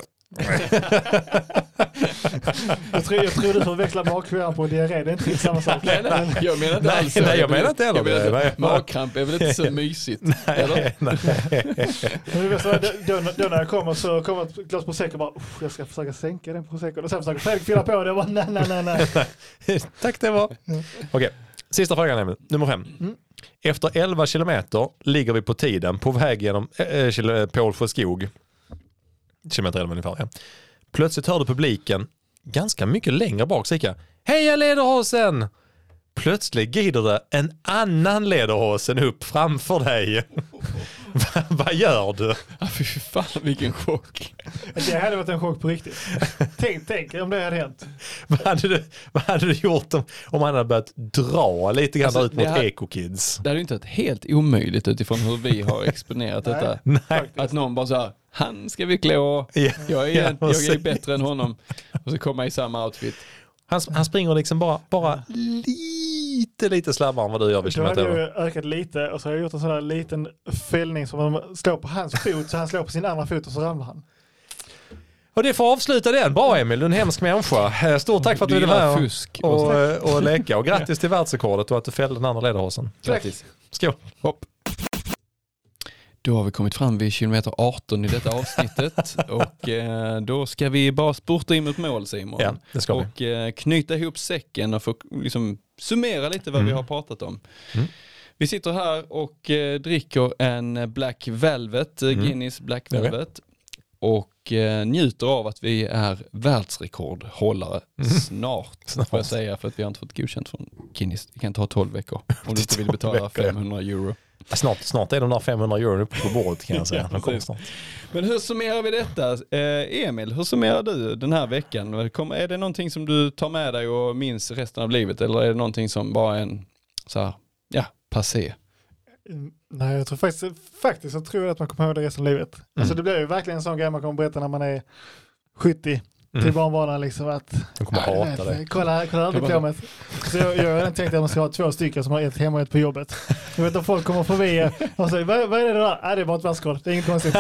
jag, tror, jag tror du förväxlar magkramp på diarré. Det är inte samma sak. Nej, nej, jag menar inte alls. Nej, jag menar inte heller det. Magkramp är väl inte så mysigt? Nej, eller? Nej. då, då, då när jag kommer så kommer ett glas prosecco och bara, jag ska försöka sänka den prosecco. Och sen försöker Fredrik fylla på det och bara, nej, nej, nej, nej. Tack, det var. Ja. Okej, sista frågan Emil. Nummer fem. Mm. Efter elva kilometer ligger vi på tiden på väg genom äh, Pålsjö skog. Kilometer elva ungefär, ja. Plötsligt hörde publiken ganska mycket längre bak sika. Heja lederhosen! Plötsligt glider det en annan lederhosen upp framför dig. Vad gör du? Ja, fy fan, vilken chock. Det hade varit en chock på riktigt. Tänk, tänk om det hade hänt. Vad hade du, vad hade du gjort om, om han hade börjat dra lite grann alltså, ut mot hade, Eco-Kids? Det hade ju inte varit helt omöjligt utifrån hur vi har exponerat Nej, detta. Nej. Att någon bara så här, han ska vi klå. Ja, jag, är, ja, jag är bättre än honom. Och så kommer jag i samma outfit. Han, han springer liksom bara, bara lite, lite snabbare än vad du gör. Då hade jag ökat lite och så har jag gjort en sån där liten fällning som man slår på hans fot så han slår på sin andra fot och så ramlar han. Och det får avsluta den. Bra Emil, du är en hemsk människa. Stort tack för att du ville vara fusk och, och, och leka. Och grattis till världsrekordet och att du fällde den andra ledarhosen. Grattis. Skål. Hopp. Då har vi kommit fram vid kilometer arton i detta avsnittet och eh, då ska vi bara spurta in mot mål, Simon. Ja, det ska och vi. Eh, knyta ihop säcken och få liksom, summera lite vad mm. vi har pratat om. Mm. Vi sitter här och eh, dricker en Black Velvet, mm. Guinness Black Velvet. Okay. Och eh, njuter av att vi är världsrekordhållare mm. snart, snart, får jag säga, för att vi har inte fått godkänt från Guinness. Det kan ta tolv veckor om du inte vill betala femhundra euro. Snart, snart är de där femhundra euro uppe på bordet kan jag säga. De kommer snart. Men hur summerar vi detta? Eh, Emil, hur summerar du den här veckan? Är det någonting som du tar med dig och minns resten av livet? Eller är det någonting som bara är en så här, ja, passé? Nej, jag tror faktiskt, faktiskt jag tror att man kommer ihåg det resten av livet. Mm. Alltså det blir ju verkligen en sån grej man kommer berätta när man är sjuttio. Mm. Till barnbarnen liksom att de kommer ja, hata dig. Kolla, kolla aldrig på mig. Så jag, jag har redan tänkt att man ska ha två stycken som har ett hemma och ett på jobbet. Jag vet att folk kommer förbi och säger, vad, vad är det där? Nej, det är bara ett världskort. Det är inget konstigt.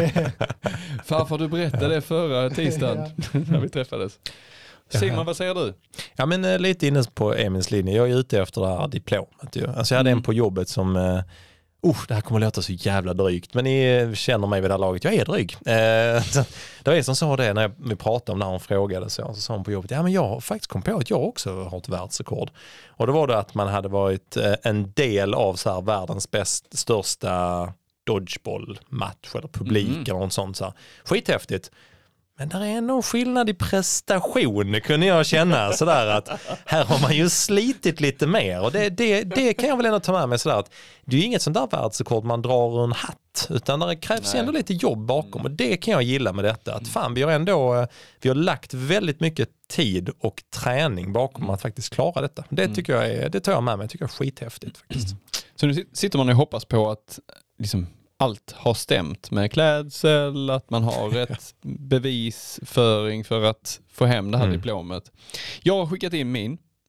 Farfar, du berättade det förra tisdagen ja. när vi träffades. Simon, vad säger du? Ja, men lite inne på Emils linje. Jag är ute efter det här diplomet. Ju. Alltså jag hade mm. en på jobbet som... Uh, det här kommer att låta så jävla drygt. Men ni känner mig vid det här laget. Jag är dryg. Uh, det var en som sa det när vi pratade om när hon frågade. Så, så sa hon på jobbet, ja men jag har faktiskt kommit på att jag också har ett världsrekord. Och då var det att man hade varit uh, en del av så här, världens bäst, största dodgeball-match eller publik mm. eller något sånt. Så här. Skithäftigt. Men där är ändå skillnad i prestation, kunde jag känna sådär att här har man ju slitit lite mer och det, det, det kan jag väl ändå ta med mig sådär att det är ju inget sånt där världsrekord man drar ur en hatt utan det krävs Nej. ändå lite jobb bakom och det kan jag gilla med detta att fan vi har ändå vi har lagt väldigt mycket tid och träning bakom mm. att faktiskt klara detta. Det tycker jag är, det tar jag med mig, tycker jag är skithäftigt faktiskt. Så nu sitter man och hoppas på att liksom allt har stämt med klädsel, att man har rätt bevisföring för att få hem det här mm. diplomet. Jag har skickat in min.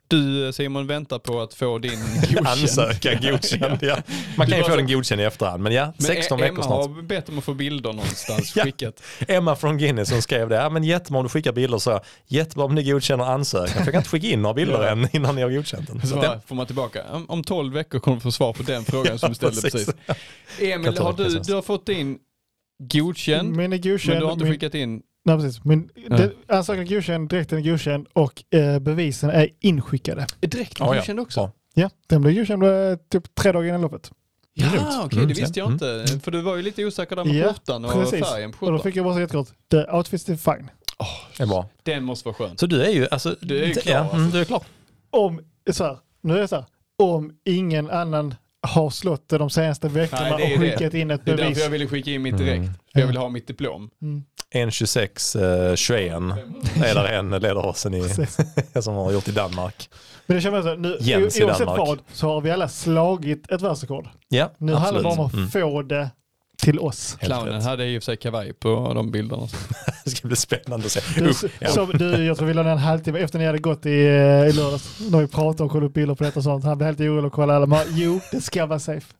du Simon väntar på att få din godkänd. Ansöka godkänd, ja. Man kan ju få den godkänd i efterhand, men ja, sexton veckor snart. Emma har bett om att få bilder någonstans ja. skickat. Emma från Guinness som skrev det, ja men jättebra om du skickar bilder, så jättebra om ni godkänner ansökan, för jag kan inte skicka in några bilder ja. än innan ni har godkänt den. Så den får man tillbaka. Om tolv veckor kommer du få svar på den frågan som du ställde precis. precis. Emil, har du, du har fått din godkänd, min är godkänd, men du har inte min... skickat in... Nej, precis. Min, ja. det, ansökan är godkänd, direkten är godkänd och eh, bevisen är inskickade. Är direkt oh, godkänd ja. också? Ja, ja, den blev godkänd eh, typ tre dagar innan loppet. Ja, okej, okay, mm, det visste jag inte. Mm. För du var ju lite osäker där med ja, skjortan och precis. färgen på skjortan. Och då fick jag bara säga jättekort. The outfit is fine. Oh, det är bra. Den måste vara skön. Så du är ju, alltså... Du är ju klar. Ja, alltså. mm, du är klar. Om, så här, nu är det så här, om ingen annan har slått det de senaste veckorna Nej, och skickat det. in ett bevis. Det är bevis. därför jag ville skicka in mitt direkt. Mm. För jag vill ha mitt diplom. Mm. en tjugosex tjugoett är där en ledarhossen i, som har gjort i Danmark. Men det känns så, nu, Jens i oavsett Danmark. vad så har vi alla slagit ett världsrekord. Ja, nu handlar det bara om att mm. få det till oss. Clownen hade i och för sig kavaj på de bilderna. Det ska bli spännande att se. Du, så, du, jag tror vi lade en halvtimme efter ni hade gått i, i lördags när vi pratade och kollade upp bilder på detta och sånt. Han blev helt orolig och kollade alla. Men, jo, det ska vara safe.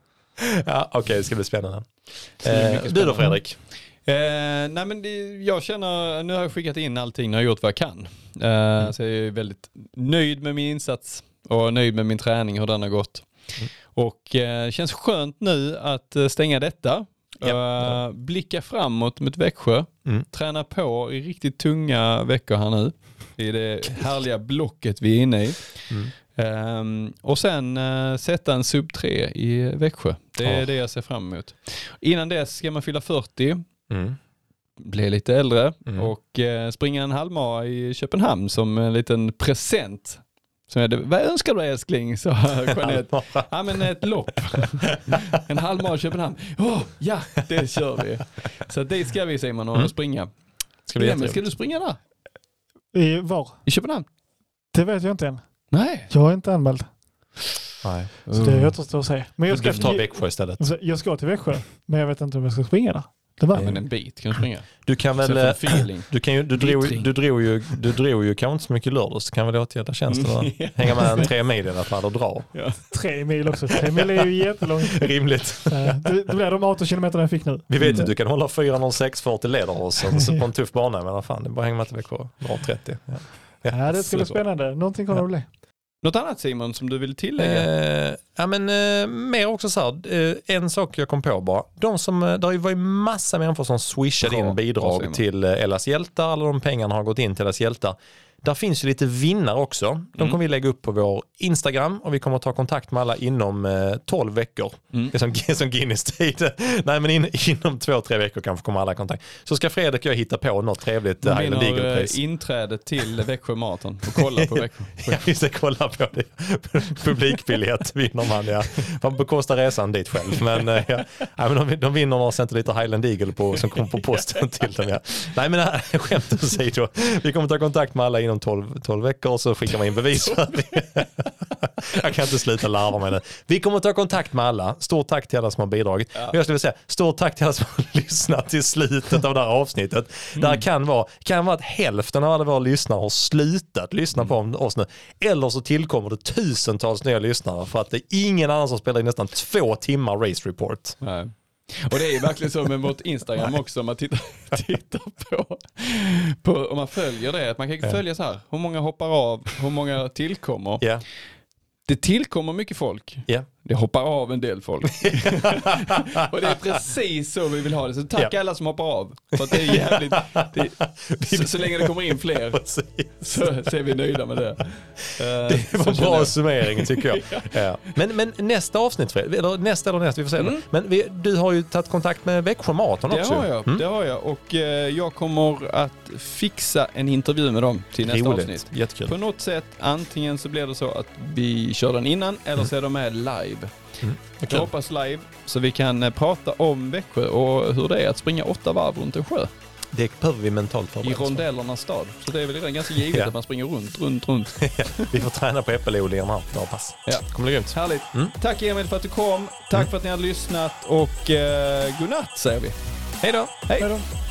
Ja, okej, okay, det ska bli spännande. Eh, du då Fredrik? Eh, nej men det, jag känner, nu har jag skickat in allting och har gjort vad jag kan. Eh, mm. Så jag är väldigt nöjd med min insats och nöjd med min träning, hur den har gått. Mm. Och eh, känns skönt nu att stänga detta. Ja, ja. Uh, blicka framåt mot Växjö. Mm. Träna på i riktigt tunga veckor här nu. I det härliga blocket vi är inne i. Mm. Um, och sen uh, sätta en sub tre i Växjö. Det är oh. det jag ser fram emot. Innan dess ska man fylla fyrtio. Mm. Bli lite äldre. Mm. Och uh, springa en halvmara i Köpenhamn som en liten present. Som är det, vad önskar du älskling? Så Jeanette, ja men ett lopp. En halvmara i Köpenhamn. Oh, ja, det kör vi. Så det ska vi Simon och mm. springa. Ska, vi Emil, ska du springa där? I var? I Köpenhamn? Det vet jag inte än. Nej. Jag är inte anmäld. Nej. Så det är återstår att säga. Men jag ska du får ta Växjö istället. Jag ska till Växjö, men jag vet inte om jag ska springa där. Det var. Ja, men en bit kan du springa. Du kan väl, du kan ju, du drog, du drog ju, du drog ju kanske inte så mycket lördags. Du kan väl åtgärda tjänsten och hänga med en tre mil i alla fall och dra. Ja. Tre mil också. Tre mil är ju jättelångt. Rimligt. Det, det blir de arton kilometer jag fick nu. Vi vet att du kan hålla fyra noll sex fyrtio ledarhossen så på en tuff bana. Men fan, det är bara att hänga med till Växjö. Dra trettio. Ja, ja, ja det ska bli spännande. Någonting kommer ja. det bli. Något annat Simon som du vill tillägga? Eh, ja men eh, mer också så här, eh, en sak jag kom på bara. De som, det var ju massa människor som swishade in bidrag till Ellas hjältar, alla de pengarna har gått in till Ellas hjältar. Där finns ju lite vinnare också. De kommer mm. vi lägga upp på vår Instagram och vi kommer att ta kontakt med alla inom eh, tolv veckor. Mm. Det är som, som Guinness tid. Nej men in, inom två, tre veckor kanske kommer alla i kontakt. Så ska Fredrik och jag hitta på något trevligt uh, Highland Eagle-pris. Inträde till Växjö Marathon och kolla på Växjö. Ja, vi ska kolla på det. Publikbiljett vinner man, ja. Man bekostar resan dit själv. Men, uh, ja. Ja, men de, de vinner några centiliter Highland Eagle på, som kommer på posten till dem. Ja. Nej men uh, skämt åsido. Vi kommer ta kontakt med alla inom tolv, tolv veckor och så skickar man in bevis. Jag kan inte sluta larva med det. Vi kommer att ta kontakt med alla. Stort tack till alla som har bidragit. Ja. Jag skulle säga, stort tack till alla som har lyssnat till slutet av det här avsnittet. Mm. Där kan vara, kan vara att hälften av alla våra lyssnare har slutat lyssna mm. på oss nu. Eller så tillkommer det tusentals nya lyssnare för att det är ingen annan som spelar in nästan två timmar Race Report. Nej. Och det är ju verkligen så med vårt Instagram också, om man tittar, tittar på, på, om man följer det, att man kan följa så här, hur många hoppar av, hur många tillkommer. Yeah. Det tillkommer mycket folk. Yeah. Det hoppar av en del folk. Och det är precis så vi vill ha det. Så tack yeah. alla som hoppar av. För att det är jävligt... Det, så, så länge det kommer in fler så, så är vi nöjda med det. Det var en bra jag. summering tycker jag. ja. Ja. Men, men nästa avsnitt, eller nästa eller nästa, vi får se. Mm. Men vi, du har ju tagit kontakt med Växjö Marathon också. Det har jag, mm. det har jag. Och eh, jag kommer att fixa en intervju med dem till nästa Roligt. avsnitt. Jättekul. På något sätt, antingen så blir det så att vi kör den innan, eller mm. så är de med live. Mm. Okay. Jag hoppas live så vi kan uh, prata om Växjö och hur det är att springa åtta varv runt en sjö. Det behöver vi mentalt förbereda. I rondellernas stad. Så det är väl ganska givet ja. att man springer runt, runt, runt. Vi får träna på äppelodlingarna här. Ja, pass. Ja. Kommer det grymt. Härligt. Mm. Tack Emil för att du kom. Tack mm. för att ni har lyssnat och uh, godnatt säger vi. Hej då. Hej då.